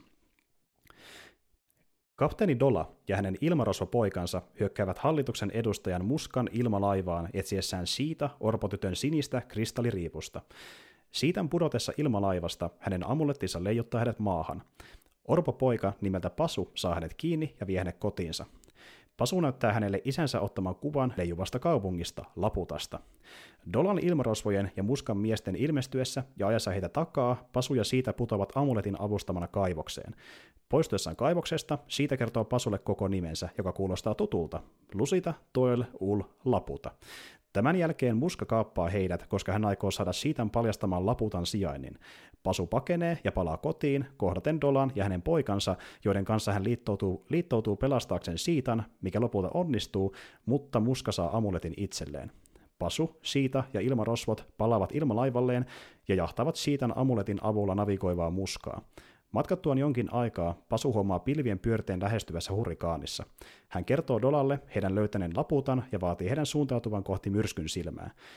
Kapteeni Dola ja hänen ilmarosvopoikansa hyökkäävät hallituksen edustajan muskan ilmalaivaan etsiessään siitä orpotytön sinistä kristalliriipusta. Siitan pudotessa ilmalaivasta hänen amulettinsa leijuttaa hänet maahan. Orpopoika nimeltä Pasu saa hänet kiinni ja vie hänet kotiinsa. Pasu näyttää hänelle isänsä ottaman kuvan leijuvasta kaupungista, Laputasta. Dolan ilmarosvojen ja muskan miesten ilmestyessä ja ajassa heitä takaa, Pasu ja siitä putoavat amuletin avustamana kaivokseen. Poistuessaan kaivoksesta, siitä kertoo Pasulle koko nimensä, joka kuulostaa tutulta. Lusita, Toil, Ul, Laputa. Tämän jälkeen Muska kaappaa heidät, koska hän aikoo saada Siitan paljastamaan Laputan sijainnin. Pasu pakenee ja palaa kotiin, kohdaten Dolan ja hänen poikansa, joiden kanssa hän liittoutuu, liittoutuu pelastaakseen Siitan, mikä lopulta onnistuu, mutta Muska saa amuletin itselleen. Pasu, Siita ja ilmarosvot palaavat ilmalaivalleen ja jahtavat Siitan amuletin avulla navigoivaa Muskaa. Matkattuaan jonkin aikaa Pasu huomaa pilvien pyörteen lähestyvässä hurrikaanissa. Hän kertoo Dolalle heidän löytäneen Laputan ja vaatii heidän suuntautuvan kohti myrskyn silmää.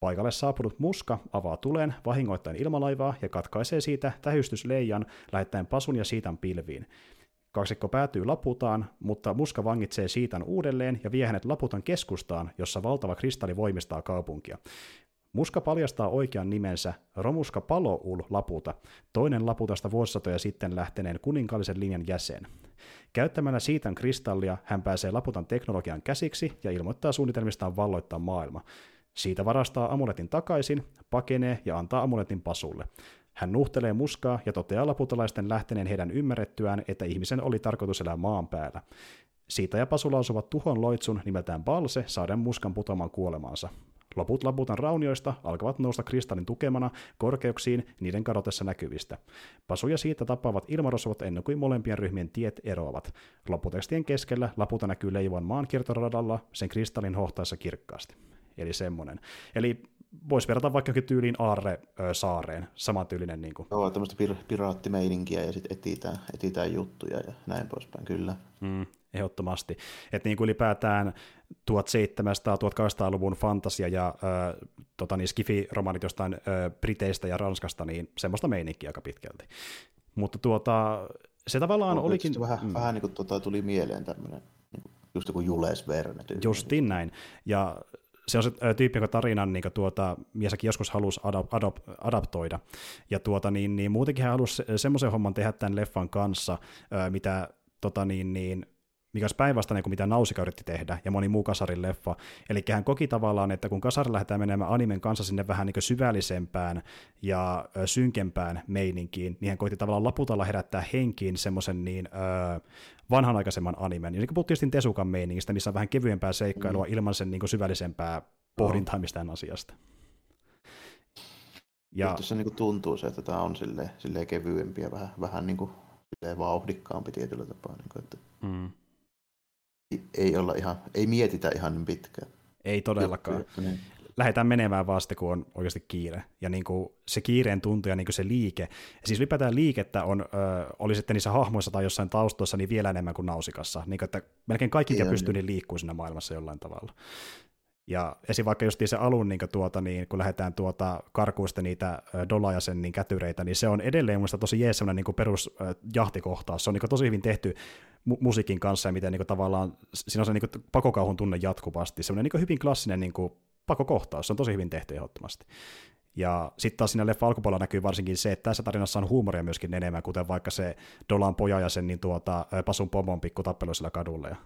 Paikalle saapunut Muska avaa tulen vahingoittaen ilmalaivaa ja katkaisee siitä tähystysleijan lähettäen Pasun ja Siitan pilviin. Kaksikko päätyy Laputaan, mutta Muska vangitsee Siitan uudelleen ja vie hänet Laputan keskustaan, jossa valtava kristalli voimistaa kaupunkia. Muska paljastaa oikean nimensä Romuska Paloul Laputa, toinen Laputasta vuosisatoja sitten lähteneen kuninkaallisen linjan jäsen. Käyttämällä Siitan kristallia hän pääsee Laputan teknologian käsiksi ja ilmoittaa suunnitelmistaan valloittaa maailma. Siitä varastaa amuletin takaisin, pakenee ja antaa amuletin Pasulle. Hän nuhtelee Muskaa ja toteaa laputalaisten lähteneen heidän ymmärrettyään, että ihmisen oli tarkoitus elää maan päällä. Siitä ja Pasu lausuvat tuhon loitsun nimeltään Balse saaden Muskan putoamaan kuolemaansa. Loput Laputan raunioista alkavat nousta kristallin tukemana korkeuksiin niiden kadotessa näkyvistä. Pasu ja Siita tapaavat ilmarosvot ennen kuin molempien ryhmien tiet eroavat. Lopputekstien keskellä Laputa näkyy leijuvan maankiertoradalla sen kristallin hohtaessa kirkkaasti. Eli semmoinen. Eli voisi verrata vaikka tyyliin Aarre-saareen, samantyylinen. Niin kuin. Joo, tämmöistä pir- piraattimeininkiä ja sitten etsitään, etsitään juttuja ja näin poispäin, kyllä. Mm, ehdottomasti. Että niin kuin ylipäätään tuhatseitsemänsataa-tuhatkahdeksansataaluvun fantasia ja äh, tota niin, skifi-romanit jostain äh, Briteistä ja Ranskasta, niin semmoista meininkiä aika pitkälti. Mutta tuota, se tavallaan no, olikin... Vähän, mm. vähän niin kuin tota, tuli mieleen tämmöinen, niin kuin, just joku Jules Verne. Justiin näin. Ja se on se tyyppi, joka tarinan niin tuota, Miyazaki joskus halusi adop, adop, adaptoida. Ja tuota, niin, niin, muutenkin hän halusi semmoisen homman tehdä tämän leffan kanssa, mitä, tota, niin, niin, mikä olisi päinvastainen kuin mitä Nausicaa yritti tehdä, ja moni muu Kasarin leffa. Eli hän koki tavallaan, että kun Kasari lähdetään menemään animen kanssa sinne vähän niin syvällisempään ja synkempään meininkiin, niin hän koitti tavallaan Laputalla herättää henkiin semmoisen niin... Öö, vanhanaikaisemman animen. Eli puhuttiin sitten Tesukan meiningistä, missä on vähän kevyempää seikkailua mm. ilman sen niin kuin syvällisempää pohdintaa mistään asiasta. Ja tässä niin kuin tuntuu se, että tämä on silleen, silleen kevyempi ja vähän, vähän niin kuin silleen vauhdikkaampi tietyllä tapaa. Niin kuin, että mm. ei, ei, olla ihan, ei mietitä ihan niin pitkään. Ei todellakaan. Juttu, niin. Lähdetään menemään vaan sitten, kun on oikeasti kiire. Ja niin kuin se kiireen tuntu ja niin kuin se liike. Siis ylipäätään liikettä on, ö, oli sitten niissä hahmoissa tai jossain taustoissa niin vielä enemmän kuin Nausikassa. Niin kuin, että melkein kaikki, mikä pystyy, niin liikkuu siinä maailmassa jollain tavalla. Ja esim. Vaikka just se alun, niin tuota, niin, kun lähdetään tuota karkuista niitä Dolajasen niin kätyreitä, niin se on edelleen mun tosi jees semmoinen niin perus äh, jahtikohtaus. Se on niin tosi hyvin tehty mu- musiikin kanssa ja miten niin tavallaan siinä on se niin pakokauhun tunne jatkuvasti. Semmoinen niin hyvin klassinen niin pakokohtaus. Se on tosi hyvin tehty ehdottomasti. Ja sitten taas siinä leffa alkupuolella näkyy varsinkin se, että tässä tarinassa on huumoria myöskin enemmän, kuten vaikka se Dolan poja ja sen niin tuota, Pasun pomon pikku tappelu sillä kadulla. Ja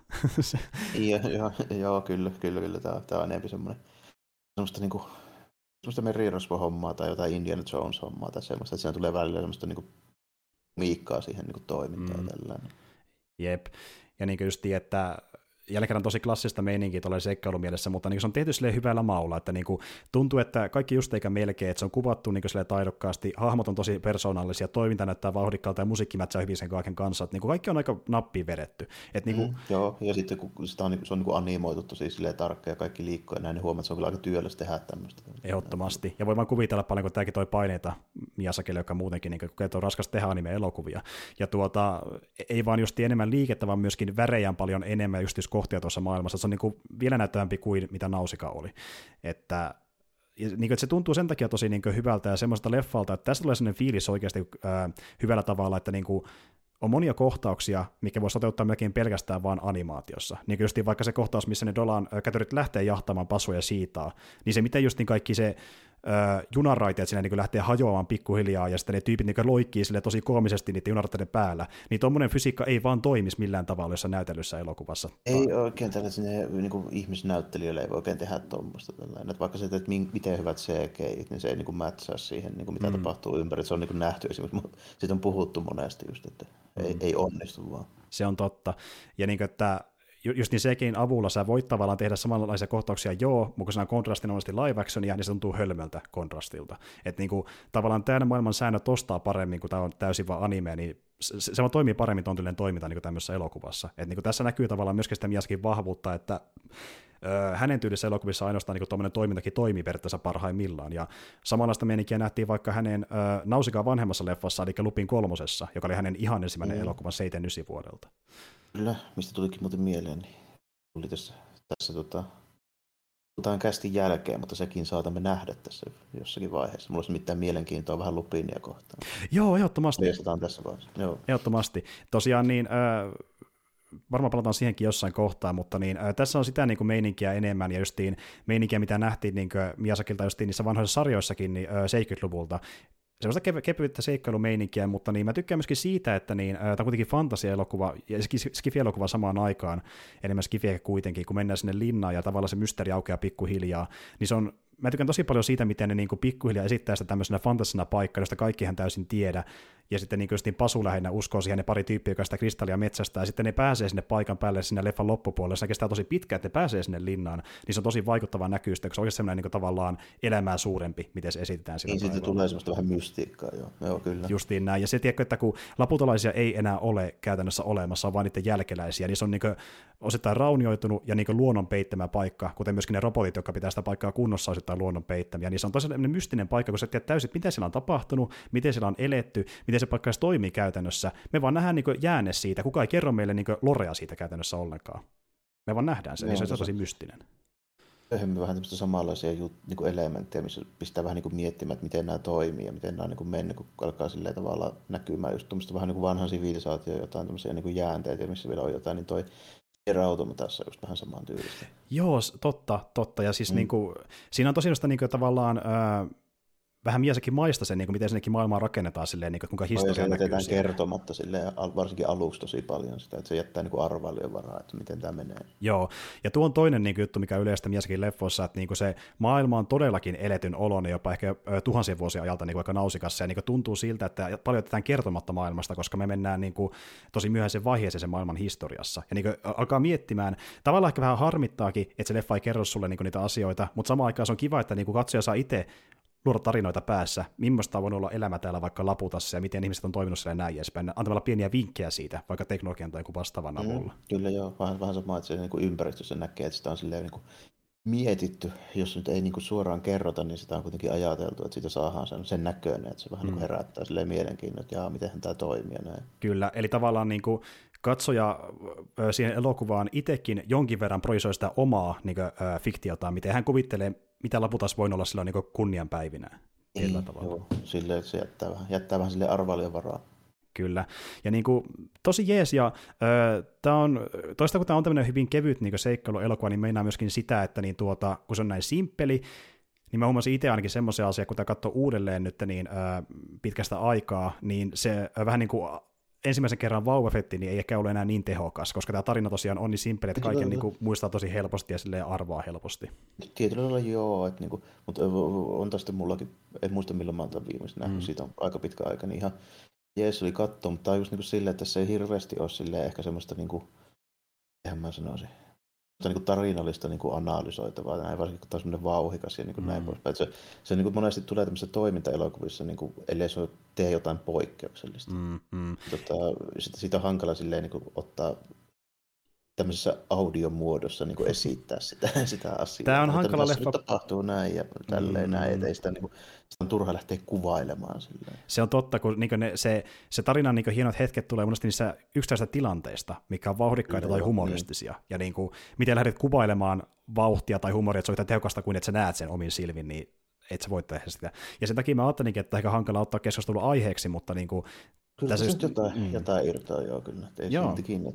joo, joo, joo, kyllä, kyllä, kyllä. Tämä, tämä on enemmän semmoinen semmoista niinku semmoista merirosvo-hommaa tai jotain Indiana Jones-hommaa tai semmoista, että siinä tulee välillä semmoista niinku miikkaa siihen niinku toimintaan. Mm. Tällainen. Jep, ja niin kuin just että jälleen kerran tosi klassista meininkiä tuolla seikkailumielessä, mutta niin se on tehty silleen hyvällä maulla, että niin kuin tuntuu, että kaikki just eikä melkein, että se on kuvattu niin kuin taidokkaasti, hahmot on tosi persoonallisia, toiminta näyttää vauhdikkaalta ja musiikki mätsää hyvin sen kaiken kanssa, että niin kuin kaikki on aika nappiin vedetty. Että niin kuin... mm, joo, ja sitten kun sitä on, se on niin kuin animoitu tosi silleen tarkka ja kaikki liikkuu ja näin, niin huomaat, että se on kyllä aika työlästä tehdä tämmöistä. Ehdottomasti, ja voi vaan kuvitella paljon, kun tämäkin toi paineita Miyazakille, joka muutenkin niin kuin, on raskas tehdä anime-elokuvia. Ja tuota, ei vaan just enemmän liikettä, vaan myöskin värejä paljon enemmän yksityiskohtia tuossa maailmassa. Se on niin kuin vielä näyttävämpi kuin mitä Nausika oli. Että, niin kuin, että se tuntuu sen takia tosi niin kuin hyvältä ja semmoista leffalta, että tästä tulee sellainen fiilis oikeasti ää, hyvällä tavalla, että niin kuin, on monia kohtauksia, mikä voisi toteuttaa melkein pelkästään vaan animaatiossa. Niin kuin justiin vaikka se kohtaus, missä ne Dolan kätyrit lähtee jahtamaan Pasua ja Siitaa, niin se miten just niin kaikki se äh, junaraiteet siinä niin lähtee hajoamaan pikkuhiljaa, ja sitten ne tyypit niin loikkii sille tosi koomisesti niiden junaraiteiden päällä, niin tommoinen fysiikka ei vaan toimisi millään tavalla jossain näytellyssä elokuvassa. Ei oikein tällaisille niin kuin ihmisnäyttelijöille ei voi oikein tehdä tuommoista. Että vaikka se, että miten hyvät C G I, niin se ei niin mätsää siihen, niin kuin mitä mm. tapahtuu ympäri. Se on niin kuin nähty esimerkiksi. Siitä on puhuttu monesti just, että ei, mm. ei onnistu vaan. Se on totta. Ja niin kuin, että just niin sekin avulla sä voit tavallaan tehdä samanlaisia kohtauksia, joo, mutta kun se on kontrastinomaisesti live actionia, niin se tuntuu hölmöltä kontrastilta. Että niin kuin, tavallaan tämän maailman säännöt ostaa paremmin, kun tämä on täysin vaan anime, niin se, se vaan toimii paremmin tuon tyylinen toiminta niin kuin tämmöisessä elokuvassa. Että niin kuin tässä näkyy tavallaan myöskin sitä Miyazakin vahvuutta, että ö, hänen tyylissä elokuvissa ainoastaan niin tuommoinen toimintakin toimii periaatteessa parhaimmillaan. Ja samanlaista meininkiä nähtiin vaikka hänen ö, Nausikaa vanhemmassa leffassa, eli Lupin kolmosessa, joka oli hänen ihan ensimmäinen mm. elokuva seitsemänkymmentäyhdeksän vuodelta. Kyllä, mistä tulikin muuten mieleen, niin tuli tässä, tässä tota, puhutaan kästin jälkeen, mutta sekin saatamme nähdä tässä jossakin vaiheessa. Mulla olisi mitään mielenkiintoa vähän Lupinia kohtaan. Joo, ehdottomasti. Liestataan tässä vaiheessa. Joo. Ehdottomasti. Tosiaan niin, äh, varmaan palataan siihenkin jossain kohtaa, mutta niin, äh, tässä on sitä niin kuin meininkiä enemmän, ja justiin meininkiä, mitä nähtiin niin kuin Miyazakilta justiin niissä vanhoissa sarjoissakin niin, äh, seitsemänkymmentäluvulta. Sellaista kev- kevyttä seikkailumeininkiä, mutta niin mä tykkään myöskin siitä, että niin, äh, tämä on kuitenkin fantasia-elokuva ja skifi-elokuva samaan aikaan, enemmän skifiä kuitenkin, kun mennään sinne linnaan ja tavallaan se mysteeri aukeaa pikkuhiljaa, niin se on, mä tykkään tosi paljon siitä, miten ne niin kuin pikkuhiljaa esittää sitä tämmöisenä fantasisena paikkana, josta kaikki ihan täysin tiedä, ja sitten niin kuin Pasu lähinnä uskoo siihen ne pari tyyppiä, joka sitä kristallia metsästää, ja sitten ne pääsee sinne paikan päälle sinne leffan loppupuolelle, se kestää tosi pitkään, että ne pääsee sinne linnaan, niin se on tosi vaikuttava näkyistä, koska se on oikeasti semmoinen niin kuin tavallaan elämää suurempi, miten se esitetään sillä niin sitten tulee semmoista vähän mystiikkaa, joo, joo kyllä. Justiin näin, ja se tiedätkö, että kun laputalaisia ei enää ole käytännössä olemassa, vaan niiden jälkeläisiä, niin se on niin kuin osittain raunioitunut ja niin kuin luonnon peittämä paikka, kuten myöskin ne robotit, jotka pitää sitä paikkaa kunnossa osittain luonnon peittämiä, niin se on tosiaan mystinen paikka, kun sä tiedät täysin, mitä siellä on tapahtunut, miten siellä on eletty, miten se paikka toimii käytännössä. Me vaan nähdään niin kuin jäänne siitä, kukaan ei kerro meille niin kuin lorea siitä käytännössä ollenkaan. Me vaan nähdään se, joo, niin se on tosi mystinen. Myöhemmin vähän tämmöistä samanlaisia jut, niin kuin elementtejä, missä pistää vähän niin kuin miettimään, että miten nämä toimii ja miten nämä on niin kuin mennyt, kun alkaa silleen tavallaan näkymään just tuommoista vähän niin kuin vanhan sivilisaatio, jotain tämmöisiä niin kuin jäänteitä, missä vielä on jotain, niin toi Automata just vähän samaan tyylistä. Joo, totta, totta. Ja siis mm. niin kuin, siinä on tosiaan sitä niin kuin, tavallaan äh, vähän Miyazakin maista sen, niin kuin, miten sinnekin maailmaa rakennetaan silleen, niin kuin, kuinka historia no, näkyy siinä. Kertomatta silleen, varsinkin aluksi tosi paljon sitä, että se jättää niin kuin arvailijan varaa, että miten tämä menee. Joo, ja tuo on toinen niin kuin, juttu, mikä yleistä Miyazakin leffoissa, että niin kuin, se maailma on todellakin eletyn oloinen, jopa ehkä tuhansien vuosien ajalta niin kuin, aika nausikassa, ja niin kuin, tuntuu siltä, että paljon jätetään kertomatta maailmasta, koska me mennään niin kuin, tosi myöhäisen vaiheeseen sen maailman historiassa, ja niin kuin, alkaa miettimään, tavallaan ehkä vähän harmittaakin, että se leffa ei kerro sulle niin kuin, niitä asioita, mutta samaan aikaan se on kiva, että niin kuin, katsoja saa itse luoda tarinoita päässä, millaista on voinut olla elämä täällä vaikka Laputassa ja miten ihmiset on toiminut siellä näin edespäin, antamalla pieniä vinkkejä siitä, vaikka teknologian tai joku vastaavan avulla. Mm, kyllä joo, vähän, vähän sama, että se niin kuin ympäristössä näkee, että sitä on silleen niin kuin mietitty, jos nyt ei niin kuin suoraan kerrota, niin sitä on kuitenkin ajateltu, että siitä saadaan sen, sen näköinen, että se vähän mm. niin kuin herättää silleen mielenkiintoa, että jaa, mitenhän tämä toimii ja näin. Kyllä, eli tavallaan niin kuin katsoja siihen elokuvaan itsekin jonkin verran projisoi sitä omaa niin kuin, äh, fiktiotaan, miten hän kuvittelee, mitä Laputas voi olla silloin niin kunnianpäivinä. Ei, joo, silleen, että se jättää vähän, jättää vähän silleen arvailijan varaa. Kyllä, ja niin kuin, tosi jees, ja äh, tämä on, toista kun tämä on tämmöinen hyvin kevyt niin seikkailuelokuva, niin meinaa myöskin sitä, että niin tuota, kun se on näin simppeli, niin mä huomasin itse ainakin semmoisen asian, kun tämä katsoo uudelleen nyt niin äh, pitkästä aikaa, niin se äh, vähän niin kuin ensimmäisen kerran vauva-efekti niin ei ehkä ole enää niin tehokas, koska tämä tarina tosiaan on niin simppeli, että kaiken niin kuin, muistaa tosi helposti ja silleen arvaa helposti. Tietyllä lailla joo, että, niin kuin, mutta on taas mullakin, en muista milloin mä oon viimeistä nähnyt, mm. siitä on aika pitkä aika, niin ihan jees oli katsoa, mutta tämä on just niin kuin silleen, että se ei hirveästi ole silleen ehkä semmoista, niin kuin, eihän mä sanoisin, niin kuin tarinallista niin kuin analysoitavaa, näin, varsinkin kun tämä on semmoinen vauhikas ja niin kuin mm. näin poispäin. Se, se niin kuin monesti tulee tämmöisissä toimintaelokuvissa, niin kuin, ellei se tee jotain poikkeuksellista. Mm, mm. Tota, sitä, siitä on hankala silleen, niin kuin, ottaa tämmöisessä audiomuodossa niin kuin esittää sitä, sitä asiaa. Tämä on mutta hankala leffa. Tapahtuu näin ja tälleen mm. näin, ettei sitä, niin kuin, sitä on turha lähteä kuvailemaan. Silleen. Se on totta, kun niin ne, se, se tarinan niin hienot hetket tulee monesti niissä yksittäisistä tilanteista, mikä on vauhdikkaita Kyllä, tai humoristisia. Niin. Ja niin kuin, miten lähdet kuvailemaan vauhtia tai humoria, että se on yhtä tehokasta kuin että sä näet sen omin silmin, niin et sä voi tehdä sitä. Ja sen takia mä ajattelinkin, että ehkä hankala ottaa keskustelua aiheeksi, mutta niin kuin, kyllä tässä just, jotain, mm. jotain irtoa, joo kyllä. Ei joo.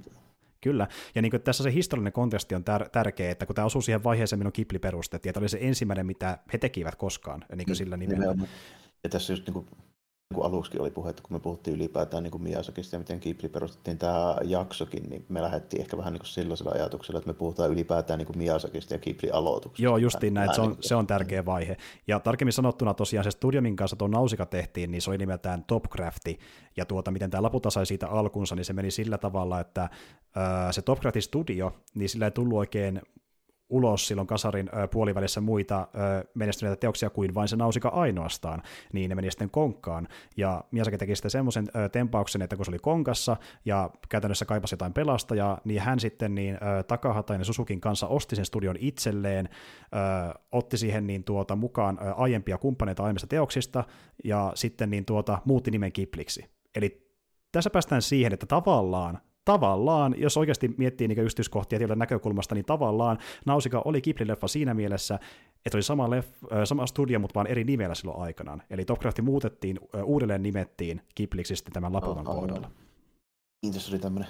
Kyllä, ja niin kuin tässä se historiallinen konteksti on tär- tärkeä, että kun tämä osuu siihen vaiheeseen, minun Ghibli perustettiin, ja tämä oli se ensimmäinen, mitä he tekivät koskaan, niin kuin sillä nimellä. Ja tässä just niin kuin, niin kuin aluksi oli puhe, että kun me puhuttiin ylipäätään niin kuin Miyazakista ja miten Ghibli perustettiin tämä jaksokin, niin me lähdettiin ehkä vähän niin kuin sellaisella ajatuksella, että me puhutaan ylipäätään niin kuin Miyazakista ja Ghibli aloituksesta. Joo, justiin näin, se on, se on tärkeä vaihe. Ja tarkemmin sanottuna tosiaan se studio, minkä kanssa tuo Nausika tehtiin, niin se oli nimeltään Topcrafti, ja tuota, miten tämä Laputa sai siitä alkunsa, niin se meni sillä tavalla, että ää, se Topcraftin studio, niin sillä ei tullut oikein ulos silloin kasarin ö, puolivälissä muita ö, menestyneitä teoksia kuin vain se Nausika ainoastaan, niin ne meni sitten konkkaan. Ja Miyazaki teki sitten semmoisen ö, tempauksen, että kun se oli konkassa ja käytännössä kaipasi jotain pelastajaa, niin hän sitten niin, ö, Takahata ja Suzukin kanssa osti sen studion itselleen, ö, otti siihen niin, tuota, mukaan ö, aiempia kumppaneita aiemmista teoksista ja sitten niin, tuota, muutti nimen Ghibliksi. Eli tässä päästään siihen, että tavallaan tavallaan, jos oikeasti miettii niin yksityiskohtia tietyllä näkökulmasta, niin tavallaan Nausicaa oli Ghibli-leffa siinä mielessä, että oli sama, leff- sama studio, mutta vaan eri nimellä silloin aikanaan. Eli Topcraft muutettiin, uudelleen nimettiin Ghibliksi sitten tämän Laputan oh, kohdalla. Niin, tässä oli tämmöinen,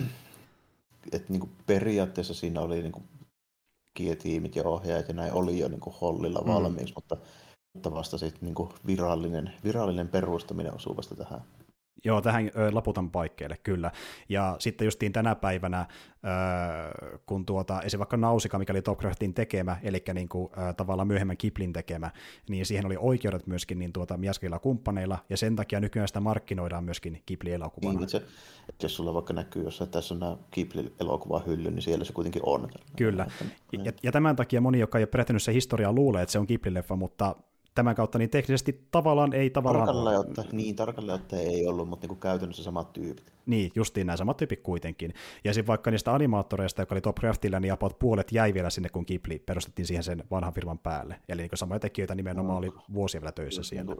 että niinku periaatteessa siinä oli niinku tiimit ja ohjaajat ja näin oli jo niinku hollilla valmiiksi, mm. mutta, mutta vasta sitten niinku virallinen, virallinen perustaminen osuu vasta tähän. Joo, tähän ö, Laputan paikkeille, kyllä. Ja sitten justiin tänä päivänä, ö, kun tuota, esim. Vaikka Nausicaa, mikä oli Topcraftin tekemä, eli niin kuin, ö, tavallaan myöhemmän Ghiblin tekemä, niin siihen oli oikeudet myöskin niin tuota, Miyazakilla kumppaneilla, ja sen takia nykyään sitä markkinoidaan myöskin Ghibli-elokuvana. Niin, että, se, että jos sulla vaikka näkyy jossain, että tässä on nämä Ghibli-elokuvahylly, niin siellä se kuitenkin on. Kyllä, ja, ja tämän takia moni, joka ei ole perehtynyt se historiaan, luulee, että se on Ghibli-leffa, mutta tämän kautta niin teknisesti tavallaan ei tavallaan tarkalleen ottaen, niin tarkalleen ottaen ei ollut, mutta niin käytännössä samat tyypit. Niin, justiin nämä samat tyypit kuitenkin. Ja sitten vaikka niistä animaattoreista, joka oli Topcraftilla, niin about puolet jäi vielä sinne, kun Ghibli perustettiin siihen sen vanhan firman päälle. Eli niin samoja tekijöitä nimenomaan oli vuosia vielä töissä no, siellä.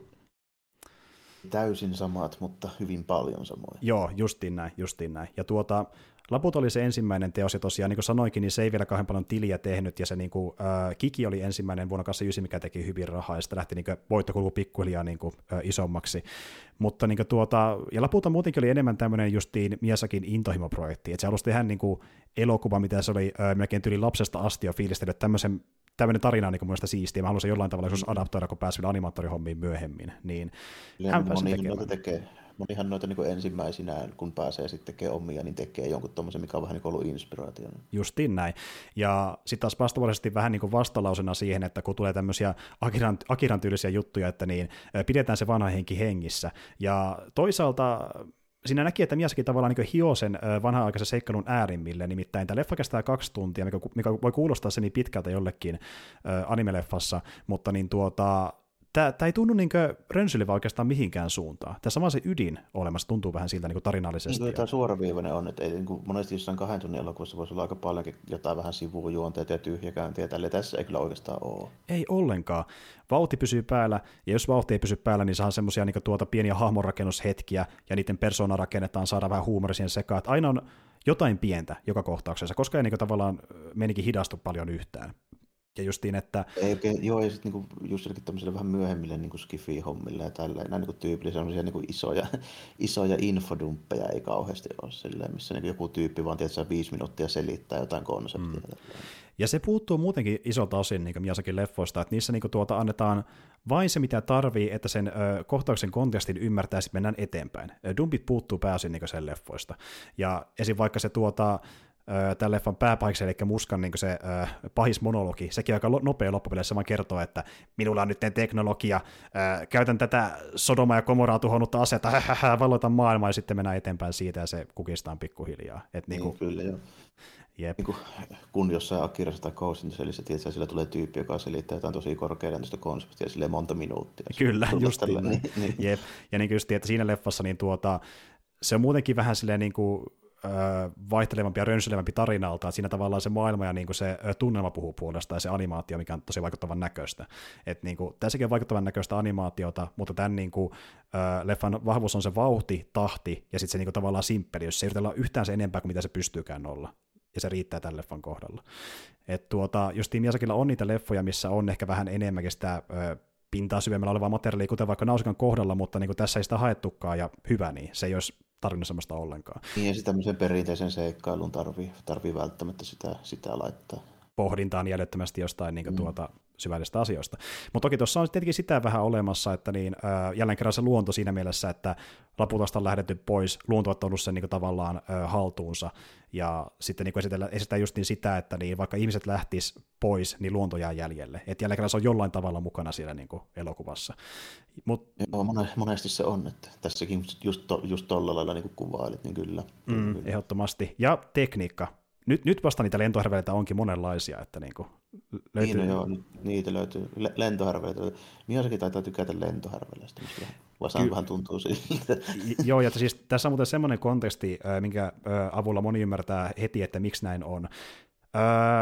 Täysin samat, mutta hyvin paljon samoja. Joo, justiin näin, justiin näin. Ja tuota, Laput oli se ensimmäinen teos, ja tosiaan niin kuin sanoinkin, niin se ei vielä kauhean paljon tiliä tehnyt, ja se niin kuin, äh, Kiki oli ensimmäinen vuonna kahdeksankymmentäyhdeksän, mikä teki hyvin rahaa, ja sitten lähti niin kuin, voitto kuluu pikkuhiljaa niin kuin, äh, isommaksi. Mutta niin kuin, tuota, ja Laput muutenkin oli enemmän tämmöinen justiin Miyazakin intohimoprojekti, että se halusi tehdä niin kuin, elokuva, mitä se oli äh, melkein tyyli lapsesta asti jo fiilistellyt, tämmöisen tämmöinen tarina on niin mielestäni siistiä. Mä haluaisin jollain tavalla joskus adaptoida, kun pääsi vielä animaattorihommiin myöhemmin. Niin hän pääsi tekemään. Tekee, monihan noita niin ensimmäisinä, kun pääsee sitten tekemään omia, niin tekee jonkun tommoisen, mikä on vähän niin ollut inspiraatio. Justiin näin. Ja sitten taas vastavuoroisesti vähän niin kuin vastalausena siihen, että kun tulee tämmöisiä Akiran, Akiran tyylisiä juttuja, että niin pidetään se vanha henki hengissä. Ja toisaalta siinä näki, että Miyazaki tavallaan niin hioo sen vanha-aikaisen seikkailun äärimmille, nimittäin tämä leffa kestää kaksi tuntia, mikä, mikä voi kuulostaa se niin pitkältä jollekin äh, anime-leffassa, mutta niin tuota, tämä ei tunnu niin rönsylivä oikeastaan mihinkään suuntaan. Tässä vaan se ydin olemassa tuntuu vähän siltä niin tarinallisesti. Niin, tämä suoraviivainen on, että ei, niin kuin monesti jossain kahden tunnin elokuvassa voisi olla aika paljonkin jotain vähän sivujuonteita ja tyhjäkäyntiä, tälle tässä ei kyllä oikeastaan ole. Ei ollenkaan. Vauhti pysyy päällä, ja jos vauhti ei pysy päällä, niin saa semmoisia niin tuota pieniä hahmonrakennushetkiä, ja niiden persoona rakennetaan, saada vähän huumoria siihen sekaan, että aina on jotain pientä joka kohtauksessa, koska ei niin tavallaan menikin hidastu paljon yhtään. Ja justiin, että ei oikein, joo, ja sitten niinku, just tämmöiselle vähän myöhemmille niinku skifi-hommille ja tälleen, nämä niinku tyypillisiä semmoisia niinku isoja, isoja infodumppeja ei kauheasti ole silleen, missä niinku joku tyyppi vaan tietysti viisi minuuttia selittää jotain konseptia. Mm. Ja se puuttuu muutenkin isolta osin niin Miyazakin leffoista, että niissä niin tuota, annetaan vain se, mitä tarvii, että sen ö, kohtauksen kontekstin ymmärtää, sitten mennään eteenpäin. Dumpit puuttuu pääosin niin sen leffoista. Ja esim. Vaikka se tuota, tämän leffan pääpahiksi, eli Muskan niin se äh, pahis monologi, sekin aika nopea loppupeleissä vaan kertoo, että minulla on nyt teknologia, äh, käytän tätä Sodoma ja Gomoraa tuhonnutta asetta, valloitan maailmaa, ja sitten mennään eteenpäin siitä, ja se kukistaan pikkuhiljaa. Et, niin kuin, niin, kyllä, joo. Jep. Niin kuin, kun jossain Akirassa tai Ghost in the Shellissä, tietysti sillä tulee tyyppi, joka selittää jotain tosi korkeaa tästä konseptia silleen monta minuuttia. Kyllä, just niin. niin. Jep. Ja niin kuin just, että siinä leffassa niin tuota, se on muutenkin vähän silleen niin kuin vaihtelevampi ja rönsylevampi tarinalta, että siinä tavallaan se maailma ja niin kuin se tunnelma puhuu puolestaan ja se animaatio, mikä on tosi vaikuttavan näköistä. Et niin kuin, tässäkin on vaikuttavan näköistä animaatiota, mutta tämän niin kuin, äh, leffan vahvuus on se vauhti, tahti ja sitten se niin kuin, tavallaan simppeli, jos se ei yritä olla yhtään se enempää kuin mitä se pystyykään olla. Ja se riittää tämän leffan kohdalla. Et tuota, justiin Miyazakilla on niitä leffoja, missä on ehkä vähän enemmänkin sitä ö, pintaa syvemmällä olevaa materiaalia, kuten vaikka Nausikan kohdalla, mutta niin kuin tässä ei sitä haettukaan, ja hyvä niin, se ei olisi tarvinnut semmoista ollenkaan. Niin, ja sitten tämmöisen perinteisen seikkailun tarvii, tarvii välttämättä sitä, sitä laittaa. Pohdintaan järjettömästi jostain niin kuin, mm. tuota, syvällisistä asioista. Mutta toki tuossa on tietenkin sitä vähän olemassa, että niin, äh, jälleen kerran se luonto siinä mielessä, että Laputasta on lähdetty pois, luonto on ottanut sen niin kuin, tavallaan äh, haltuunsa, ja sitten niin esitellään, esitellään just niin sitä, että niin, vaikka ihmiset lähtis pois, niin luonto jää jäljelle. Että jälleen kerran se on jollain tavalla mukana siellä niin kuin, elokuvassa. Mut, Joo, monesti se on, että tässäkin just, to, just tolla lailla niin kuin kuvailit, niin kyllä. Mm, kyllä. Ehdottomasti. Ja tekniikka. Nyt, nyt vasta niitä lentohärveleitä onkin monenlaisia, että niinku löytyy. Niin, no joo, niitä löytyy. Lentohärveleitä. Miyazakin taitaa tykätä lentohärveleistä, vaan vähän tuntuu siltä. Joo, ja siis tässä on muuten semmoinen konteksti, minkä avulla moni ymmärtää heti, että miksi näin on. Öö,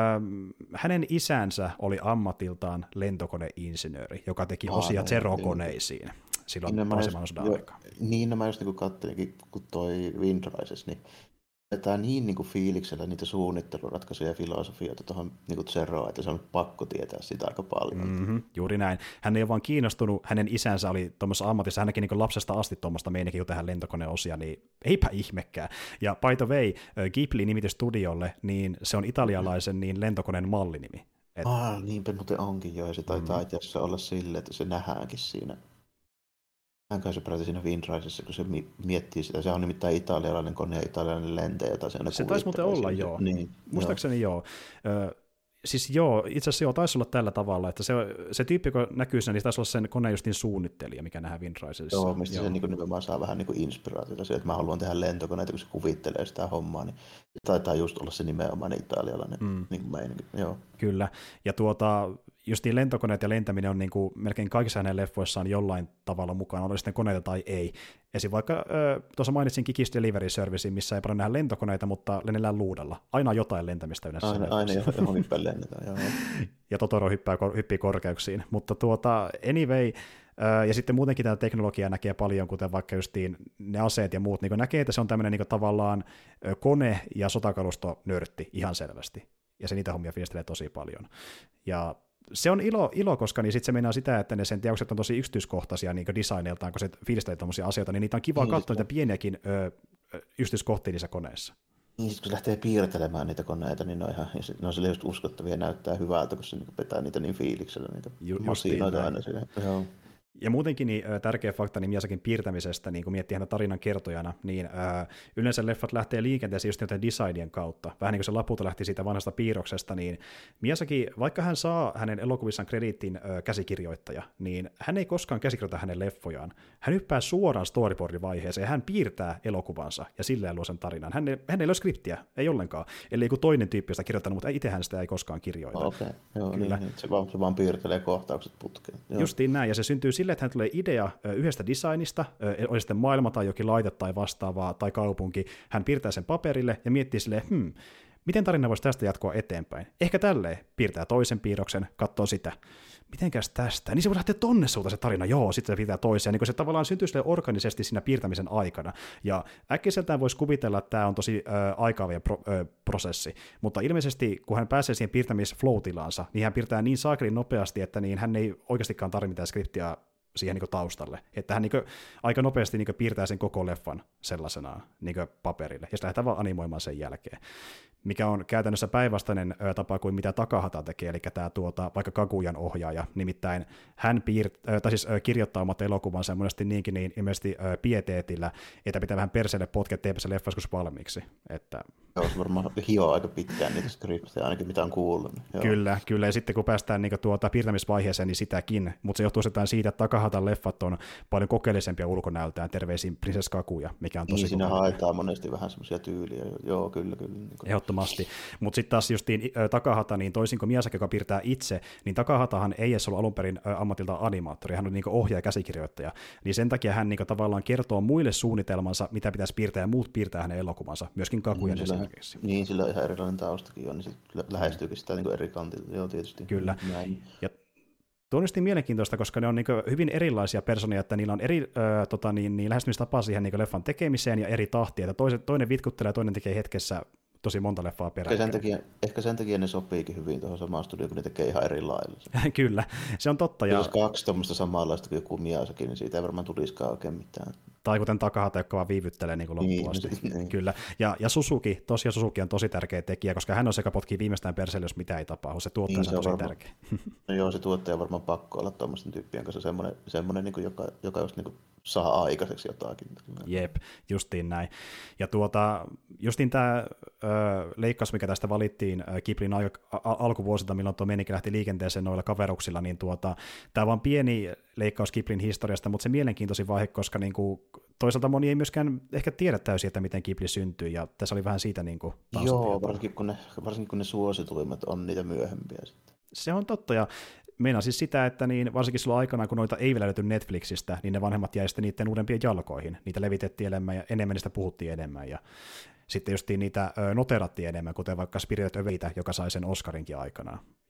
hänen isänsä oli ammatiltaan lentokoneinsinööri, joka teki Aa, osia Zero-koneisiin silloin toisen maailmansodan aikaan. Niin, no mä just niin katselinkin, kun toi Wind Rises, niin Tämä niin, niin kuin fiiliksellä niitä suunnitteluratkaisuja ja filosofioita tuohon niin Zeroon, että se on pakko tietää sitä aika paljon. Mm-hmm, juuri näin. Hän ei ole vaan kiinnostunut, hänen isänsä oli tuommoisessa ammatissa, hänkin niin lapsesta asti tuommoista meininkin tähän lentokoneosia, niin eipä ihmekään. Ja by the way, Ghibli-nimitys studiolle, niin se on italialaisen niin lentokoneen mallinimi. Et... Ah, niinpä muuten onkin jo, ja se taitaa mm. itse asiassa olla silleen, että se nähdäänkin siinä. Nähdäänkö se peräti siinä Windriseissa, kun se miettii sitä. Se on nimittäin italialainen kone ja italialainen lentäjä, jota se aina Se taisi muuten olla, siitä. joo. Niin, Muistaakseni joo. joo. Ö, siis joo, itse asiassa joo, taisi olla tällä tavalla, että se, se tyyppi, kun näkyy siinä, niin taisi olla sen koneen justin suunnittelija, mikä nähdään Windriseissa. Joo, mistä joo. se niin nimenomaan saa vähän niin inspiraatiota siitä, että mä haluan tehdä lentokoneita, kun se kuvittelee sitä hommaa, niin taitaa just olla se nimenomaan italialainen mm. niin meininki. Joo. Kyllä, ja tuota, justiin lentokoneet ja lentäminen on niin kuin melkein kaikissa hänen leffoissaan jollain tavalla mukana, oli sitten koneita tai ei. Esim. vaikka äh, tuossa mainitsin Kiki's Delivery Servicein, missä ei paljon nähdä lentokoneita, mutta lennellään luudalla. Aina on jotain lentämistä yleensä. Aina, aina johonkin päin lennetään, joo. Ja Totoro hyppää, hyppii korkeuksiin. Mutta tuota, anyway, äh, ja sitten muutenkin tämä teknologia näkee paljon, kuten vaikka justiin ne aseet ja muut, niin näkee, että se on tämmöinen niin tavallaan kone- ja sotakalusto-nörtti ihan selvästi. Ja se niitä hommia fiilistelee tosi paljon. Ja se on ilo, ilo koska niin sit se meinaa sitä, että ne sen teokset on tosi yksityiskohtaisia niin designeiltaan, kun se fiilistelee tämmöisiä asioita, niin niitä on kiva niin, katsoa niitä pieniäkin ö, yksityiskohtia niissä koneissa. Niin, kun se lähtee piirtelemään niitä koneita, niin ne on, ihan, ne on just uskottavia ja näyttää hyvältä, kun se niin pitää niitä niin fiiliksellä, niitä masinoita aina siihen. Joo. Ja muutenkin niin, tärkeä fakta niin Miyazakin piirtämisestä, niin kun miettii häntä tarinan kertojana, niin ää, yleensä leffat lähtee liikenteeseen just joten designien kautta. Vähän niin kuin se Laputa lähti siitä vanhasta piirroksesta, niin Miyazaki, vaikka hän saa hänen elokuvissaan krediittin ää, käsikirjoittaja, niin hän ei koskaan käsikirjoita hänen leffojaan. Hän hyppää suoraan storyboard-vaiheeseen ja hän piirtää elokuvansa ja silleen luo sen tarinan. Hän ei, hän ei ole skriptiä, ei ollenkaan. Eli joku toinen tyyppi sitä kirjoittanut, mutta itse hän sitä ei koskaan kirjoita. Okei, okay. Joo, niin, niin. Se, vaan, se vaan piirtelee kohtaukset putkeen. Joo. Justiin näin, ja se syntyy silleen, että hän tulee idea yhdestä designista, oli sitten maailma tai jokin laite tai vastaavaa tai kaupunki, hän piirtää sen paperille ja miettii silleen, hmm, miten tarina voisi tästä jatkoa eteenpäin? Ehkä tälleen, piirtää toisen piirroksen, katsoo sitä. Mitenkäs tästä? Niin se voi lähteä tonne suunta se tarina, joo, sitten se piirtää toiseen, niin kun se tavallaan syntyy sille organisesti siinä piirtämisen aikana. Ja äkkiseltään voisi kuvitella, että tämä on tosi äh, aikaavia pro, äh, prosessi, mutta ilmeisesti kun hän pääsee siihen piirtämis-flow-tilaansa, niin hän piirtää niin saakelin nopeasti, että niin hän ei oikeastikaan tarvitse mitään skriptiä siihen niin taustalle. Että hän niin aika nopeasti niin piirtää sen koko leffan sellaisenaan niin paperille, ja sitä lähdetään vaan animoimaan sen jälkeen. Mikä on käytännössä päinvastainen ö, tapa kuin mitä Takahata tekee, eli tämä tuota, vaikka Kaguyan ohjaaja, nimittäin hän piir- ö, tai siis, ö, kirjoittaa omat elokuvansa monesti niinkin niin ilmeisesti ö, pieteetillä, että pitää vähän perseelle potkea teepä se leffa joskus valmiiksi. Että... Joo, se varmaan hioa aika pitkään niitä skriptejä, ainakin mitä on kuullut. Joo. Kyllä, kyllä, ja sitten kun päästään niin tuota, piirtämisvaiheeseen, niin sitäkin, mutta se johtuu jotain siitä, että Takahatan leffat on paljon kokeellisempia ulkonäöltään, terveisiin Princess Kaguya, mikä on tosi niin, siinä haetaan monesti vähän semmoisia tyyliä, joo, kyllä, kyllä. Niin ehdottomasti. Mutta sitten taas justiin äh, Takahata, niin toisin kuin Miyazaki, joka piirtää itse, niin Takahatahan ei edes ollut alun perin äh, ammatiltaan animaattori, hän on niinku ohjaaja ja käsikirjoittaja. Niin sen takia hän niinku tavallaan kertoo muille suunnitelmansa, mitä pitäisi piirtää, ja muut piirtää hänen elokuvansa, myöskin Kaguyan niin, esimerkiksi. Niin, sillä on ihan erilainen taustakin on, niin sitten lähestyykin sitä niinku eri kantilta, joo tietysti. Kyllä. Näin. Ja tuo on justiin mielenkiintoista, koska ne on niin hyvin erilaisia persoonia, että niillä on eri ö, tota, niin, niin lähestymistapa siihen niin leffan tekemiseen ja eri tahtia, että toinen, toinen vitkuttelee ja toinen tekee hetkessä tosi monta leffaa peräkkäin. Ehkä sen takia, ehkä sen takia ne sopiikin hyvin tuohon samaan studioon, kun ne tekee ihan eri lailla. Kyllä, se on totta. Jos ja... kaksi tuommoista samanlaista kuin joku Miyazaki, niin siitä ei varmaan tulisikaan oikein mitään. Tai kuten Takahata, joka vaan viivyttelee niin loppuun niin, asti. Niin. Kyllä. Ja, ja Suzuki, tosiaan Suzuki on tosi tärkeä tekijä, koska hän on se, joka potkii viimeistään perseelle, jos mitä ei tapahdu. Se tuottaja niin, se on tosi varma... tärkeä. No joo, se tuottaja on varmaan pakko olla tuommoisten tyyppien kanssa semmoinen, semmoinen niin kuin, joka, joka just niin kuin saa aikaiseksi jotakin. Jep, justiin näin. Ja tuota, justiin tämä ö, leikkaus, mikä tästä valittiin Ghiblin al- al- alkuvuosilta, milloin tuo meininki lähti liikenteeseen noilla kaveruksilla, niin tuota, tämä on vaan pieni leikkaus Ghiblin historiasta, mutta se mielenkiintoisin vaihe, koska niin kuin, toisaalta moni ei myöskään ehkä tiedä täysin, että miten Ghibli syntyi, ja tässä oli vähän siitä niin kuin, joo, varsinkin kun, ne, varsinkin kun ne suosituimmat on niitä myöhempiä sitten. Se on totta, ja meinaa siis sitä, että niin, varsinkin silloin aikana, kun noita ei vielä löyty Netflixistä, niin ne vanhemmat jäi sitten niiden uudempien jalkoihin. Niitä levitettiin enemmän ja enemmän niistä puhuttiin enemmän. Ja sitten justiin niitä ö, noterattiin enemmän, kuten vaikka Spirit Awayta, joka sai sen Oscarinkin aikanaan.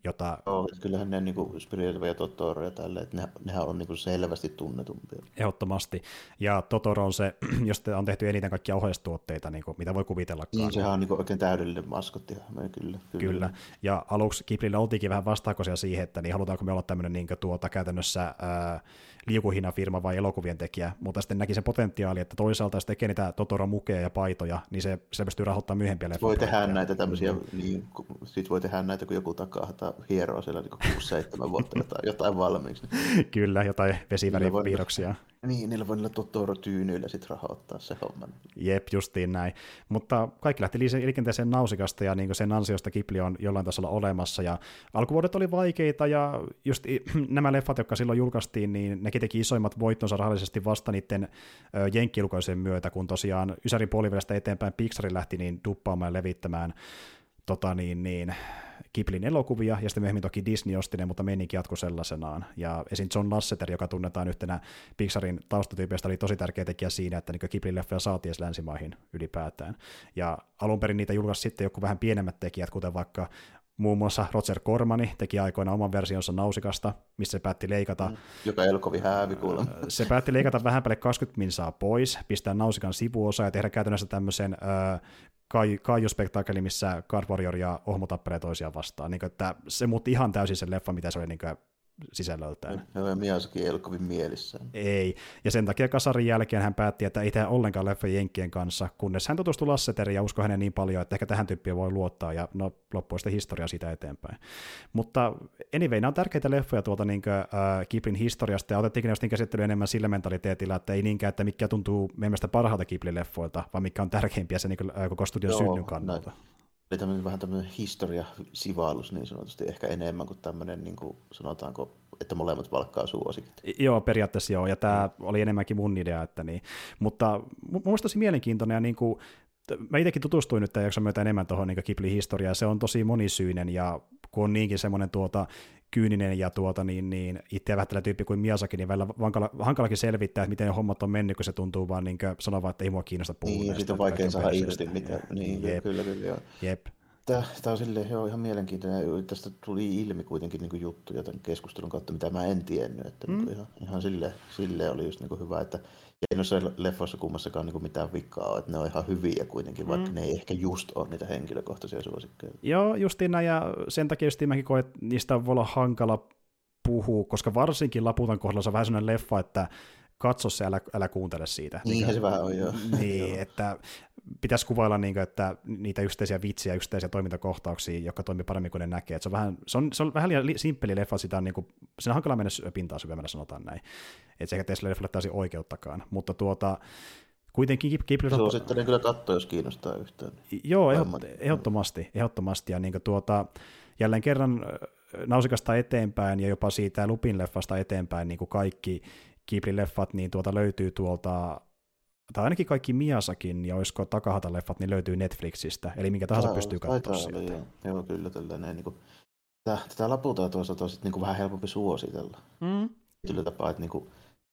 jota... Joo, kyllähän ne niinku Spirited ja Totoro ja tälleen, että ne, nehän on niinku selvästi tunnetumpia. Ehdottomasti. Ja Totoro on se, josta on tehty eniten kaikkia ohjeistuotteita, niin kuin, mitä voi kuvitellakaan. Niin, sehän on niinku oikein täydellinen maskotti. Kyllä, kyllä. kyllä. Ja aluksi Ghiblillä oltiinkin vähän vastaakoisia siihen, että niin halutaanko me olla tämmöinen niin tuota, käytännössä ää, liukuhinafirma vai elokuvien tekijä, mutta sitten näki se potentiaali, että toisaalta jos tekee niitä Totoro-mukeja ja paitoja, niin se, se pystyy rahoittamaan myöhempiä leffoja. Voi tehdä näitä tämmöisiä, mm. niin, sit voi tehdä näitä, kun joku takaa hieroa siellä niin kuusi seitsemän vuotta jotain, jotain valmiiksi. Kyllä, jotain vesiväripiirroksia. Niin, niillä voi niillä Totoro-tyynyillä sitten rahoittaa se homma. Jep, justiin näin. Mutta kaikki lähti liikenteeseen Nausikasta ja niin sen ansiosta Ghibli on jollain tasolla olemassa. Ja alkuvuodet oli vaikeita ja just nämä leffat, jotka silloin julkaistiin, niin nekin teki isoimmat voittonsa rahallisesti vasta niiden jenkkilukausen myötä, kun tosiaan Ysärin puolivälistä eteenpäin Pixar lähti niin duppaamaan ja levittämään tota niin, niin, Ghiblin elokuvia, ja sitten myöhemmin toki Disney osti ne, mutta meininki jatkoi sellaisenaan. Ja esim. John Lasseter, joka tunnetaan yhtenä Pixarin taustatyypeistä, oli tosi tärkeä tekijä siinä, että niin Ghiblin leffoja saatiin edes länsimaihin ylipäätään. Ja alun perin niitä julkaisi sitten joku vähän pienemmät tekijät, kuten vaikka muun muassa Roger Cormani teki aikoina oman versionsa Nausikasta, missä se päätti leikata... Mm, joka elokuvi häävi kuulemma. Se päätti leikata vähän päälle kaksikymmentä minsaa pois, pistää Nausikan sivuosa ja tehdä käytännössä tämmöisen... Öö, Kaiju-spektaakkeli, missä Card Warrior ja Ohmo tappelee toisiaan vastaan. Niin kuin, että se muutti ihan täysin sen leffan, mitä se oli niin kuin, sisällöltään. Joo, ja Miyazakin ei ollut kovin mielissään. Ei, ja sen takia Kasarin jälkeen hän päätti, että ei tehdä ollenkaan leffoja jenkkien kanssa, kunnes hän tutustui Lasseteriin ja uskoi hänen niin paljon, että ehkä tähän tyyppiin voi luottaa, ja no loppui sitten historia siitä eteenpäin. Mutta anyway, nämä on tärkeitä leffoja tuolta niin kuin, äh, Ghiblin historiasta, ja otettiinkin ne käsittelyä enemmän sillä mentaliteetilla, että ei niinkään, että mikä tuntuu meidän mielestä parhaalta Ghiblin-leffoilta, vaan mikä on tärkeimpiä se niin kuin, äh, koko studion synnyn kannalta. Näin. Eli tämmöinen, vähän tämmöinen historia-sivallus niin sanotusti, ehkä enemmän kuin tämmöinen, niin kuin, sanotaanko, että molemmat valkkaa suosikit. Joo, periaatteessa joo, ja tämä oli enemmänkin mun idea, että niin. Mutta mun mielestä tosi mielenkiintoinen, ja niin kuin, mä itsekin tutustuin nyt tämän jakson myötä enemmän tuohon niin Ghiblin historiaan, se on tosi monisyinen, ja kun on niinkin semmoinen tuota, kyyninen ja tuota, niin, niin itseä vähättelä tyyppi kuin Miyazaki, niin välillä hankala, hankalakin selvittää, että miten ne hommat on mennyt, kun se tuntuu vaan niin sanoa, että ei mua kiinnosta puhua. Niin, ja sitten on vaikea saada irti, mitä. Niin, Jep. kyllä, kyllä, joo. Jep. Tämä, tämä on silleen, joo, ihan mielenkiintoinen. Tästä tuli ilmi kuitenkin niin juttuja tämän keskustelun kautta, mitä mä en tiennyt. Että mm. niin ihan, ihan silleen, silleen oli just niin hyvä, että ei noissa leffoissa kummassakaan niin mitään vikaa ole, että ne on ihan hyviä kuitenkin, vaikka mm. ne ei ehkä just ole niitä henkilökohtaisia suosikkeja. Joo, justiin näin, ja sen takia justiin mäkin koen, että niistä voi olla hankala puhua, koska varsinkin Laputan kohdalla se on vähän sellainen leffa, että katso se, älä, älä kuuntele siitä. Niinhän niin, se vähän on, joo. Niin, että pitäisi kuvailla niin kuin, että niitä yksittäisiä vitsiä, yksittäisiä toimintakohtauksia, jotka toimii paremmin kuin ne näkee. Että se, on vähän, se, on, se on vähän liian simppeli leffa, sitä on, niin kuin, siinä on hankala mennä pintaan syvemmällä, sanotaan näin. Että se eikä tee sille leffalle täysin oikeuttakaan. Mutta tuota, kuitenkin Ghibli... Suosittelen kyllä katsoa, jos kiinnostaa yhtään. Joo, ehdottomasti. ehdottomasti. Ja niin kuin, tuota, jälleen kerran Nausikasta eteenpäin ja jopa siitä Lupin-leffasta eteenpäin niin kuin kaikki Ghibli-leffat niin tuota löytyy tuolta, tai ainakin kaikki Miyazakin, ja olisiko Takahata-leffat, niin löytyy Netflixistä, eli minkä tahansa Tää, pystyy katsoa sieltä. Joo. joo, kyllä tällainen. Niin kuin, tätä, tätä Laputaa tuossa on sitten niin vähän helpompi suositella. Mm. Sillä tapaa, että niin kuin,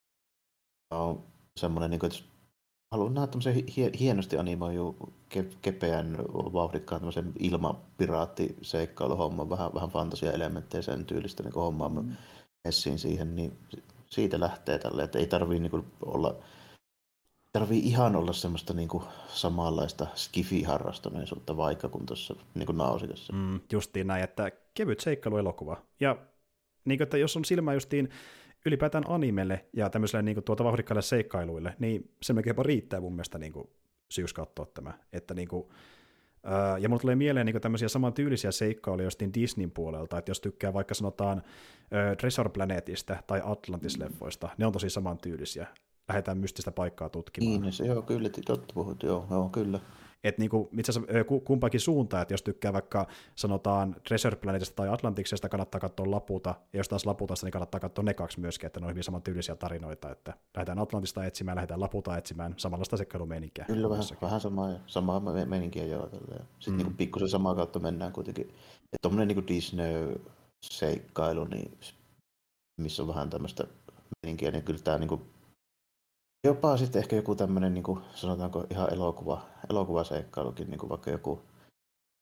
on semmoinen, niin kuin, että haluan nähdä tämmöisen hie- hienosti animoiju, ke- kepeän, vauhdikkaan tämmöisen ilmapiraattiseikkailuhomman, vähän, vähän fantasiaelementtejä sen tyylistä niin hommaa mm. essiin siihen, niin siitä lähtee tälle, että ei tarvii niinku olla, tarvii ihan olla semmoista niinku samanlaista skifi-harrastuneisuutta vaikka kun tuossa niinku Nausikassa. Mm, justiin näin, että kevyt seikkailuelokuva. Ja niin, että jos on silmä justiin ylipäätään animelle ja tämmöiselle niin tuota vauhdikkaille seikkailuille, niin se melkein jopa riittää mun mielestä niin syyksi katsoa tämä. Että niin kuin, ää, ja mulle tulee mieleen niin tämmöisiä samantyylisiä seikkailuja jostain Disneyn puolelta, että jos tykkää vaikka sanotaan ää, Treasure Planetista tai Atlantis-leffoista, ne on tosi samantyylisiä. Lähdetään mystistä paikkaa tutkimaan. Niin, se, joo, kyllä, totta puhut, joo, joo, kyllä. Että niinku, itse asiassa kumpakin suuntaan, että jos tykkää vaikka sanotaan Treasure Planetista tai Atlantiksesta, kannattaa katsoa Laputa, ja jos taas Laputasta, niin kannattaa katsoa ne kaksi myöskin, että ne on hyvin samantyylisiä tarinoita, että lähdetään Atlantista etsimään, lähdetään Laputa etsimään, samanlaista seikkailumeininkiä. Kyllä, vähän, vähän samaa, samaa meininkiä joo. Sitten mm. niinku pikkusen samaa kautta mennään kuitenkin. Että tommonen niinku Disney-seikkailu, niin, missä on vähän tämmöistä meininkiä, niin kyllä tää niinku jopa sitten ehkä joku tämmöinen, niin kuin, sanotaanko ihan elokuva, elokuvaseikkailukin, niin kuin vaikka joku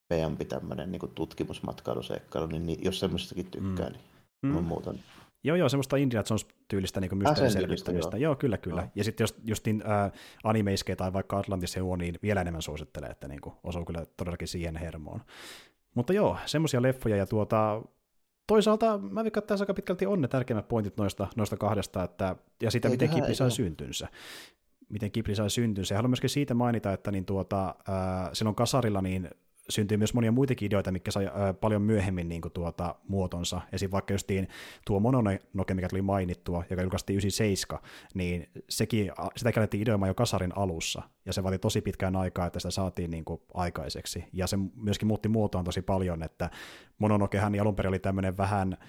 nopeampi tämmöinen niin tutkimusmatkailuseikkailu, niin, niin jos semmoisestakin tykkää, mm. niin mm. on muuta. Joo, joo, semmoista Indiana Jones-tyylistä niin mysteerin selvittämistä. Joo. joo, kyllä, kyllä. No. Ja sitten jos justiin äh, animeiskejä tai vaikka Atlantis Heo, niin vielä enemmän suosittelee, että niin kuin, osuu kyllä todellakin siihen hermoon. Mutta joo, semmoisia leffoja, ja tuota, toisaalta mä vikkaan, että tässä aika pitkälti on ne tärkeimmät pointit noista, noista kahdesta, että, ja sitä, eiköhän, miten Ghibli sai syntynsä. Miten Ghibli sai syntynsä. Ja haluan myöskin siitä mainita, että niin tuota, äh, silloin kasarilla niin syntyi myös monia muitakin ideoita, mitkä sai ää, paljon myöhemmin niin kuin, tuota, muotonsa. Esim. Vaikka justiin tuo Mononoke, mikä tuli mainittua, joka julkaistiin yhdeksänkymmentäseitsemän, niin sekin, sitä käytettiin ideoimaan jo kasarin alussa, ja se vaati tosi pitkään aikaa, että sitä saatiin niin kuin, aikaiseksi. Ja se myöskin muutti muotoaan tosi paljon, että Mononokehan niin alun perin oli tämmöinen vähän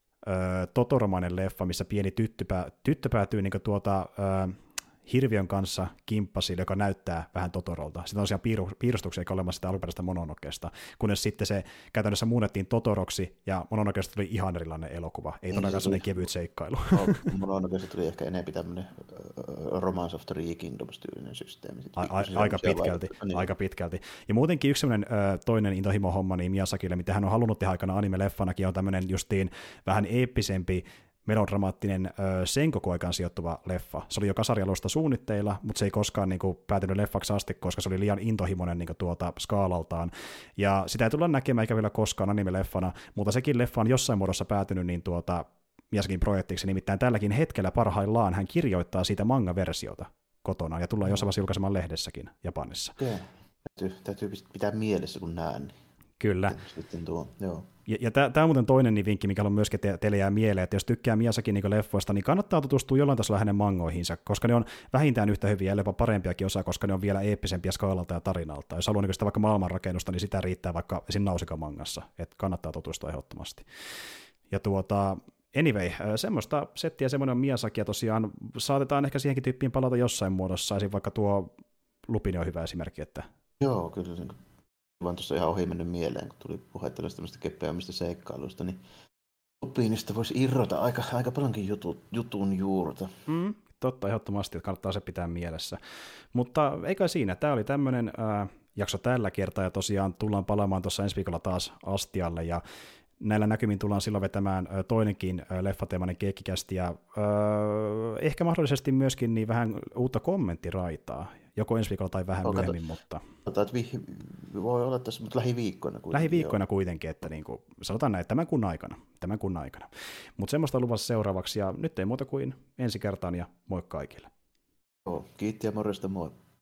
ö, totoromainen leffa, missä pieni tyttö, pää, tyttö päätyy niin kuin, tuota... Ö, hirviön kanssa kimppasi, joka näyttää vähän Totorolta. Sitten on tosiaan piiru, piirustuksia, eikä olemassa sitä alkuperäistä Mononokesta, kunnes sitten se käytännössä muunnettiin Totoroksi, ja Mononokesta tuli ihan erilainen elokuva. Ei todellakaan sellainen kevyt seikkailu. No, Mononokesta tuli ehkä enemmän tämmöinen uh, Romance of Three Kingdoms-tyylinen systeemi. A, a, aika pitkälti, niin. aika pitkälti. Ja muutenkin yksi sellainen uh, toinen intohimo-homma niin Miyazakille, mitä hän on halunnut tehdä aikana anime-leffanakin, on tämmöinen justiin vähän eeppisempi, melodramaattinen ö, Sengoku-aikaan sijoittuva leffa. Se oli jo kasarialusta suunnitteilla, mutta se ei koskaan niin kuin, päätynyt leffaksi asti, koska se oli liian intohimoinen niin kuin, tuota, skaalaltaan. Ja sitä ei tulla näkemään eikä vielä koskaan anime-leffana, mutta sekin leffa on jossain muodossa päätynyt niin, tuota, Miyazakin projektiksi, nimittäin tälläkin hetkellä parhaillaan hän kirjoittaa siitä manga-versiota kotona, ja tullaan jossain vaiheessa julkaisemaan lehdessäkin Japanissa. Okei. Täytyy, täytyy pitää mielessä, kun näen. Kyllä. Sitten tuo, joo. Ja, ja tämä on muuten toinen niin vinkki, mikä on myöskin te, teille jää mieleen, että jos tykkää Miyazakin niin leffoista, niin kannattaa tutustua jollain tasolla hänen mangoihinsa, koska ne on vähintään yhtä hyviä ja jopa parempiakin osaa, koska ne on vielä eeppisempiä skaalalta ja tarinalta. Jos haluaa niin sitä vaikka maailmanrakennusta, niin sitä riittää vaikka siinä Nausicaa-mangassa, että kannattaa tutustua ehdottomasti. Ja tuota, anyway, semmoista settiä, semmoinen on Miyazaki, ja tosiaan saatetaan ehkä siihenkin tyyppiin palata jossain muodossa, esim. Vaikka tuo Lupin on hyvä esimerkki, että... Joo, kyllä vaan tuossa ihan ohi mennyt mieleen, kun tuli puhetta tämmöistä kepeämmistä seikkailuista, niin Lupinista voisi irrota aika, aika paljonkin jutu, jutun juurta. Mm, totta, ehdottomasti, että kannattaa se pitää mielessä. Mutta eikä siinä, tämä oli tämmöinen äh, jakso tällä kertaa, ja tosiaan tullaan palaamaan tuossa ensi viikolla taas Astialle, ja näillä näkymin tullaan silloin vetämään äh, toinenkin äh, leffateemainen keikkikästi, ja äh, ehkä mahdollisesti myöskin niin vähän uutta kommenttiraitaa, joko ensi viikolla tai vähän myöhemmin, kato, mutta... Kato, vi- voi olla tässä, mutta lähiviikkoina kuitenkin. Lähiviikkoina kuitenkin, että niin kuin, sanotaan näin, tämän kuun aikana. Tämän kuun aikana. Mutta semmoista on luvassa seuraavaksi, ja nyt ei muuta kuin ensi kertaan, ja moi kaikille. Joo, kiitti ja morjesta, moi.